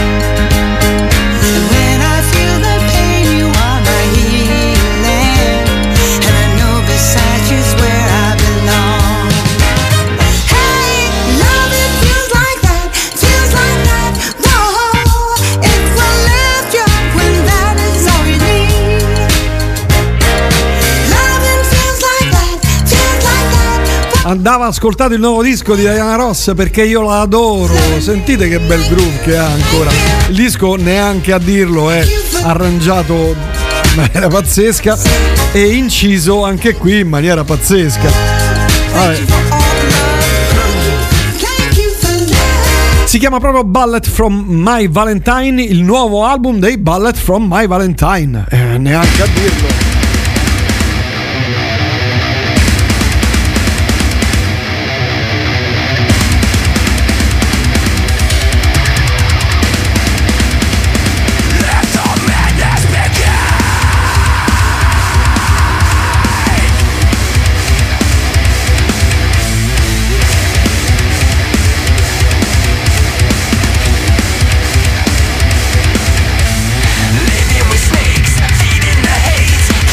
And when I feel the pain, you are my healing. And I know beside you's where I belong. Hey, love, it feels like that, feels like that. Whoa, it will lift you up when that is all you need. Loving feels like that, feels like that. Andava ascoltato il nuovo disco di Diana Ross, perché io la adoro. Sentite che bel groove che ha ancora. Il disco, neanche a dirlo, è arrangiato in maniera pazzesca e inciso anche qui in maniera pazzesca. Vabbè. Si chiama proprio Bullet from My Valentine, il nuovo album dei Bullet from My Valentine. Eh, neanche a dirlo. Living with snakes, feeding the hate.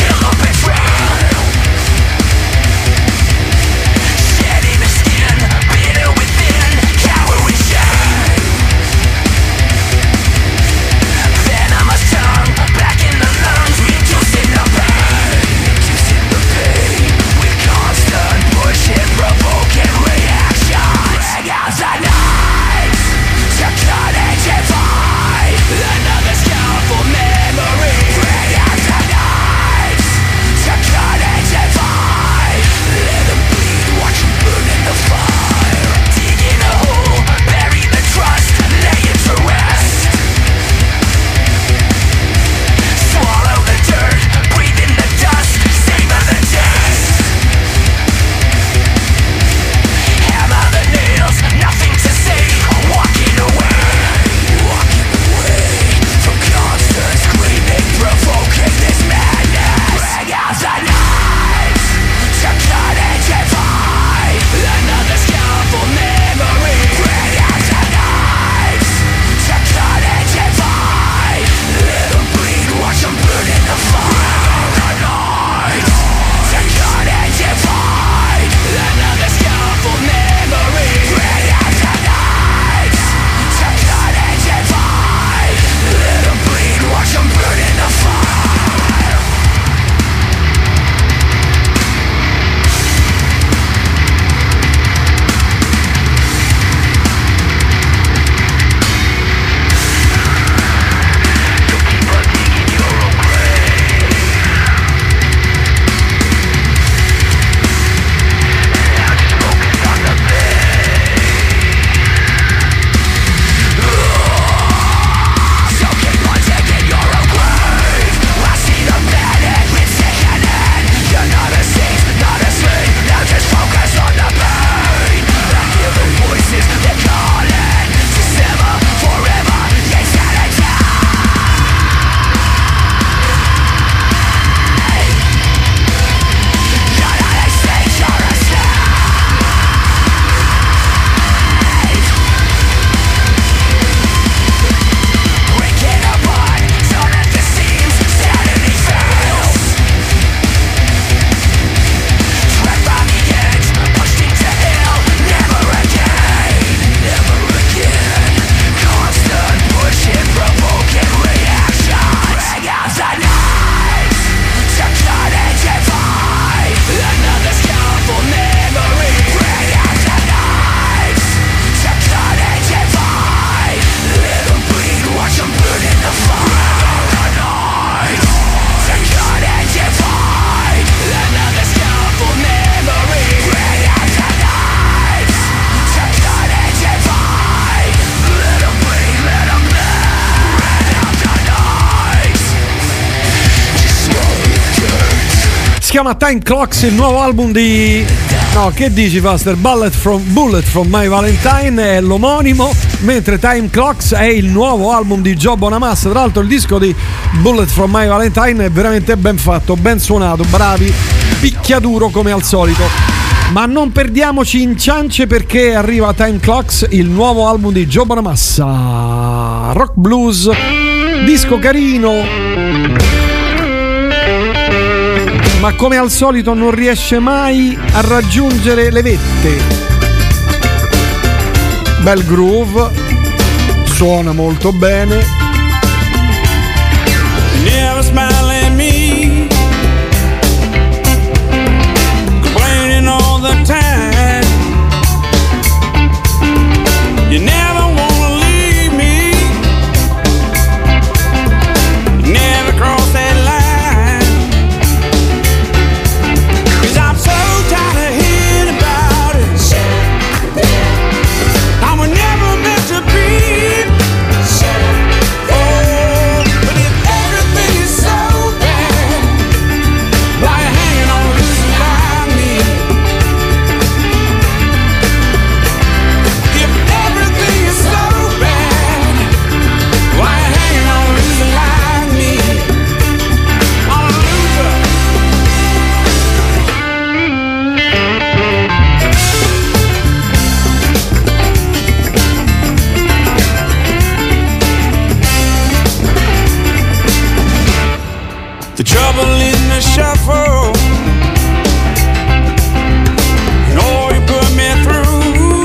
chiama Time Clocks, il nuovo album di... No, che dici Faster? Bullet from, Bullet from My Valentine è l'omonimo, mentre Time Clocks è il nuovo album di Joe Bonamassa. Tra l'altro il disco di Bullet from My Valentine è veramente ben fatto, ben suonato, bravi, picchiaduro come al solito. Ma non perdiamoci in ciance, perché arriva Time Clocks, il nuovo album di Joe Bonamassa. Rock blues, disco carino, ma come al solito non riesce mai a raggiungere le vette. Bel groove, suona molto bene. Never smile at me, complaining all the time. You never wanna leave me, you never cross that line. The trouble in the shuffle, and all you put me through.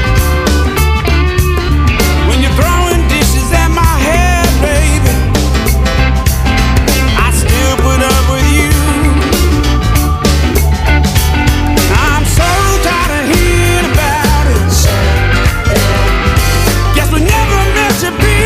When you're throwing dishes at my head, baby, I still put up with you. I'm so tired of hearing about it. Guess we never meant to be.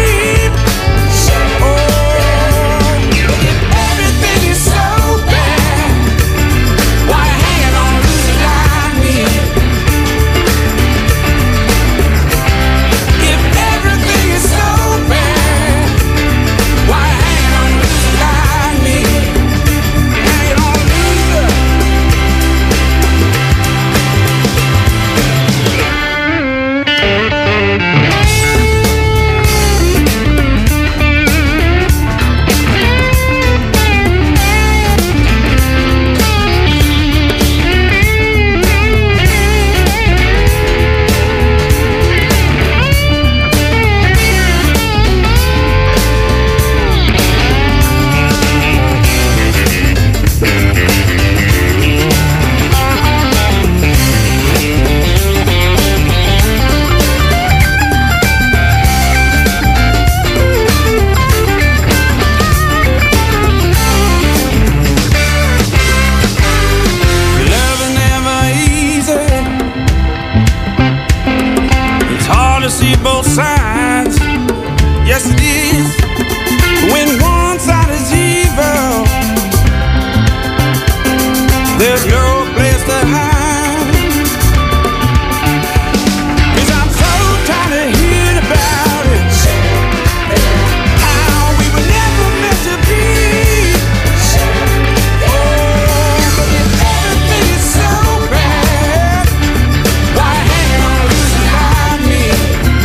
See both sides, yes it is. When one side is evil, there's no place to hide. 'Cause I'm so tired of hearing about it, how we were never meant to be. Oh, but if everything is so bad, why hang on losing by me?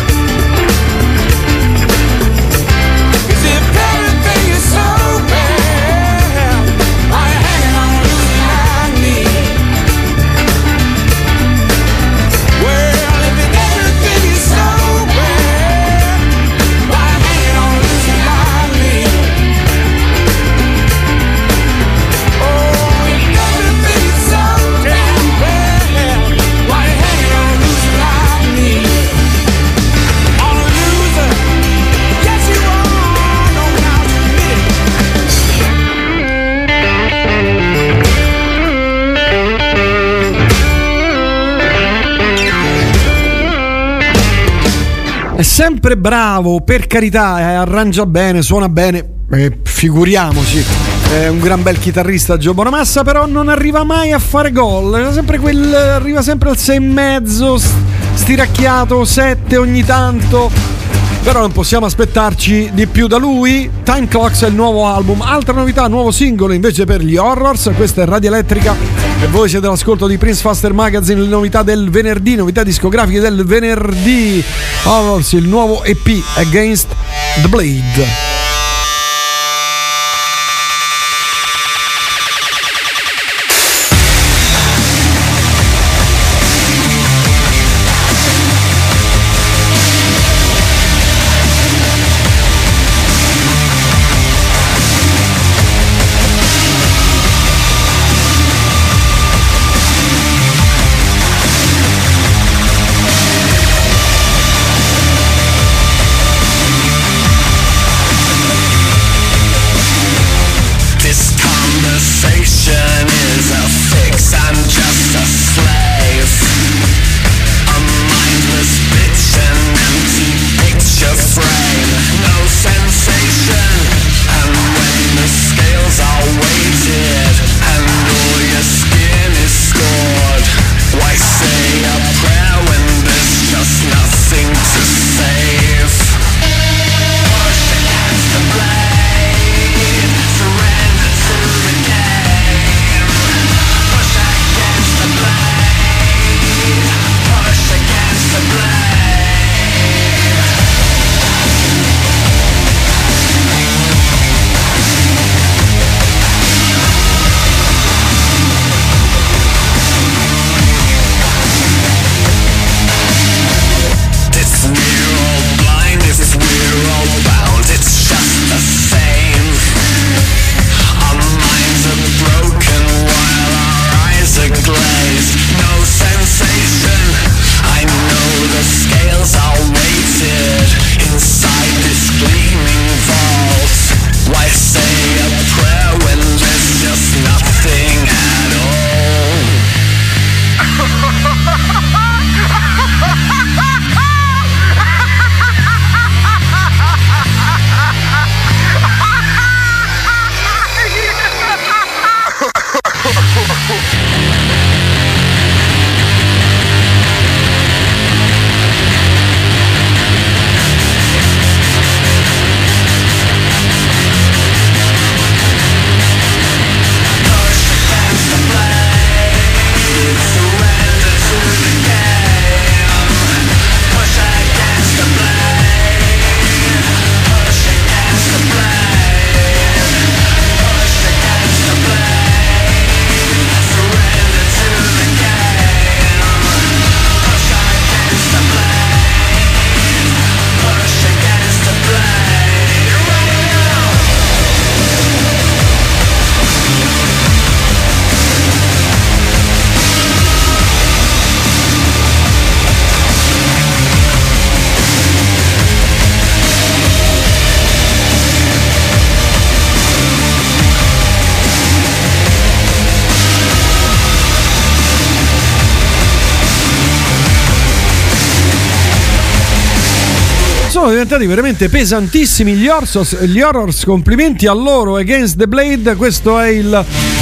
È sempre bravo, per carità, eh, arrangia bene, suona bene, eh, figuriamoci. È un gran bel chitarrista Joe Bonamassa, però non arriva mai a fare gol. Sempre quel, arriva sempre al sei e mezzo, stiracchiato, sette ogni tanto. però non possiamo aspettarci di più da lui. Time Clocks è il nuovo album. Altra novità, nuovo singolo invece per gli Horrors. Questa è Radio Elettrica e voi siete all'ascolto di Prince Faster Magazine. Le novità del venerdì, novità discografiche del venerdì. Horrors, il nuovo E P Against the Blade. Sono diventati veramente pesantissimi gli Horrors, gli Horrors, complimenti a loro. Against the Blade, questo è il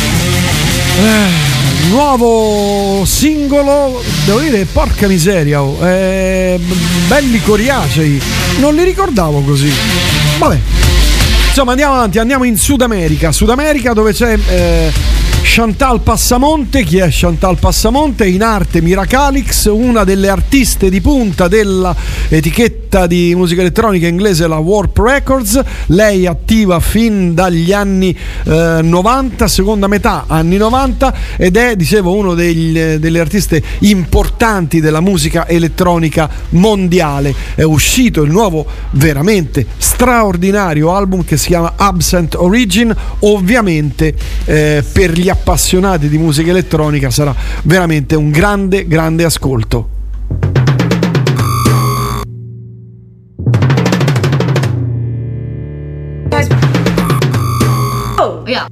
eh, nuovo singolo, devo dire, porca miseria, oh, eh, belli coriacei, non li ricordavo così. Vabbè, insomma, andiamo avanti, andiamo in Sud America, Sud America dove c'è eh, Chantal Passamonte. Chi è Chantal Passamonte? In arte Miracalix, una delle artiste di punta dell'etichetta di musica elettronica inglese, la Warp Records. Lei è attiva fin dagli anni eh, novanta, seconda metà anni novanta, ed è, dicevo, uno degli, delle artiste importanti della musica elettronica mondiale. È uscito il nuovo veramente straordinario album che si chiama Absent Origin. Ovviamente eh, per gli appassionati di musica elettronica sarà veramente un grande grande ascolto. Oh, yeah.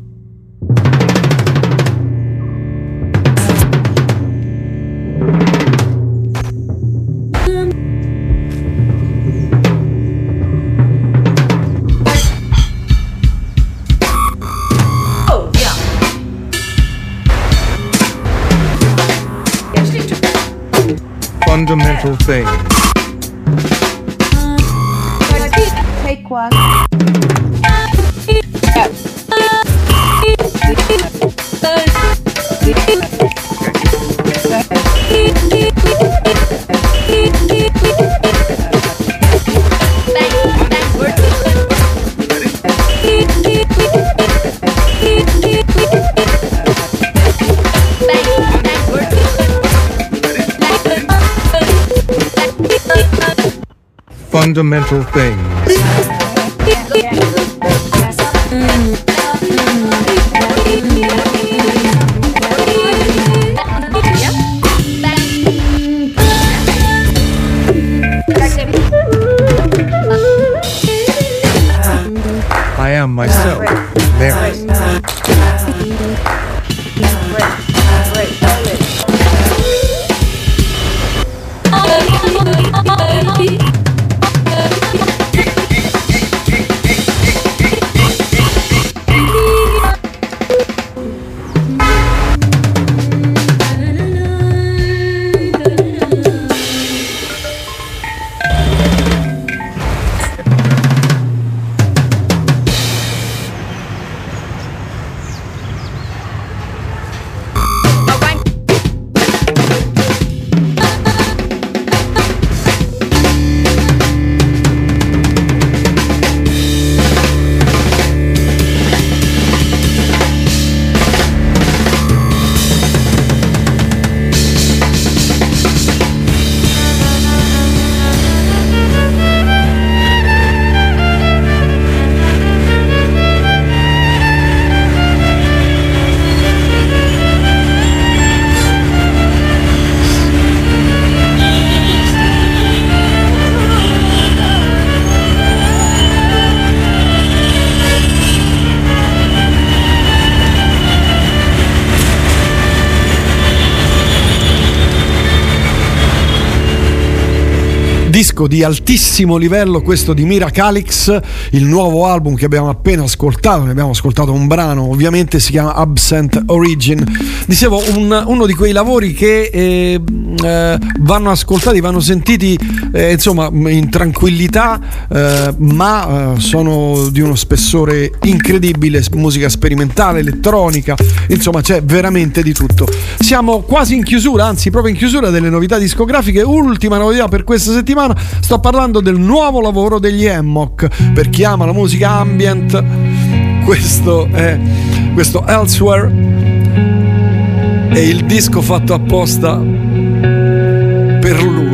Fundamental thing. qua. Fundamental things. I am myself, Mary. Disco di altissimo livello questo di Mira Calix, il nuovo album che abbiamo appena ascoltato, ne abbiamo ascoltato un brano, ovviamente si chiama Absent Origin. Dicevo, un, uno di quei lavori che eh, eh, vanno ascoltati, vanno sentiti eh, insomma in tranquillità, eh, ma eh, sono di uno spessore incredibile, musica sperimentale, elettronica, insomma c'è veramente di tutto. Siamo quasi in chiusura, anzi proprio in chiusura delle novità discografiche. Ultima novità per questa settimana, sto parlando del nuovo lavoro degli Amok. Per chi ama la musica ambient, questo è questo Elsewhere, è il disco fatto apposta per lui.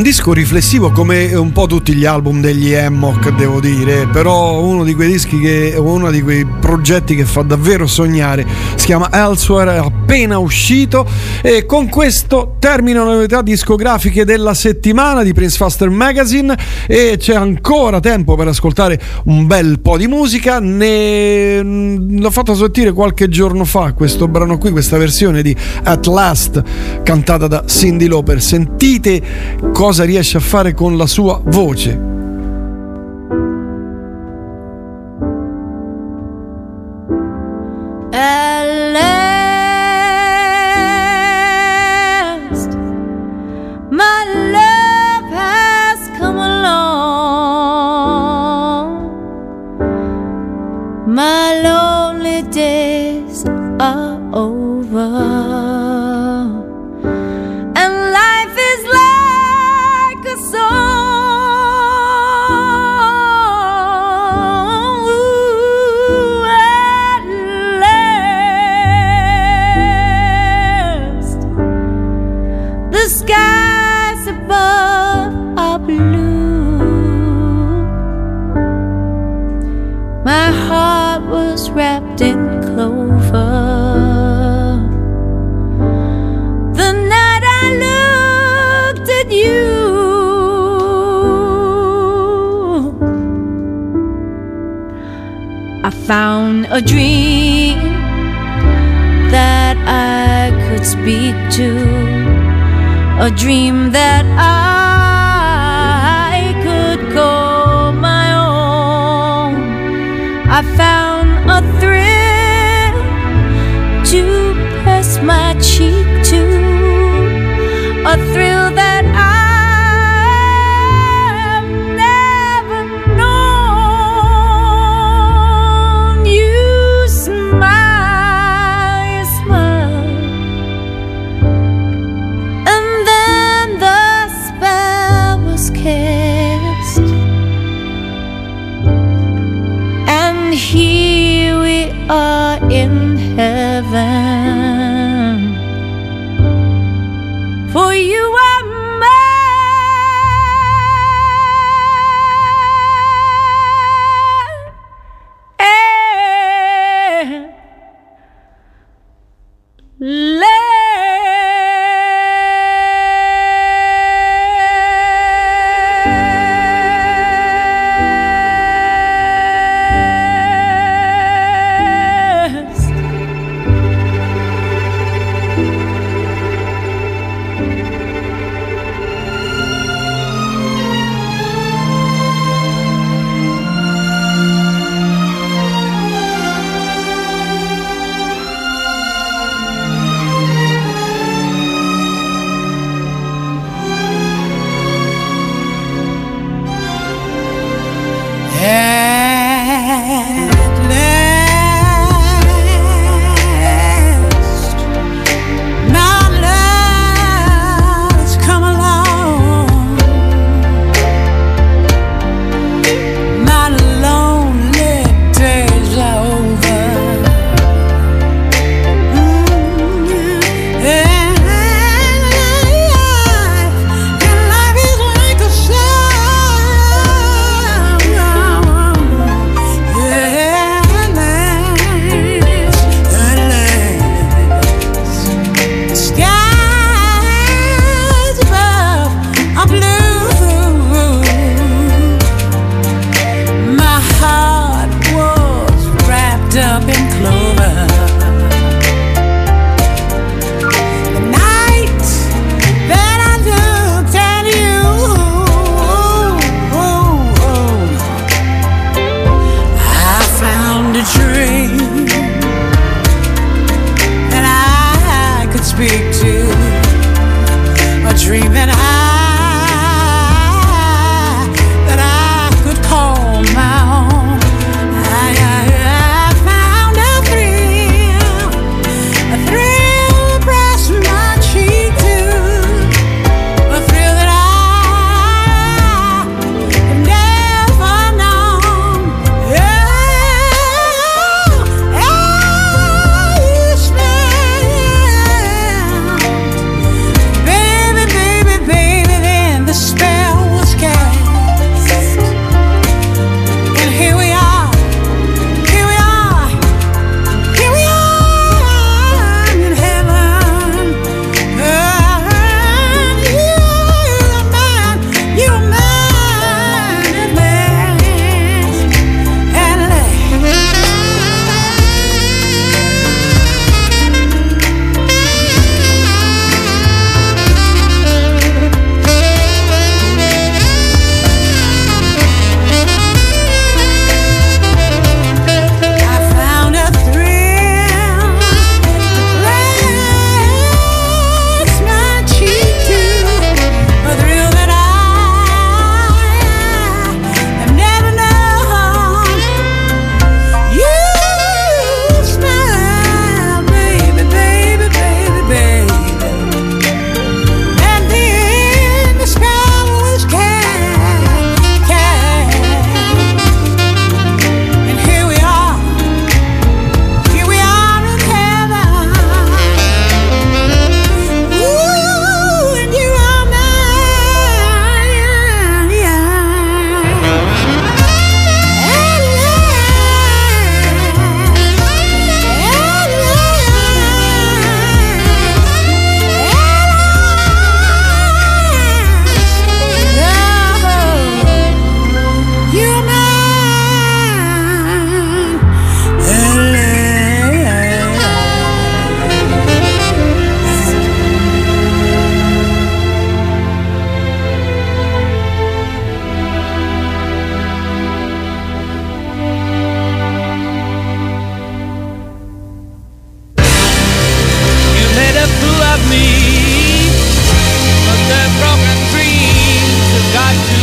disco riflessivo come un po' tutti gli album degli Amok, devo dire, però uno di quei dischi che uno di quei progetti che fa davvero sognare. Si chiama Elsewhere, è appena uscito, e con questo terminano le novità discografiche della settimana di Prince Faster Magazine, e c'è ancora tempo per ascoltare un bel po' di musica. Ne l'ho fatto sentire qualche giorno fa questo brano qui, questa versione di At Last cantata da Cyndi Lauper. Sentite cosa riesce a fare con la sua voce. At last, my love has come along. My lonely days are over. My heart was wrapped in clover the night I looked at you. I found a dream that I could speak to, a dream that I could call my own. I found a thrill to press my cheek to, a thrill that I've never known. You smile, you smile, and then the spell was cast, and here we are in heaven, for you are mine. Baby, baby, baby. love me, but their broken dreams have got to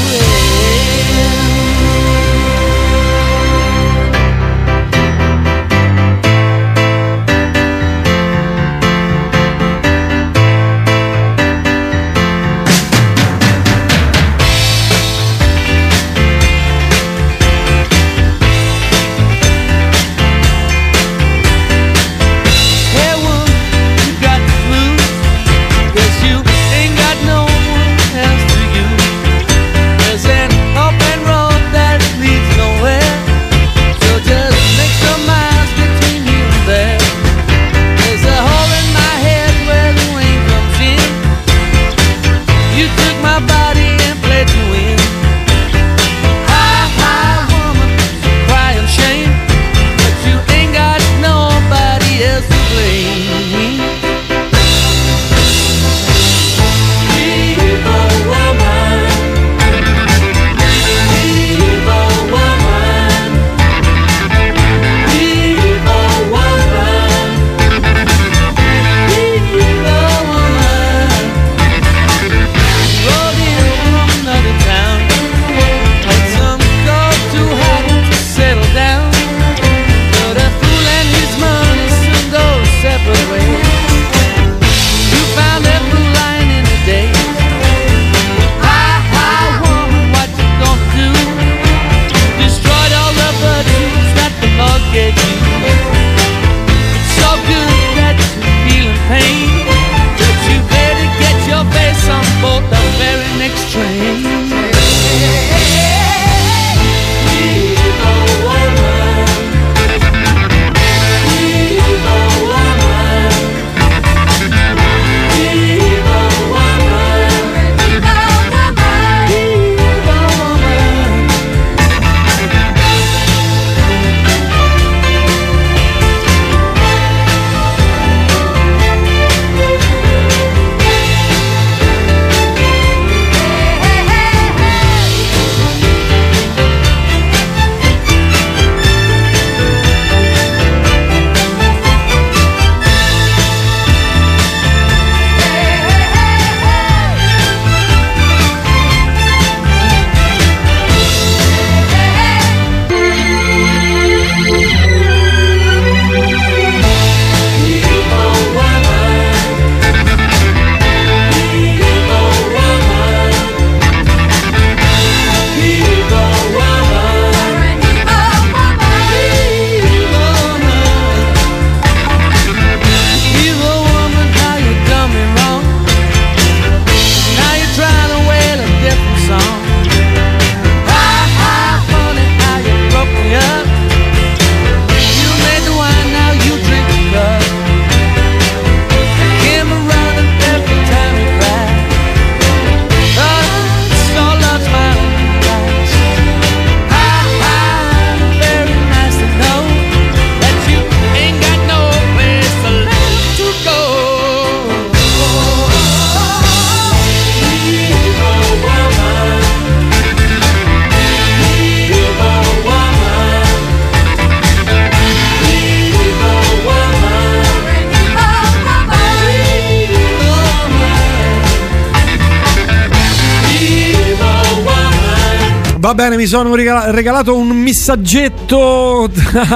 Va bene, mi sono regala- regalato un messaggetto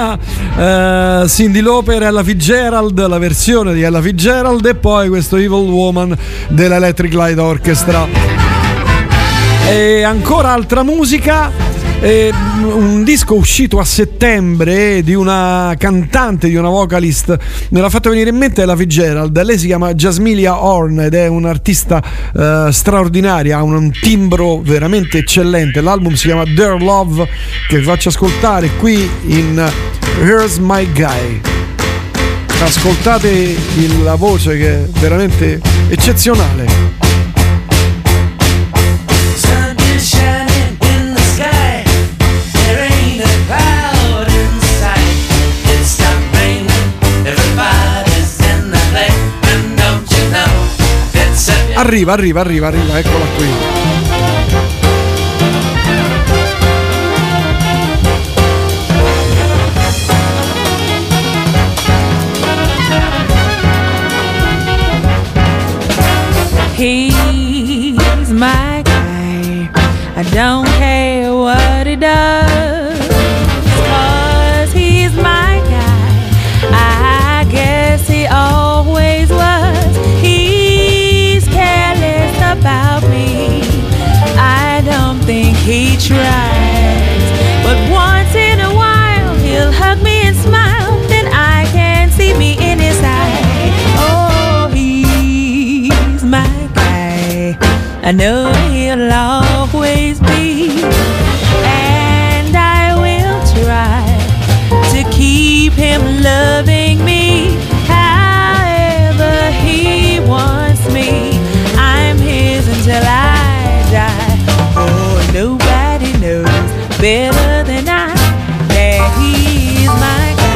da uh, Cyndi Lauper e Ella Fitzgerald, la versione di Ella Fitzgerald, e poi questo Evil Woman dell'Electric Light Orchestra. E ancora altra musica. Eh, un disco uscito a settembre di una cantante, di una vocalist, me l'ha fatto venire in mente Ella Fitzgerald. Lei si chiama Jasmilia Horn ed è un'artista eh, straordinaria, ha un timbro veramente eccellente. L'album si chiama Their Love, che vi faccio ascoltare qui in Here's My Guy. Ascoltate il, la voce, che è veramente eccezionale. Arriva, arriva, arriva, arriva, eccola qui. He's my guy. I don't care what he does, 'cause he's my guy. I guess he always was. He's careless about me. I don't think he tries, but once in a while he'll hug me and smile. Then I can see me in his eye. Oh, he's my guy. I know he'll always be, and I will try to keep him loving me however he wants me. I'm his until I die. Oh, nobody knows better than I that he's my guy.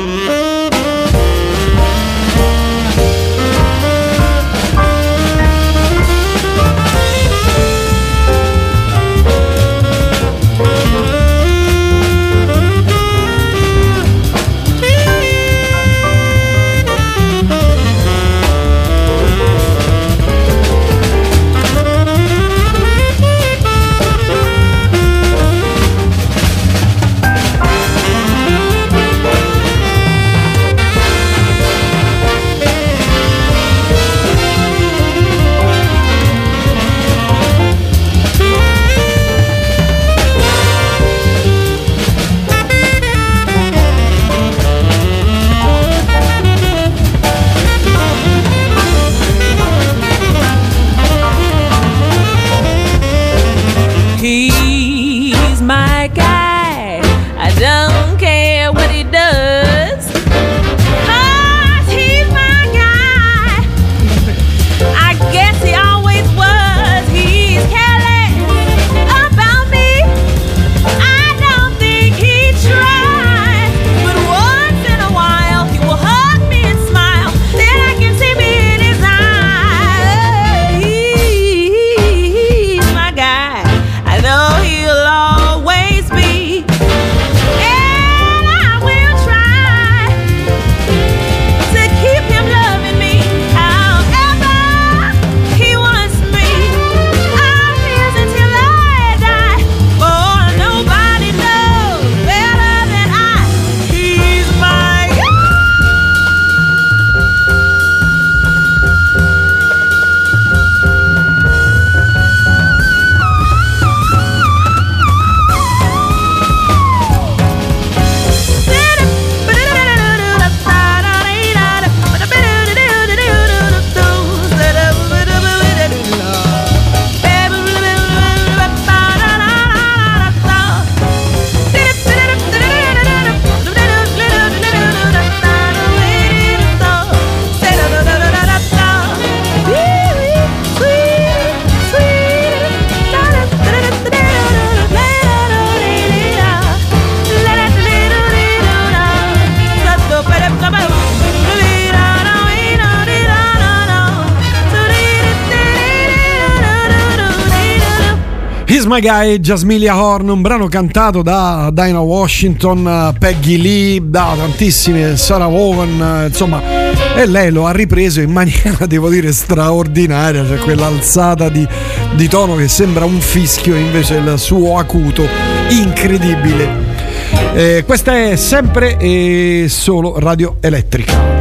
He's my guy. I don't care what he does, 'cause he's my guy. I guess he always was. He's careless about me. I don't think he tries, but once in a while he will hug me and smile. Then I can see me in his eyes. He's my guy. I know he'll always be, and I will try to keep him loving me however he wants me. I'm his until I die. For nobody knows better than I. He's my He's My Guy, Jasmine Horn, un brano cantato da Dinah Washington, Peggy Lee, da tantissime, Sarah Vaughan, insomma, e lei lo ha ripreso in maniera, devo dire, straordinaria, cioè quell'alzata di, di tono che sembra un fischio, invece il suo acuto incredibile. Eh, questa è sempre e solo Radio Elettrica.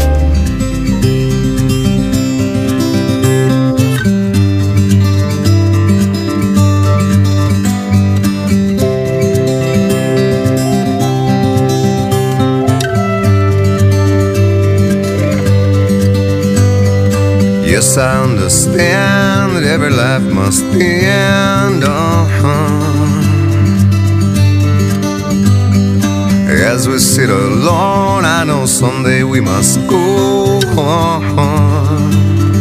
Yes, I understand that every life must end. Uh-huh. As we sit alone, I know someday we must go on.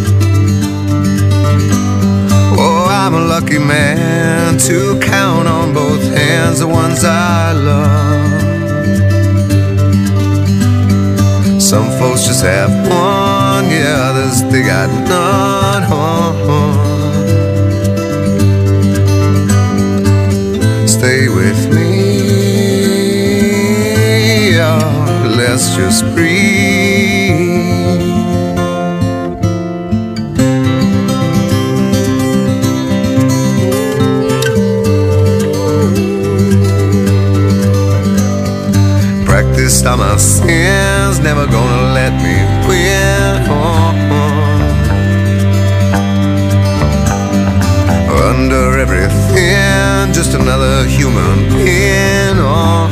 Oh, I'm a lucky man to count on both hands the ones I love. Some folks just have one, yeah, others they got none. Stay with me, yeah, let's just breathe. I'm just another human being. Oh,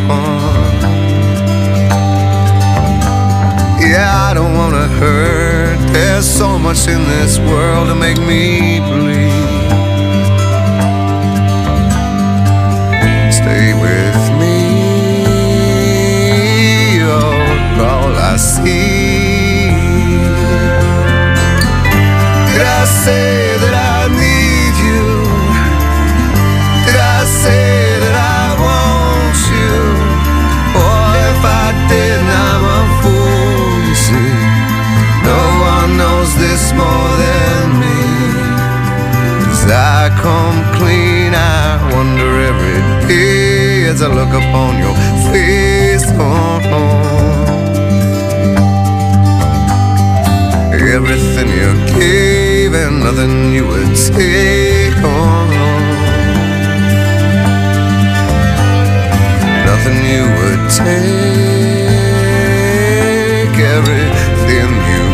yeah, I don't wanna hurt. There's so much in this world to make me bleed. Stay with me, oh, all I see. Did I say that I need you? Did I say that I want you? Or if I did, I'm a fool, you see. No one knows this more than me. As I come clean, I wonder every day as I look upon your face. Oh, oh. Everything you gave and nothing you would take. Oh, nothing you would take. Everything you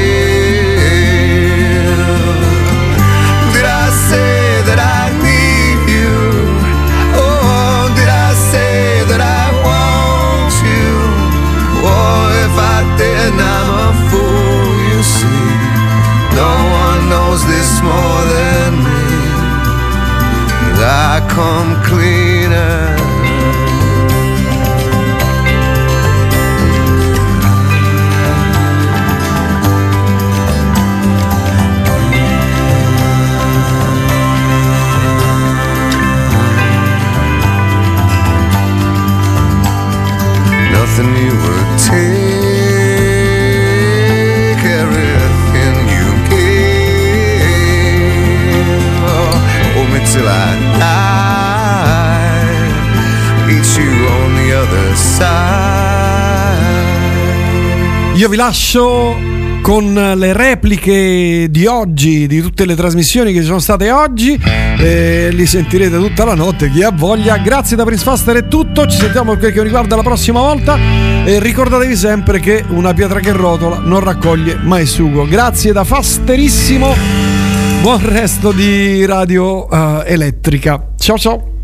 gave. Did I say that I need you? Oh, did I say that I want you? Oh, if I did, I'm a fool, you see. No one knows this more than me. 'Cause I come cleaner. Nothing you would take, everything you gave. Oh, hold me till I die, meet you on the other side. Io vi lascio con le repliche di oggi, di tutte le trasmissioni che ci sono state oggi, e li sentirete tutta la notte, chi ha voglia. Grazie da Prince Faster, è tutto, ci sentiamo per quel che riguarda la prossima volta, e ricordatevi sempre che una pietra che rotola non raccoglie mai sugo. Grazie da Fasterissimo, buon resto di Radio uh, Elettrica, ciao ciao.